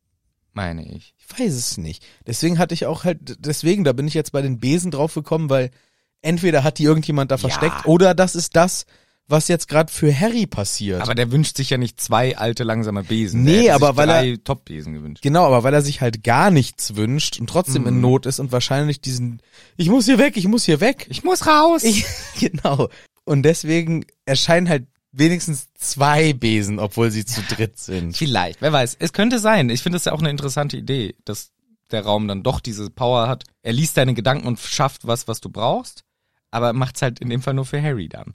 meine ich. Ich weiß es nicht. Deswegen hatte ich auch halt, da bin ich jetzt bei den Besen drauf gekommen, weil entweder hat die irgendjemand da versteckt oder das ist das, was jetzt gerade für Harry passiert. Aber der wünscht sich ja nicht 2 alte, langsame Besen. Nee, der hätte aber sich weil 3 Top-Besen gewünscht. Genau, aber weil er sich halt gar nichts wünscht und trotzdem in Not ist und wahrscheinlich diesen, ich muss hier weg. Ich muss raus! Genau. Und deswegen erscheinen halt wenigstens 2 Besen, obwohl sie zu dritt sind. Vielleicht, wer weiß. Es könnte sein. Ich finde das ja auch eine interessante Idee, dass der Raum dann doch diese Power hat. Er liest deine Gedanken und schafft was du brauchst, aber macht's halt in dem Fall nur für Harry dann.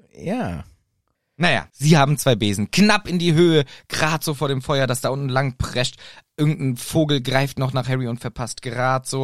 Ja. Naja, sie haben 2 Besen, knapp in die Höhe, grad so vor dem Feuer, das da unten lang prescht. Irgendein Vogel greift noch nach Harry und verpasst grad so.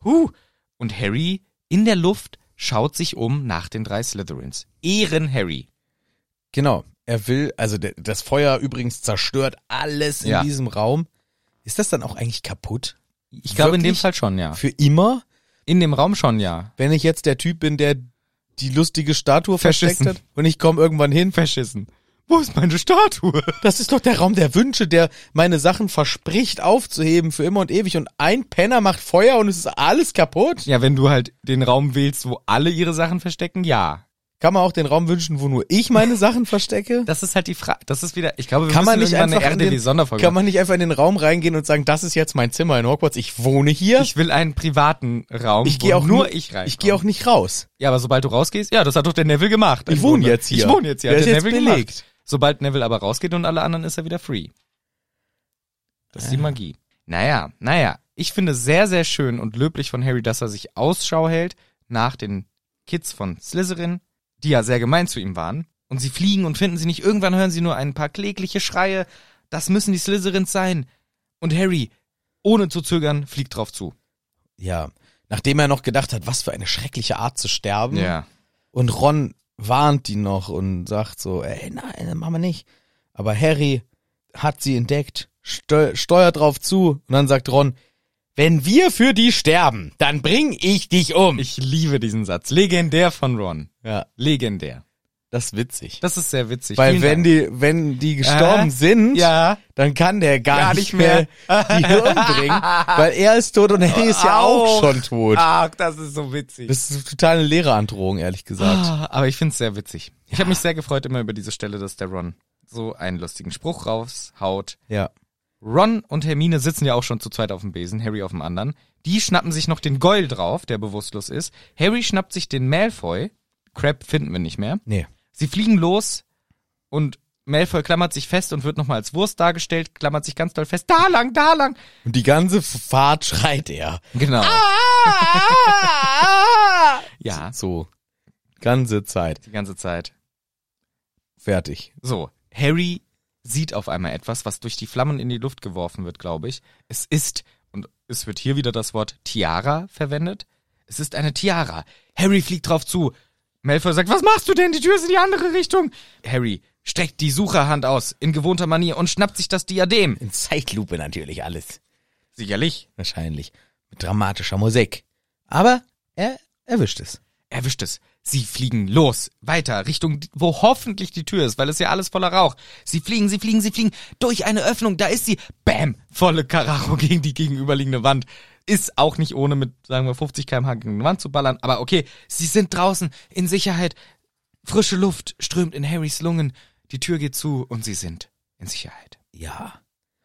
Und Harry in der Luft schaut sich um nach den 3 Slytherins. Ehren Harry. Genau. Er will, also das Feuer übrigens zerstört alles in Ja. diesem Raum. Ist das dann auch eigentlich kaputt? Ich glaube in dem Wirklich? Fall schon, ja. Für immer? In dem Raum schon, ja. Wenn ich jetzt der Typ bin, der die lustige Statue versteckt Verschissen. hat und ich komme irgendwann hin, Verschissen. Wo ist meine Statue? das ist doch der Raum der Wünsche, der meine Sachen verspricht aufzuheben für immer und ewig und ein Penner macht Feuer und es ist alles kaputt? Ja, wenn du halt den Raum wählst, wo alle ihre Sachen verstecken, ja. Kann man auch den Raum wünschen, wo nur ich meine Sachen verstecke? Das ist halt die Frage. Das ist wieder, ich glaube, wir Kann man müssen nicht irgendwann einfach eine RDW-Sonderfolge kann man nicht einfach in den Raum reingehen und sagen, das ist jetzt mein Zimmer in Hogwarts, ich wohne hier? Ich will einen privaten Raum, Ich gehe auch nur ich rein. Ich gehe auch nicht raus. Ja, aber sobald du rausgehst, ja, das hat doch der Neville gemacht. Ich wohne jetzt hier. Ich wohne jetzt hier. Der Hat ist der jetzt Neville belegt. gemacht. Sobald Neville aber rausgeht und alle anderen, ist er wieder free. Das ist die Magie. Naja. Ich finde sehr, sehr schön und löblich von Harry, dass er sich Ausschau hält nach den Kids von Slytherin, die ja sehr gemein zu ihm waren. Und sie fliegen und finden sie nicht. Irgendwann hören sie nur ein paar klägliche Schreie. Das müssen die Slytherins sein. Und Harry, ohne zu zögern, fliegt drauf zu. Ja, nachdem er noch gedacht hat, was für eine schreckliche Art zu sterben. Ja. Und Ron warnt ihn noch und sagt so, ey, nein, das machen wir nicht. Aber Harry hat sie entdeckt, steuert drauf zu und dann sagt Ron, wenn wir für die sterben, dann bring ich dich um. Ich liebe diesen Satz. Legendär von Ron. Ja, Legendär. das ist witzig. Das ist sehr witzig. Weil Vielen Dank. wenn die gestorben sind, Ja. dann kann der gar Gar nicht nicht mehr mehr. die umbringen, weil er ist tot und Harry ist ja auch schon tot. Ach, das ist so witzig. Das ist total eine leere Androhung, ehrlich gesagt. Aber ich find's sehr witzig. Ich habe mich sehr gefreut immer über diese Stelle, dass der Ron so einen lustigen Spruch raushaut. Ja. Ron und Hermine sitzen ja auch schon zu zweit auf dem Besen, Harry auf dem anderen. Die schnappen sich noch den Goyle drauf, der bewusstlos ist. Harry schnappt sich den Malfoy. Crab finden wir nicht mehr. Nee. Sie fliegen los und Malfoy klammert sich fest und wird nochmal als Wurst dargestellt, klammert sich ganz doll fest. Da lang, da lang. Und die ganze Fahrt schreit er. Genau. Ja, So. Ganze Zeit. die ganze Zeit. Fertig. So, Harry sieht auf einmal etwas, was durch die Flammen in die Luft geworfen wird, glaube ich. Es ist, und es wird hier wieder das Wort Tiara verwendet, Es ist eine Tiara. Harry fliegt drauf zu. Malfoy sagt, was machst du denn? Die Tür ist in die andere Richtung. Harry streckt die Sucherhand aus in gewohnter Manier und schnappt sich das Diadem. In Zeitlupe natürlich alles. Sicherlich. Wahrscheinlich. Mit dramatischer Musik. Aber er erwischt es. Erwischt es. Sie fliegen los, weiter, Richtung, wo hoffentlich die Tür ist, weil es ja alles voller Rauch. Sie fliegen durch eine Öffnung, da ist sie. Bam! Volle Karacho gegen die gegenüberliegende Wand. Ist auch nicht ohne mit, sagen wir, 50 km/h gegen die Wand zu ballern. Aber okay, sie sind draußen, in Sicherheit. Frische Luft strömt in Harrys Lungen. Die Tür geht zu und sie sind in Sicherheit. Ja.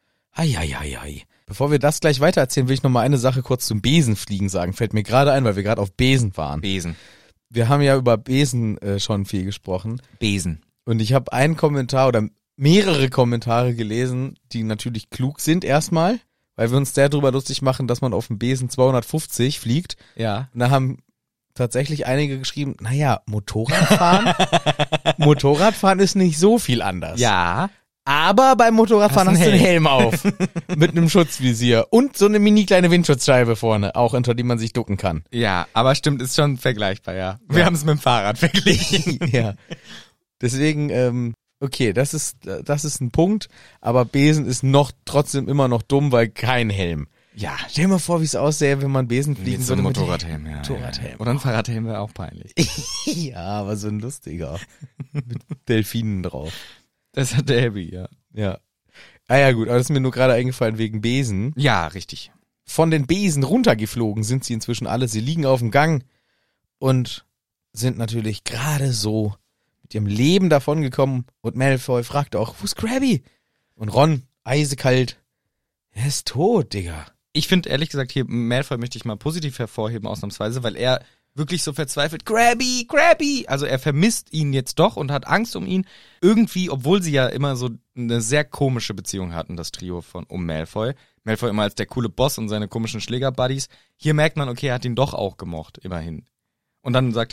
Ei. Bevor wir das gleich weitererzählen, will ich noch mal eine Sache kurz zum Besenfliegen sagen. Fällt mir gerade ein, weil wir gerade auf Besen waren. Besen. Wir haben ja über Besen schon viel gesprochen. Besen. Und ich habe einen Kommentar oder mehrere Kommentare gelesen, die natürlich klug sind erstmal, weil wir uns sehr darüber lustig machen, dass man auf dem Besen 250 fliegt. Ja. Und da haben tatsächlich einige geschrieben, naja, Motorradfahren ist nicht so viel anders. Ja. Aber beim Motorradfahren hast du einen Helm. Helm auf. Mit einem Schutzvisier. Und so eine mini kleine Windschutzscheibe vorne, auch hinter die man sich ducken kann. Ja, aber stimmt, ist schon vergleichbar, ja. Wir haben es mit dem Fahrrad verglichen. Ja. Deswegen, okay, das ist ein Punkt. Aber Besen ist trotzdem immer noch dumm, weil kein Helm. Ja. Stell dir mal vor, wie es aussähe, wenn man Besen fliegen Mit so würde. einem Motorradhelm, ja. Motorradhelm. Oder ein Fahrradhelm wäre auch peinlich. Ja, aber so ein lustiger. Mit Delfinen drauf. Das hat der Harry, ja. Ja. Ah ja, gut, aber das ist mir nur gerade eingefallen wegen Besen. Ja, richtig. Von den Besen runtergeflogen sind sie inzwischen alle. Sie liegen auf dem Gang und sind natürlich gerade so mit ihrem Leben davongekommen. Und Malfoy fragt auch, wo ist Crabby? Und Ron, eisekalt, er ist tot, Digga. Ich finde, ehrlich gesagt, hier Malfoy möchte ich mal positiv hervorheben, ausnahmsweise, weil er wirklich so verzweifelt, Crabby! Also er vermisst ihn jetzt doch und hat Angst um ihn. Irgendwie, obwohl sie ja immer so eine sehr komische Beziehung hatten, das Trio um Malfoy. Malfoy immer als der coole Boss und seine komischen Schläger-Buddies. Hier merkt man, okay, er hat ihn doch auch gemocht, immerhin. Und dann sagt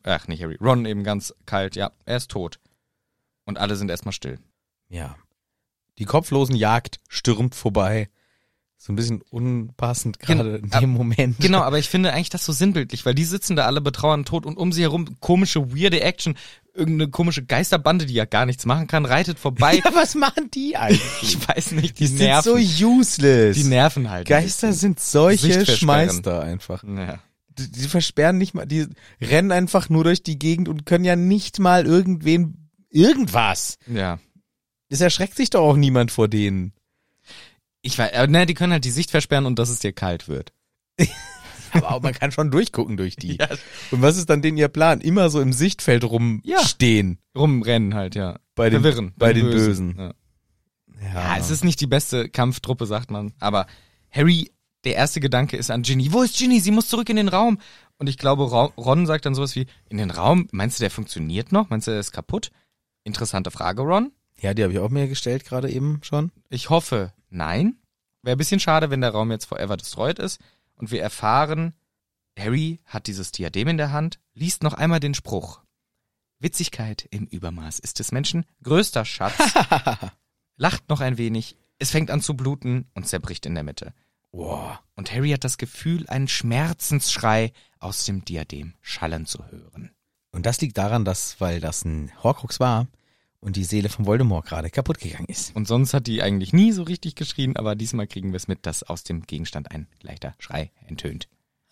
Ron eben ganz kalt, ja, er ist tot. Und alle sind erstmal still. Ja. Die Kopflosenjagd stürmt vorbei. So ein bisschen unpassend gerade in dem Moment. Genau, aber ich finde eigentlich das so sinnbildlich, weil die sitzen da alle betrauernd tot und um sie herum komische, weirde Action, irgendeine komische Geisterbande, die ja gar nichts machen kann, reitet vorbei. Ja, was machen die eigentlich? Ich weiß nicht, Die sind so useless. Die nerven halt. Geister sind solche Sichtversperren. Schmeister einfach. Ja. Die versperren nicht mal, die rennen einfach nur durch die Gegend und können ja nicht mal irgendwas. Ja. Es erschreckt sich doch auch niemand vor denen. Ich weiß, die können halt die Sicht versperren und dass es dir kalt wird. Aber auch man kann schon durchgucken durch die. Ja. Und was ist dann denn ihr Plan? Immer so im Sichtfeld rumstehen. Rumrennen halt, ja. Bei den Bösen. Ja. Ja, es ist nicht die beste Kampftruppe, sagt man. Aber Harry, der erste Gedanke ist an Ginny. Wo ist Ginny? Sie muss zurück in den Raum. Und ich glaube, Ron sagt dann sowas wie, in den Raum? Meinst du, der funktioniert noch? Meinst du, der ist kaputt? Interessante Frage, Ron. Ja, die habe ich auch mir gestellt gerade eben schon. Ich hoffe, nein. Wäre ein bisschen schade, wenn der Raum jetzt forever destroyed ist. Und wir erfahren, Harry hat dieses Diadem in der Hand, liest noch einmal den Spruch. Witzigkeit im Übermaß ist des Menschen größter Schatz. Lacht noch ein wenig, es fängt an zu bluten und zerbricht in der Mitte. Wow. Und Harry hat das Gefühl, einen Schmerzensschrei aus dem Diadem schallen zu hören. Und das liegt daran, weil das ein Horcrux war und die Seele von Voldemort gerade kaputt gegangen ist. Und sonst hat die eigentlich nie so richtig geschrien, aber diesmal kriegen wir es mit, dass aus dem Gegenstand ein leichter Schrei entönt.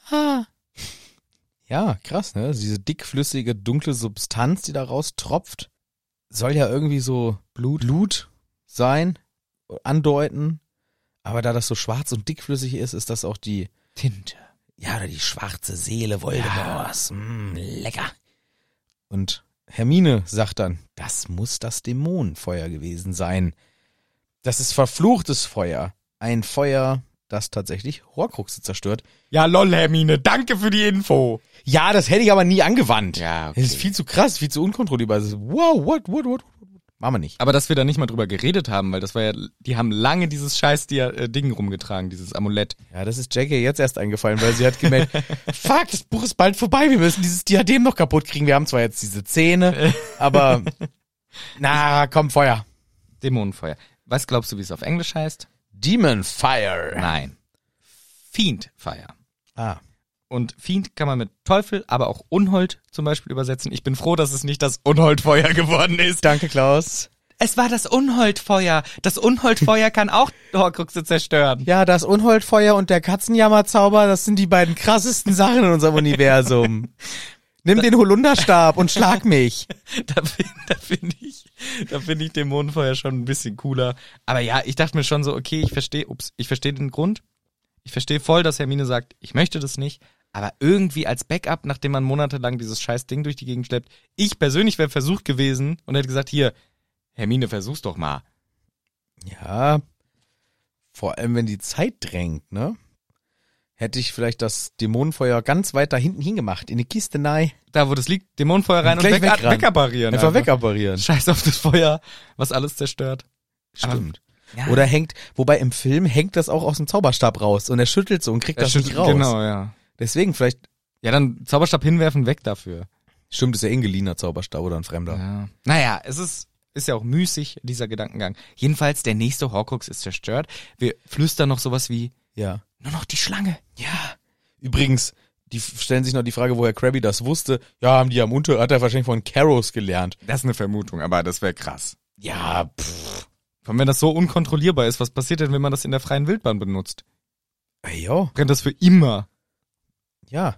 Ja, krass, ne? Diese dickflüssige, dunkle Substanz, die da raustropft, soll ja irgendwie so Blut sein, andeuten. Aber da das so schwarz und dickflüssig ist, ist das auch die Tinte. Ja, oder die schwarze Seele Voldemorts. Lecker. Und Hermine sagt dann, das muss das Dämonenfeuer gewesen sein. Das ist verfluchtes Feuer. Ein Feuer, das tatsächlich Horcruxe zerstört. Ja, lol, Hermine, danke für die Info. Ja, das hätte ich aber nie angewandt. Ja, okay. Das ist viel zu krass, viel zu unkontrollierbar. Das ist, wow, what? Machen wir nicht. Aber dass wir da nicht mal drüber geredet haben, weil das war ja, die haben lange dieses scheiß Ding rumgetragen, dieses Amulett. Ja, das ist Jackie jetzt erst eingefallen, weil sie hat gemerkt, fuck, das Buch ist bald vorbei, wir müssen dieses Diadem noch kaputt kriegen. Wir haben zwar jetzt diese Zähne, aber na, komm, Feuer. Dämonenfeuer. Was glaubst du, wie es auf Englisch heißt? Demon Fire. Nein. Fiend Fire. Ah. Und Fiend kann man mit Teufel, aber auch Unhold zum Beispiel übersetzen. Ich bin froh, dass es nicht das Unholdfeuer geworden ist. Danke, Klaus. Es war das Unholdfeuer. Das Unholdfeuer kann auch Horcruxe zerstören. Ja, das Unholdfeuer und der Katzenjammerzauber, das sind die beiden krassesten Sachen in unserem Universum. Nimm den Holunderstab und schlag mich. Da finde ich Dämonenfeuer schon ein bisschen cooler. Aber ja, ich dachte mir schon so, okay, ich verstehe den Grund. Ich verstehe voll, dass Hermine sagt, ich möchte das nicht. Aber irgendwie als Backup, nachdem man monatelang dieses scheiß Ding durch die Gegend schleppt, ich persönlich wäre versucht gewesen und hätte gesagt, hier, Hermine, versuch's doch mal. Ja, vor allem wenn die Zeit drängt, ne? Hätte ich vielleicht das Dämonenfeuer ganz weit da hinten hingemacht, in die Kiste nein. Da, wo das liegt, Dämonenfeuer rein und Gleich wegrennen. wegapparieren. Einfach wegapparieren. Scheiß auf das Feuer, was alles zerstört. Stimmt. Ja. Oder wobei im Film hängt das auch aus dem Zauberstab raus und er schüttelt so und kriegt das nicht raus. Genau, ja. Deswegen vielleicht, Ja, dann Zauberstab hinwerfen, weg dafür. stimmt, ist ja ein geliehener Zauberstab oder ein fremder. Ja. Naja, es ist ja auch müßig, dieser Gedankengang. Jedenfalls, der nächste Horcrux ist zerstört. Wir flüstern noch sowas wie, Ja. nur noch die Schlange. Ja. Übrigens, die stellen sich noch die Frage, woher Crabbe das wusste. Ja, hat er wahrscheinlich von Carrows gelernt. Das ist eine Vermutung, aber das wäre krass. Ja, Und wenn das so unkontrollierbar ist, was passiert denn, wenn man das in der freien Wildbahn benutzt? ja. Brennt das für immer? Ja.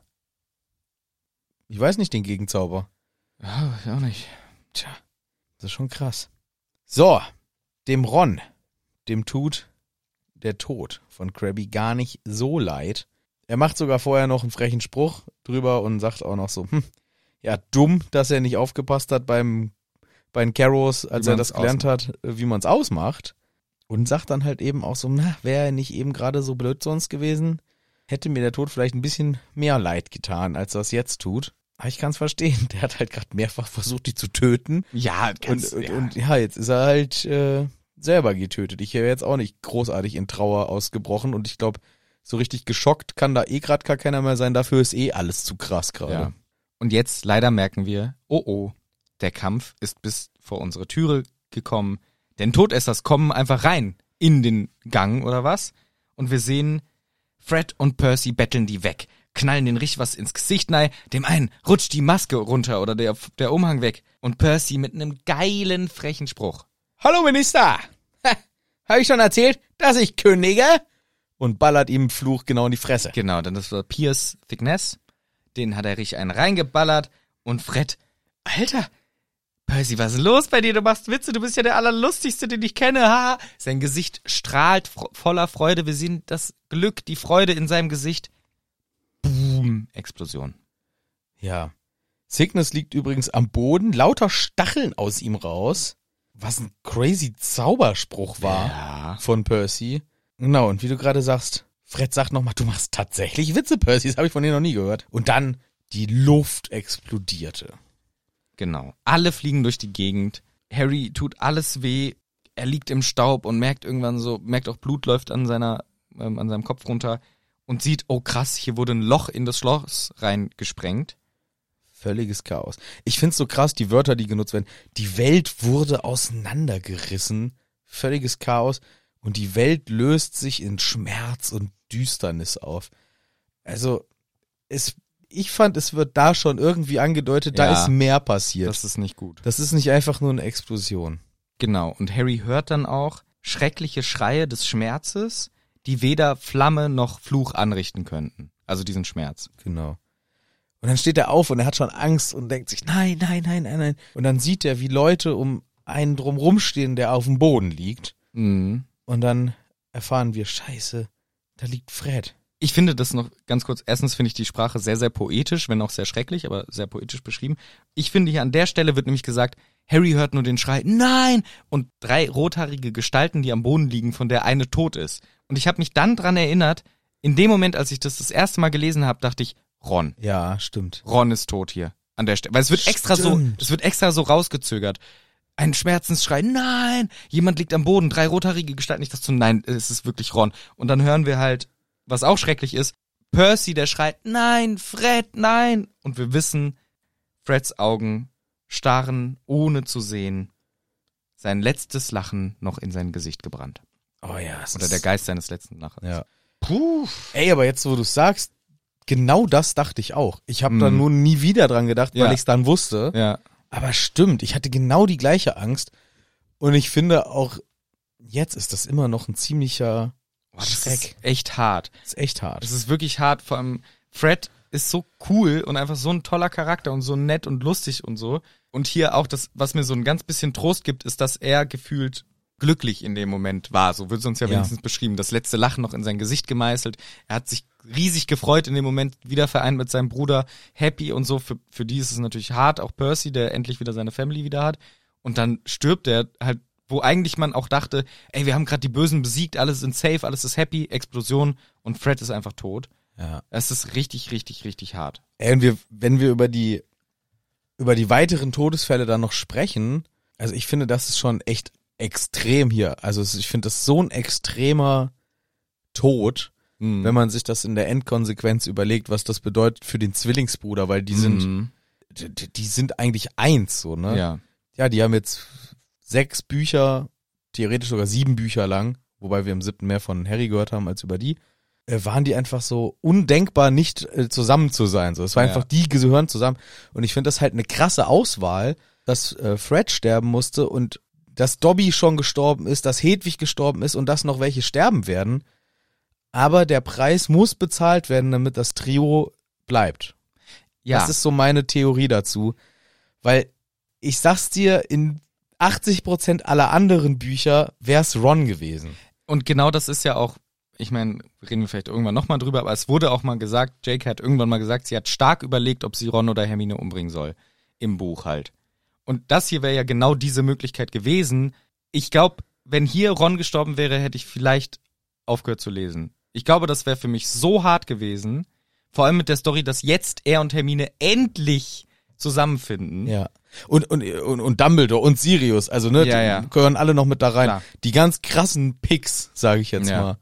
Ich weiß nicht den Gegenzauber. Ja, ich auch nicht. Tja, das ist schon krass. So, dem Ron, dem tut der Tod von Crabbe gar nicht so leid. Er macht sogar vorher noch einen frechen Spruch drüber und sagt auch noch so, ja, dumm, dass er nicht aufgepasst hat bei den Carrows, als er das gelernt hat, wie man es ausmacht. Und sagt dann halt eben auch so, wäre er nicht eben gerade so blöd sonst gewesen, hätte mir der Tod vielleicht ein bisschen mehr leid getan, als er es jetzt tut. Aber ich kann es verstehen, der hat halt gerade mehrfach versucht, die zu töten. Ja, Und jetzt ist er halt selber getötet. Ich wäre jetzt auch nicht großartig in Trauer ausgebrochen und ich glaube, so richtig geschockt kann da gerade gar keiner mehr sein. Dafür ist alles zu krass gerade. Ja. Und jetzt leider merken wir, oh, der Kampf ist bis vor unsere Türe gekommen. Denn Todessers kommen einfach rein in den Gang oder was. Und wir sehen, Fred und Percy betteln die weg, knallen den richtig was ins Gesicht rein. Dem einen rutscht die Maske runter oder der Umhang weg. Und Percy mit einem geilen, frechen Spruch. Hallo Minister! Hab ich schon erzählt, dass ich kündige? Und ballert ihm Fluch genau in die Fresse. Genau, dann das war Piers Thickness. Den hat er richtig einen reingeballert. Und Fred, Alter, Percy, was ist los bei dir? Du machst Witze, du bist ja der Allerlustigste, den ich kenne. Ha! Sein Gesicht strahlt voller Freude. Wir sehen das Glück, die Freude in seinem Gesicht. Boom, Explosion. Ja. Cygnus liegt übrigens am Boden, lauter Stacheln aus ihm raus. Was ein crazy Zauberspruch war von Percy. Genau, und wie du gerade sagst, Fred sagt nochmal, du machst tatsächlich Witze, Percy, das habe ich von dir noch nie gehört. Und dann die Luft explodierte. Genau. Alle fliegen durch die Gegend. Harry tut alles weh. Er liegt im Staub und merkt auch Blut läuft an seinem Kopf runter und sieht, oh krass, hier wurde ein Loch in das Schloss reingesprengt. Völliges Chaos. Ich find's so krass, die Wörter, die genutzt werden. Die Welt wurde auseinandergerissen. Völliges Chaos. Und die Welt löst sich in Schmerz und Düsternis auf. Also, ich fand, es wird da schon irgendwie angedeutet, da ist mehr passiert. Das ist nicht gut. Das ist nicht einfach nur eine Explosion. Genau. Und Harry hört dann auch schreckliche Schreie des Schmerzes, die weder Flamme noch Fluch anrichten könnten. Also diesen Schmerz. Genau. Und dann steht er auf und er hat schon Angst und denkt sich, nein. Und dann sieht er, wie Leute um einen drumrum stehen, der auf dem Boden liegt. Mhm. Und dann erfahren wir, scheiße, da liegt Fred. Ich finde das noch ganz kurz, erstens finde ich die Sprache sehr, sehr poetisch, wenn auch sehr schrecklich, aber sehr poetisch beschrieben. Ich finde hier an der Stelle wird nämlich gesagt, Harry hört nur den Schrei, nein! Und 3 rothaarige Gestalten, die am Boden liegen, von der eine tot ist. Und ich habe mich dann dran erinnert, in dem Moment, als ich das erste Mal gelesen habe, dachte ich, Ron. Ja, stimmt. Ron ist tot hier an der Stelle. Weil es wird extra so rausgezögert. Ein Schmerzensschrei, nein! Jemand liegt am Boden, 3 rothaarige Gestalten. Ich dachte so, nein, es ist wirklich Ron. Und dann hören wir halt, was auch schrecklich ist, Percy, der schreit, nein, Fred, nein! Und wir wissen, Freds Augen starren, ohne zu sehen, sein letztes Lachen noch in sein Gesicht gebrannt. Oh ja. Oder der Geist seines letzten Lachens. Ja. Puh. Ey, aber jetzt, wo du sagst, genau das dachte ich auch. Ich habe da nur nie wieder dran gedacht, weil Ja. ich es dann wusste. Ja. Aber stimmt, ich hatte genau die gleiche Angst. Und ich finde auch, jetzt ist das immer noch ein ziemlicher Das Schreck. ist echt hart. Das ist echt hart. Das ist wirklich hart. Vor allem Fred ist so cool und einfach so ein toller Charakter und so nett und lustig und so. Und hier auch das, was mir so ein ganz bisschen Trost gibt, ist, dass er gefühlt glücklich in dem Moment war. So wird es uns ja wenigstens beschrieben. Das letzte Lachen noch in sein Gesicht gemeißelt. Er hat sich riesig gefreut in dem Moment, wieder vereint mit seinem Bruder, happy und so. Für die ist es natürlich hart. Auch Percy, der endlich wieder seine Family wieder hat. Und dann stirbt er halt, wo eigentlich man auch dachte, ey, wir haben gerade die Bösen besiegt, alles sind safe, alles ist happy, Explosion und Fred ist einfach tot. Ja. Es ist richtig, richtig, richtig hart. Ey, und wenn wir über die weiteren Todesfälle dann noch sprechen, also ich finde, das ist schon echt extrem hier. Also ich finde das so ein extremer Tod, wenn man sich das in der Endkonsequenz überlegt, was das bedeutet für den Zwillingsbruder, weil die sind eigentlich eins, so, ne? Ja. Ja, die haben jetzt 6 Bücher, theoretisch sogar 7 Bücher lang, wobei wir im 7. mehr von Harry gehört haben als über die, waren die einfach so undenkbar nicht zusammen zu sein. So, es war einfach, die gehören zusammen. Und ich finde das halt eine krasse Auswahl, dass Fred sterben musste und dass Dobby schon gestorben ist, dass Hedwig gestorben ist und dass noch welche sterben werden. Aber der Preis muss bezahlt werden, damit das Trio bleibt. Ja. Das ist so meine Theorie dazu. Weil ich sag's dir, in 80% aller anderen Bücher wär's Ron gewesen. Und genau das ist ja auch, ich meine, reden wir vielleicht irgendwann nochmal drüber, aber es wurde auch mal gesagt, J.K. hat irgendwann mal gesagt, sie hat stark überlegt, ob sie Ron oder Hermine umbringen soll. Im Buch halt. Und das hier wäre ja genau diese Möglichkeit gewesen. Ich glaube, wenn hier Ron gestorben wäre, hätte ich vielleicht aufgehört zu lesen. Ich glaube, das wäre für mich so hart gewesen. Vor allem mit der Story, dass jetzt er und Hermine endlich zusammenfinden. Ja. Und Dumbledore und Sirius, also ne, Ja. die gehören alle noch mit da rein. Klar. Die ganz krassen Picks, sage ich jetzt mal.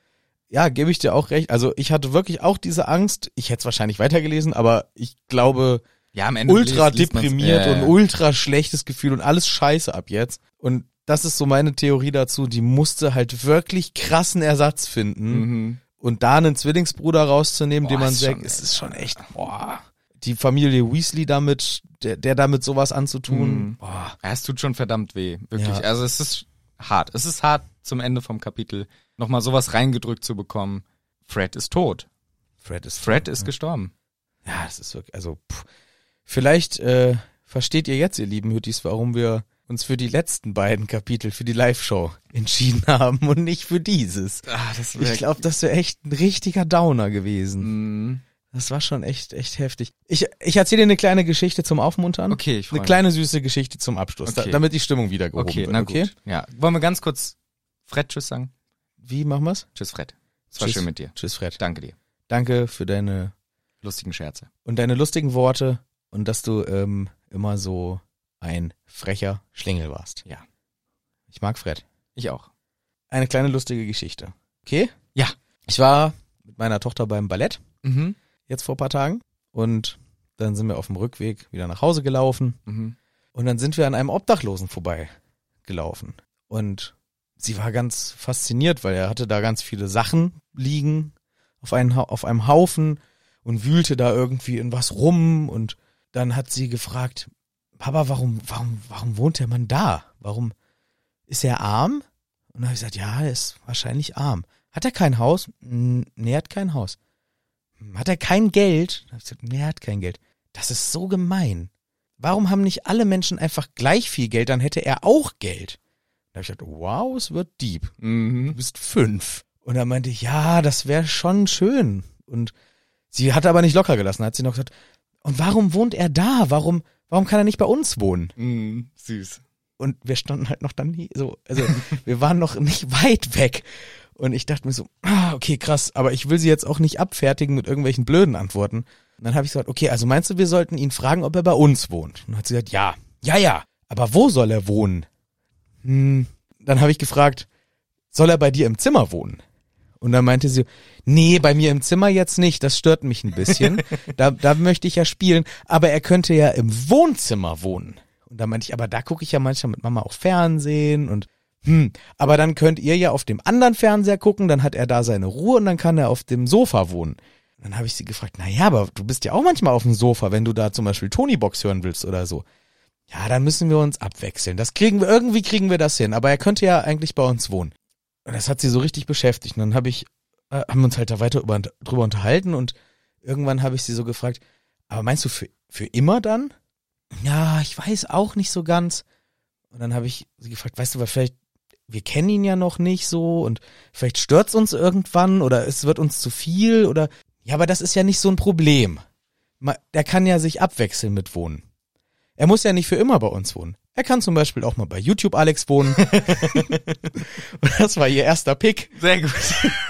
Ja, gebe ich dir auch recht. Also ich hatte wirklich auch diese Angst. Ich hätte es wahrscheinlich weitergelesen, aber ich glaube, Ja, am Ende ultra liest man's. deprimiert Ja. und ultra schlechtes Gefühl und alles scheiße ab jetzt. Und das ist so meine Theorie dazu. Die musste halt wirklich krassen Ersatz finden. Und da einen Zwillingsbruder rauszunehmen, den man ist sagt, schon es ist schon echt, boah. Die Familie Weasley damit, der damit sowas anzutun, boah. Ja, es tut schon verdammt weh, wirklich. Ja. Also es ist hart. Es ist hart, zum Ende vom Kapitel nochmal sowas reingedrückt zu bekommen. Fred ist tot. Fred ist gestorben. Ja, das ist wirklich, also vielleicht versteht ihr jetzt, ihr lieben Hüttis, warum wir uns für die letzten beiden Kapitel, für die Live-Show entschieden haben und nicht für dieses. Ich glaube, das wäre echt ein richtiger Downer gewesen. Das war schon echt heftig. Ich erzähle dir eine kleine Geschichte zum Aufmuntern. Okay, ich freu Eine mich. kleine süße Geschichte zum Abschluss, Okay. damit die Stimmung wieder gehoben Okay, wird. na Okay? gut. Ja. Wollen wir ganz kurz Fred Tschüss sagen? Wie machen wir's? Tschüss, Fred. Es war Tschüss. schön mit dir. Tschüss, Fred. Danke dir. Danke für deine Lustigen Scherze. lustigen Worte und dass du immer so ein frecher Schlingel warst. Ja. Ich mag Fred. Ich auch. Eine kleine lustige Geschichte. Okay? Ja. Ich war mit meiner Tochter beim Ballett, Mhm. jetzt vor ein paar Tagen. Und dann sind wir auf dem Rückweg wieder nach Hause gelaufen. Mhm. Und dann sind wir an einem Obdachlosen vorbeigelaufen. Und sie war ganz fasziniert, weil er hatte da ganz viele Sachen liegen auf einem Haufen und wühlte da irgendwie in was rum. Und dann hat sie gefragt, Papa, warum wohnt der Mann da? Warum ist er arm? Und dann habe ich gesagt, ja, er ist wahrscheinlich arm. Hat er kein Haus? Nee, er hat kein Haus. Hat er kein Geld? Dann habe ich gesagt, nee, er hat kein Geld. Das ist so gemein. Warum haben nicht alle Menschen einfach gleich viel Geld? Dann hätte er auch Geld. Da habe ich gesagt, wow, es wird deep. Du bist 5. Und dann meinte ich, ja, das wäre schon schön. Und sie hat aber nicht locker gelassen. Hat sie noch gesagt, und warum wohnt er da? Warum kann er nicht bei uns wohnen? Süß. Und wir standen halt noch dann hier so, also wir waren noch nicht weit weg. Und ich dachte mir so, okay, krass, aber ich will sie jetzt auch nicht abfertigen mit irgendwelchen blöden Antworten. Und dann habe ich gesagt, okay, also meinst du, wir sollten ihn fragen, ob er bei uns wohnt? Und dann hat sie gesagt, ja, aber wo soll er wohnen? Dann habe ich gefragt, soll er bei dir im Zimmer wohnen? Und dann meinte sie, nee, bei mir im Zimmer jetzt nicht, das stört mich ein bisschen. Da möchte ich ja spielen, aber er könnte ja im Wohnzimmer wohnen. Und da meinte ich, aber da gucke ich ja manchmal mit Mama auch Fernsehen und aber dann könnt ihr ja auf dem anderen Fernseher gucken, dann hat er da seine Ruhe und dann kann er auf dem Sofa wohnen. Dann habe ich sie gefragt, naja, aber du bist ja auch manchmal auf dem Sofa, wenn du da zum Beispiel Tony-Box hören willst oder so. Ja, dann müssen wir uns abwechseln. Irgendwie kriegen wir das hin, aber er könnte ja eigentlich bei uns wohnen. Und das hat sie so richtig beschäftigt. Und dann haben wir uns halt da weiter drüber unterhalten und irgendwann habe ich sie so gefragt, aber meinst du für immer dann? Ja, ich weiß auch nicht so ganz. Und dann habe ich sie gefragt, weißt du, weil vielleicht, wir kennen ihn ja noch nicht so und vielleicht stört's uns irgendwann oder es wird uns zu viel oder, ja, aber das ist ja nicht so ein Problem. Der kann ja sich abwechseln mit Wohnen. Er muss ja nicht für immer bei uns wohnen. Er kann zum Beispiel auch mal bei YouTube Alex wohnen. Und das war ihr erster Pick. Sehr gut.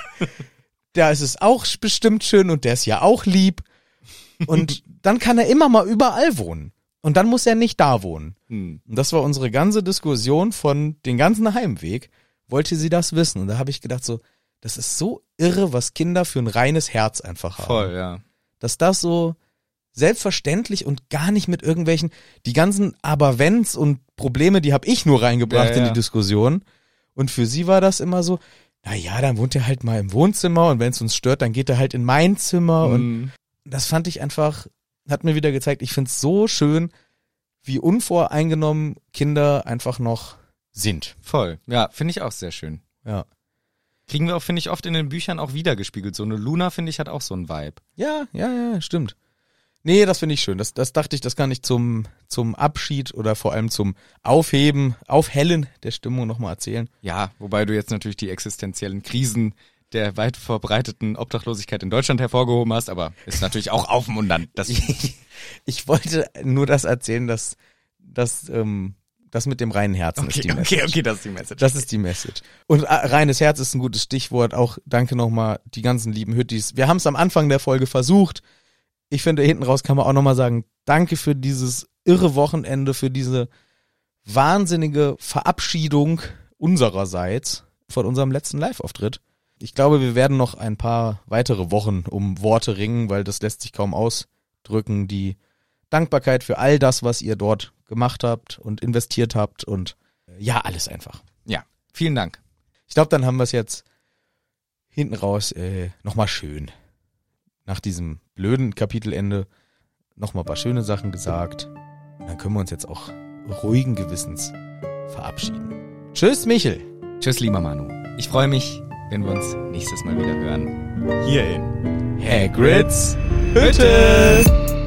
Da ist es auch bestimmt schön und der ist ja auch lieb. Und dann kann er immer mal überall wohnen. Und dann muss er nicht da wohnen. Und das war unsere ganze Diskussion von den ganzen Heimweg. Wollte sie das wissen? Und da habe ich gedacht so, das ist so irre, was Kinder für ein reines Herz einfach haben. Voll, ja. Dass das so selbstverständlich und gar nicht mit irgendwelchen, die ganzen Aber-Wenns und Probleme, die habe ich nur reingebracht in die Diskussion. Und für sie war das immer so, naja, dann wohnt er halt mal im Wohnzimmer und wenn es uns stört, dann geht er halt in mein Zimmer. Und das fand ich einfach, hat mir wieder gezeigt, ich find's so schön, wie unvoreingenommen Kinder einfach noch sind. Voll, ja, finde ich auch sehr schön. Ja. Kriegen wir auch, finde ich, oft in den Büchern auch wiedergespiegelt. So eine Luna, finde ich, hat auch so einen Vibe. Ja, stimmt. Nee, das finde ich schön. Das dachte ich, das kann ich zum Abschied oder vor allem zum Aufhellen der Stimmung nochmal erzählen. Ja, wobei du jetzt natürlich die existenziellen Krisen der weit verbreiteten Obdachlosigkeit in Deutschland hervorgehoben hast, aber ist natürlich auch aufmunternd. Ich wollte nur das erzählen, dass das mit dem reinen Herzen ist die Message. Okay, das ist die Message. Das ist die Message. Und reines Herz ist ein gutes Stichwort. Auch danke nochmal die ganzen lieben Hüttis. Wir haben es am Anfang der Folge versucht. Ich finde, hinten raus kann man auch nochmal sagen, danke für dieses irre Wochenende, für diese wahnsinnige Verabschiedung unsererseits von unserem letzten Live-Auftritt. Ich glaube, wir werden noch ein paar weitere Wochen um Worte ringen, weil das lässt sich kaum ausdrücken. Die Dankbarkeit für all das, was ihr dort gemacht habt und investiert habt und ja, alles einfach. Ja, vielen Dank. Ich glaube, dann haben wir es jetzt hinten raus nochmal schön. Nach diesem blöden Kapitelende nochmal ein paar schöne Sachen gesagt. Und dann können wir uns jetzt auch ruhigen Gewissens verabschieden. Tschüss, Michel. Tschüss, lieber Manu. Ich freue mich, wenn wir uns nächstes Mal wieder hören. Hier in Hagrids Hütte.